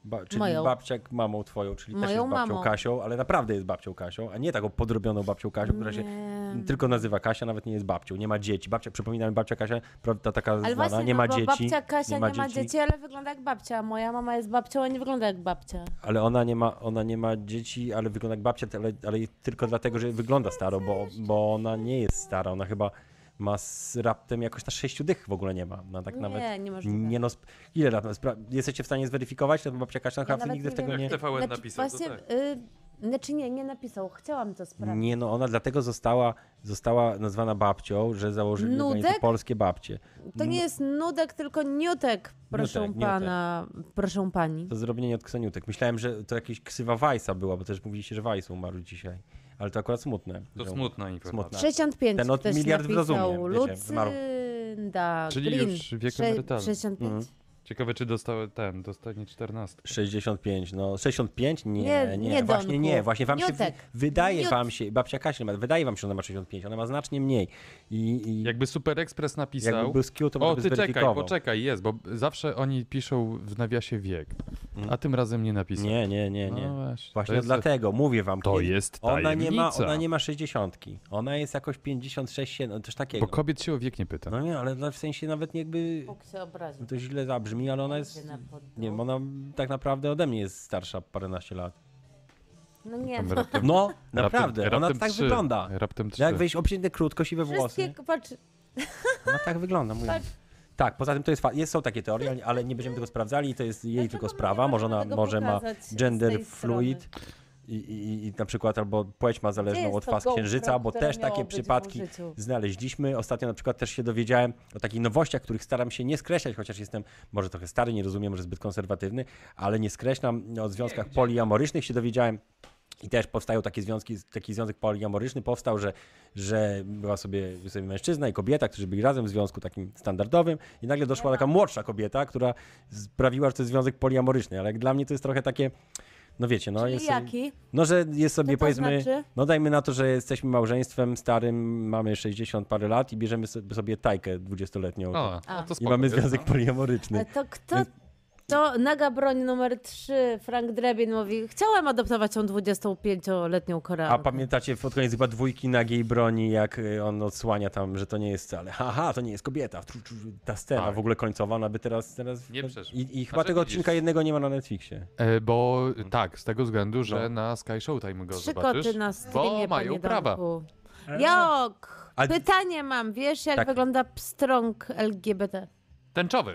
Ba, czyli Moją. babcia mamą twoją, czyli też Moją jest babcią mamą. Kasią, ale naprawdę jest babcią Kasią, a nie taką podrobioną babcią Kasią, która się Nie. tylko nazywa Kasia, nawet nie jest babcią, nie ma dzieci. Babcia, przypominam, babcia Kasia, ta taka Ale znana, właśnie, nie no ma bo dzieci. babcia Kasia nie ma, dzieci. ale wygląda jak babcia. a Moja mama jest babcią, a nie wygląda jak babcia. Ale ona nie ma, ona nie ma dzieci, ale wygląda jak babcia, ale, ale tylko dlatego, że wygląda staro, bo, bo ona nie jest stara, ona chyba ma z raptem jakoś na sześciu dych w ogóle nie ma. No, tak Nie, nawet, niemożliwe. nie no, sp- ile lat? Spra- jesteście w stanie zweryfikować? To babcia Kasia Ja naprawdę nawet nigdy w nie tego wiem. nie... Jak T V N Znaczy, napisał, to właśnie, tak. y, znaczy nie, nie napisał. Chciałam to sprawdzić. Nie no, ona dlatego została, została nazwana babcią, że założyli Nudek? organizację Polskie Babcie. To nie jest nudek, tylko niutek, proszę Niutek, pana, proszę pani. To zrobienie od kseniutek. Myślałem, że to jakieś ksywa Weissa była, bo też mówiliście, że Weiss umarł dzisiaj. Ale to akurat smutne. To że- smutna informacja. Smutna. sześćdziesiąt pięć Ten od ktoś miliard napisał. rozumiem, wiecie, zmarł. Lucynda Czyli Green. już wiek Sze- emerytalny. sześćdziesiąt pięć. Mhm. Ciekawe, czy dostały ten, dostanie czternastkę. sześćdziesiąt pięć, no sześćdziesiąt pięć? Nie, Nie, nie, nie, właśnie Donku. nie, właśnie wam się wy, Niutek. wydaje Niut- wam się, babcia Kasia ma, wydaje wam się, że ona ma sześćdziesiąt pięć, ona ma znacznie mniej. I, i Jakby Super Express napisał... jakby był skill, to może O, by ty czekaj, zweryfikował. poczekaj, jest, bo zawsze oni piszą w nawiasie wiek, Mm. a tym razem nie napisał. Nie, nie, nie, nie. No właśnie, Właśnie to jest, dlatego, mówię wam. To kiedy- jest ona nie, ma, tajemnica. ona nie ma sześćdziesiątki, ona jest jakoś pięćdziesiąt sześć, no coś takiego. Bo kobiet się o wiek nie pyta. No nie, ale w sensie nawet jakby Bóg się obraził. to źle zabrzmi, ale ona jest, Będzie na podłogę. nie wiem, ona tak naprawdę ode mnie jest starsza paręnaście lat. No nie, Tam no. raptem- No, raptem- naprawdę, ona raptem tak trzy, wygląda. Raptem trzy. Jak wejść obcięte krótko, siwe włosy. Wszystkie, patrz, Ona tak wygląda, mówię. Patrz. Tak, poza tym to jest, fa- jest, są takie teorie, ale nie będziemy tego sprawdzali i to jest jej Dlaczego tylko my sprawa. nie Może możemy ona tego może ma pokazać z gender tej fluid i, i, i na przykład albo płeć ma zależną jest od to faz GoPro, księżyca, bo które też miało takie być w przypadki użyciu? znaleźliśmy. Ostatnio na przykład też się dowiedziałem o takich nowościach, których staram się nie skreślać, chociaż jestem może trochę stary, nie rozumiem, może zbyt konserwatywny, ale nie skreślam. O związkach poliamorycznych się dowiedziałem. I też powstają takie związki, taki związek poliamoryczny powstał, że, że była sobie, sobie mężczyzna i kobieta, którzy byli razem w związku takim standardowym i nagle doszła taka młodsza kobieta, która sprawiła, że to jest związek poliamoryczny, ale jak dla mnie to jest trochę takie, no wiecie, no czyli jest, jaki? no że jest sobie Co to powiedzmy, znaczy? no dajmy na to, że jesteśmy małżeństwem starym, mamy sześćdziesiąt parę lat i bierzemy sobie, sobie tajkę dwudziestoletnią O, A. no to i spoko, mamy jest. związek poliamoryczny. Ale to kto... Więc- To Naga Broń numer trzy, Frank Drebin mówi, chciałem adoptować tą dwudziestopięcioletnią Koreankę. A pamiętacie pod koniec chyba dwójki nagiej broni, jak y, on odsłania tam, że to nie jest wcale. Haha, to nie jest kobieta. Tru, tru, Ta scena Tak. w ogóle końcowa, ona by teraz... teraz Nie przeszło. I, i chyba Znaczy, tego widzisz. odcinka jednego nie ma na Netflixie. E, bo tak, z tego względu, że No. na Sky Showtime go Trzy zobaczysz, koty na streamie, bo mają panie prawa. Danku. Jok! A- Pytanie mam, wiesz jak Tak. wygląda pstrąg L G B T? Tęczowy.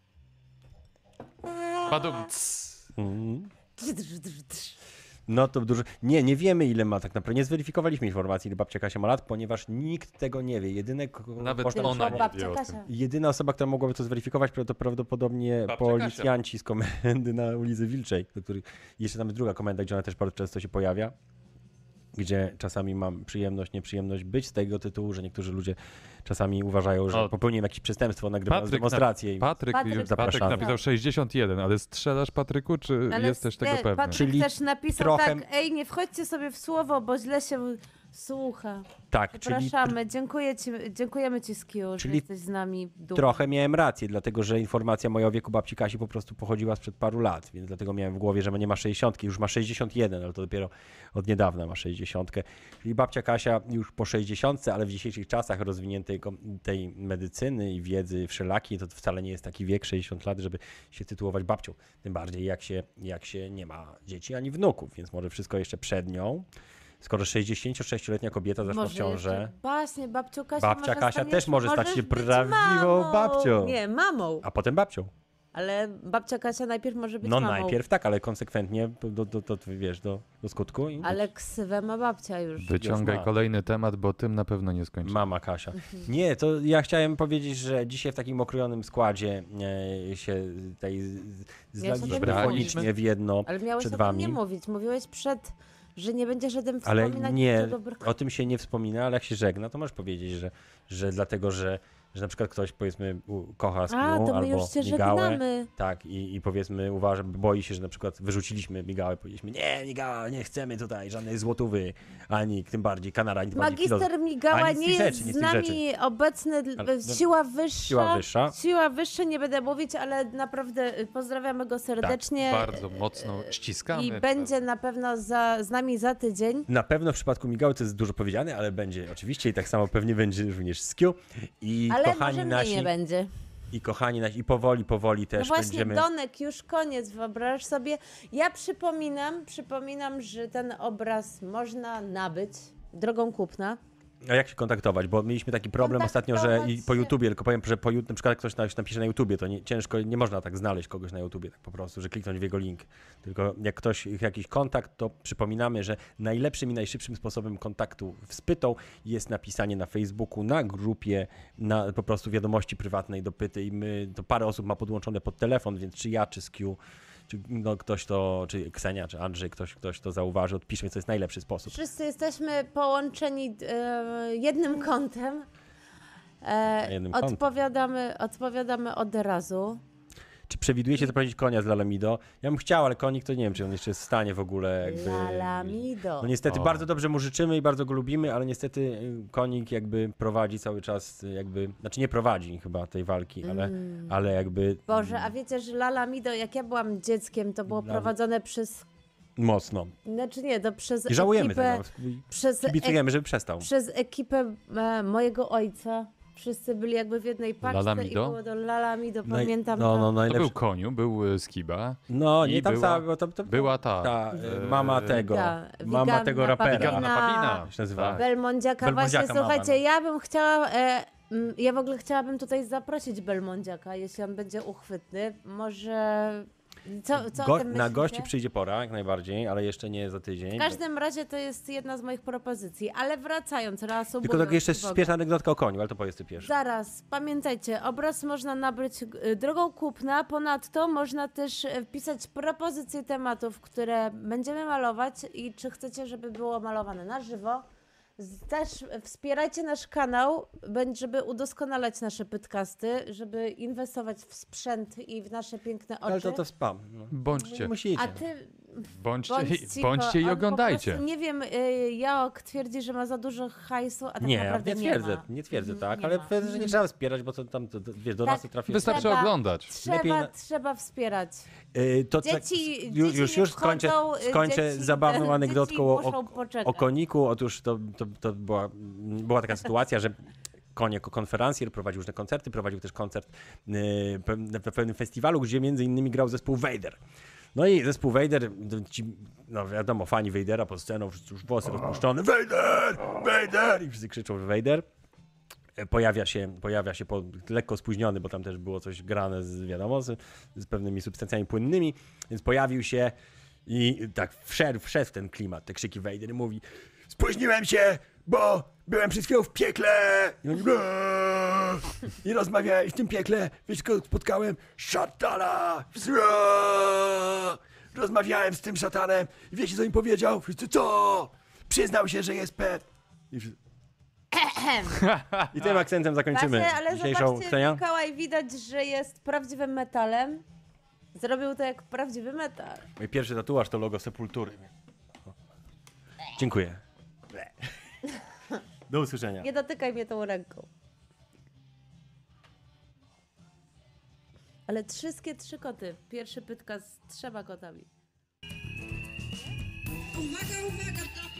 Badum. Mhm. No to dużo... Nie, nie wiemy ile ma tak naprawdę. Nie zweryfikowaliśmy informacji, ile babcia Kasia ma lat, ponieważ nikt tego nie wie. Jedyne, kogo Nawet można- ona nie babcia wie o tym. Kasia. Jedyna osoba, która mogłaby to zweryfikować, to prawdopodobnie Babcia policjanci z komendy na ulicy Wilczej, do których jeszcze tam jest druga komenda, gdzie ona też bardzo często się pojawia, gdzie czasami mam przyjemność, nieprzyjemność być z tego tytułu, że niektórzy ludzie czasami uważają, że O. popełniłem jakieś przestępstwo, nagrywając Patryk, demonstrację. i- Patryk, Patryk Patryk, zapraszamy. napisał sześćdziesiąt jeden, ale strzelasz, Patryku, czy Ale jesteś tego nie, pewny? Patryk Czyli też napisał trochę- tak, ej, nie wchodźcie sobie w słowo, bo źle się słucha. Tak, czyli Przepraszamy, dziękuję ci, dziękujemy ci, Skiu, że Czyli jesteś z nami dumny. trochę miałem rację, dlatego że informacja moja o wieku babci Kasi po prostu pochodziła sprzed paru lat, więc dlatego miałem w głowie, że nie ma sześćdziesiątki, już ma sześćdziesiąt jeden, ale to dopiero od niedawna ma sześćdziesiątkę. Czyli babcia Kasia już po sześćdziesiątce, ale w dzisiejszych czasach rozwiniętej ko- tej medycyny i wiedzy wszelakiej, to wcale nie jest taki wiek, sześćdziesiąt lat, żeby się tytułować babcią. Tym bardziej jak się, jak się nie ma dzieci ani wnuków, więc może wszystko jeszcze przed nią. Skoro sześćdziesięciosześcioletnia kobieta zaszła w Może ciążę, jeszcze- Właśnie, babciu Kasia Babcia może Kasia staniesz- też może stać możesz się być prawdziwą mamą. babcią. Nie, mamą. a potem babcią. Ale babcia Kasia najpierw może być No mamą. najpierw tak, ale konsekwentnie do, do, do, wiesz, do, do skutku. I Ale ksywę ma babcia już. Wyciągaj Już ma. kolejny temat, bo tym na pewno nie skończymy. Mama Kasia. Nie, to ja chciałem powiedzieć, że dzisiaj w takim okrojonym składzie e, się tutaj z- Ja zlaliśmy sobie fonicznie w jedno Ale miałeś przed o tym wami. nie mówić. Mówiłeś przed, że nie będziesz o tym Ale wspominać. nie, niczego br- o tym się nie wspomina, ale jak się żegna, to możesz powiedzieć, że, że dlatego, że że na przykład ktoś powiedzmy u- kocha Skiu A, to my albo już się migałę. żegnamy. Tak, i, i powiedzmy uważa, boi się, że na przykład wyrzuciliśmy migałę, powiedzieliśmy nie, migała, nie chcemy tutaj żadnej złotówy, ani tym bardziej kanara, ani tym bardziej Magister filozof. Migała A nic z nie tych jest rzeczy, nic z z tych nami obecny, dl- Ale- siła wyższa. Siła wyższa. Siła wyższa, nie będę mówić, ale naprawdę y, pozdrawiamy go serdecznie. Bardzo mocno ściskamy. I będzie na pewno za, z nami za tydzień. Na pewno w przypadku migały to jest dużo powiedziane, ale będzie oczywiście i tak samo pewnie będzie również Skiu. I Ale kochani może mnie nasi, nie będzie. i kochani nasi, i powoli, powoli No też właśnie, będziemy... Donek, już koniec, wyobraź sobie. Ja przypominam, przypominam, że ten obraz można nabyć drogą kupna. A jak się kontaktować? Bo mieliśmy taki problem ostatnio, że Kontaktować i po się- YouTubie, tylko powiem, że po, Ju- na przykład ktoś na- napisze na YouTubie, to nie, ciężko, nie można tak znaleźć kogoś na YouTubie, tak po prostu, że kliknąć w jego link. Tylko jak ktoś, jakiś kontakt, to przypominamy, że najlepszym i najszybszym sposobem kontaktu z Pytą jest napisanie na Facebooku, na grupie, na po prostu wiadomości prywatnej do Pyty i my, to parę osób ma podłączone pod telefon, więc czy ja, czy Skiu, czy no, ktoś to, czy Ksenia, czy Andrzej, ktoś, ktoś to zauważy, odpiszmy, co jest najlepszy sposób. Wszyscy jesteśmy połączeni e, jednym kątem. E, Jednym kątem. odpowiadamy, odpowiadamy od razu. Czy przewidujecie zaprowadzić konia z Lalamido? Ja bym chciał, ale konik to nie wiem, czy on jeszcze jest w stanie w ogóle jakby... Lalamido. No niestety O. bardzo dobrze mu życzymy i bardzo go lubimy, ale niestety y, konik jakby prowadzi cały czas y, jakby, znaczy nie prowadzi chyba tej walki, ale, Mm. ale jakby Boże, a wiecie, że Lalamido, jak ja byłam dzieckiem, to było Lal- prowadzone przez... mocno. Znaczy nie, to przez I żałujemy ekipę... tego. I Przez, ek, Kibicujemy, żeby przestał. przez ekipę e, mojego ojca. Wszyscy byli jakby w jednej paczce Lalamido? i było do Lalamido, Naj- pamiętam no, to. no, To najlepszy. był Koniu, był y, Skiba, No, nie i tam była- cała, bo to, to, była ta... ta e, y, mama tego, Ta, mama Wiganna tego rapera. Pawlina. Wiganna Pawlina. Jak się nazywa? Tak. Belmondziaka, właśnie Belmondziaka mama, słuchajcie, no. ja bym chciała, e, mm, ja w ogóle chciałabym tutaj zaprosić Belmondziaka, jeśli on będzie uchwytny. Może, co, co Go, o tym na myślicie? gości przyjdzie pora, jak najbardziej, ale jeszcze nie za tydzień. W każdym razie to jest jedna z moich propozycji, ale wracając, reasumując. Tylko tak jeszcze uwaga. śpieszna anegdotka o koniu, ale to powiedz ty pierwszy. Zaraz, pamiętajcie, obraz można nabyć y, drogą kupna, ponadto można też y, wpisać propozycje tematów, które będziemy malować i czy chcecie, żeby było malowane na żywo. Z- Też wspierajcie nasz kanał, bądź żeby udoskonalać nasze podcasty, żeby inwestować w sprzęt i w nasze piękne oczy. Ale to to spam. No. Bądźcie, Musicie. A ty bądźcie, bądź bądźcie, cicho, bądźcie i on po oglądajcie. prostu, nie wiem, y, Jaok twierdzi, że ma za dużo hajsu, a tak Nie, naprawdę nie nie twierdzę, ma. nie twierdzę, Mhm, tak, nie ale ma. powiedzmy, że nie trzeba wspierać, bo to tam, to, to, wiesz, do Tak. nas to trafi. Wystarczy Trzeba- oglądać. Trzeba, Lepiej na- trzeba wspierać. Yy, to tak, Dzieci, już, dzieci już, nie już skończę, wchodzą, y, skończę dzieci, zabawną dzieci anegdotką muszą o, poczekać. o koniku. Otóż to, to, to była, była taka sytuacja, że koń jako konferencjer prowadził różne koncerty, prowadził też koncert yy, pe- w pewnym festiwalu, gdzie między innymi grał zespół Vader. No i zespół Vader, ci, no wiadomo, fani Vadera pod sceną, wszyscy już włosy rozpuszczone, Vader, Vader i wszyscy krzyczą Vader. Pojawia się, pojawia się po, lekko spóźniony, bo tam też było coś grane z, wiadomo, z, z pewnymi substancjami płynnymi, więc pojawił się i tak wszedł, wszedł w ten klimat, te krzyki Vader i mówi: spóźniłem się, bo byłem przed chwilą w piekle i, oni, "Eee!" i rozmawiałem w tym piekle, wiesz, kogo spotkałem? Szatana! Eee! Rozmawiałem z tym szatanem i wiecie, co mi powiedział? Wszyscy, co? Przyznał się, że jest pet. I wszyscy, I tym akcentem zakończymy Właśnie, ale dzisiejszą zobaczcie, Ksenia. Mikołaj widać, że jest prawdziwym metalem. Zrobił to jak prawdziwy metal. Mój pierwszy tatuaż to logo Sepultury. Dziękuję. Do usłyszenia. Nie dotykaj mnie tą ręką. Ale wszystkie trzy koty. Pierwszy pytka z trzema kotami. Uwaga, uwaga!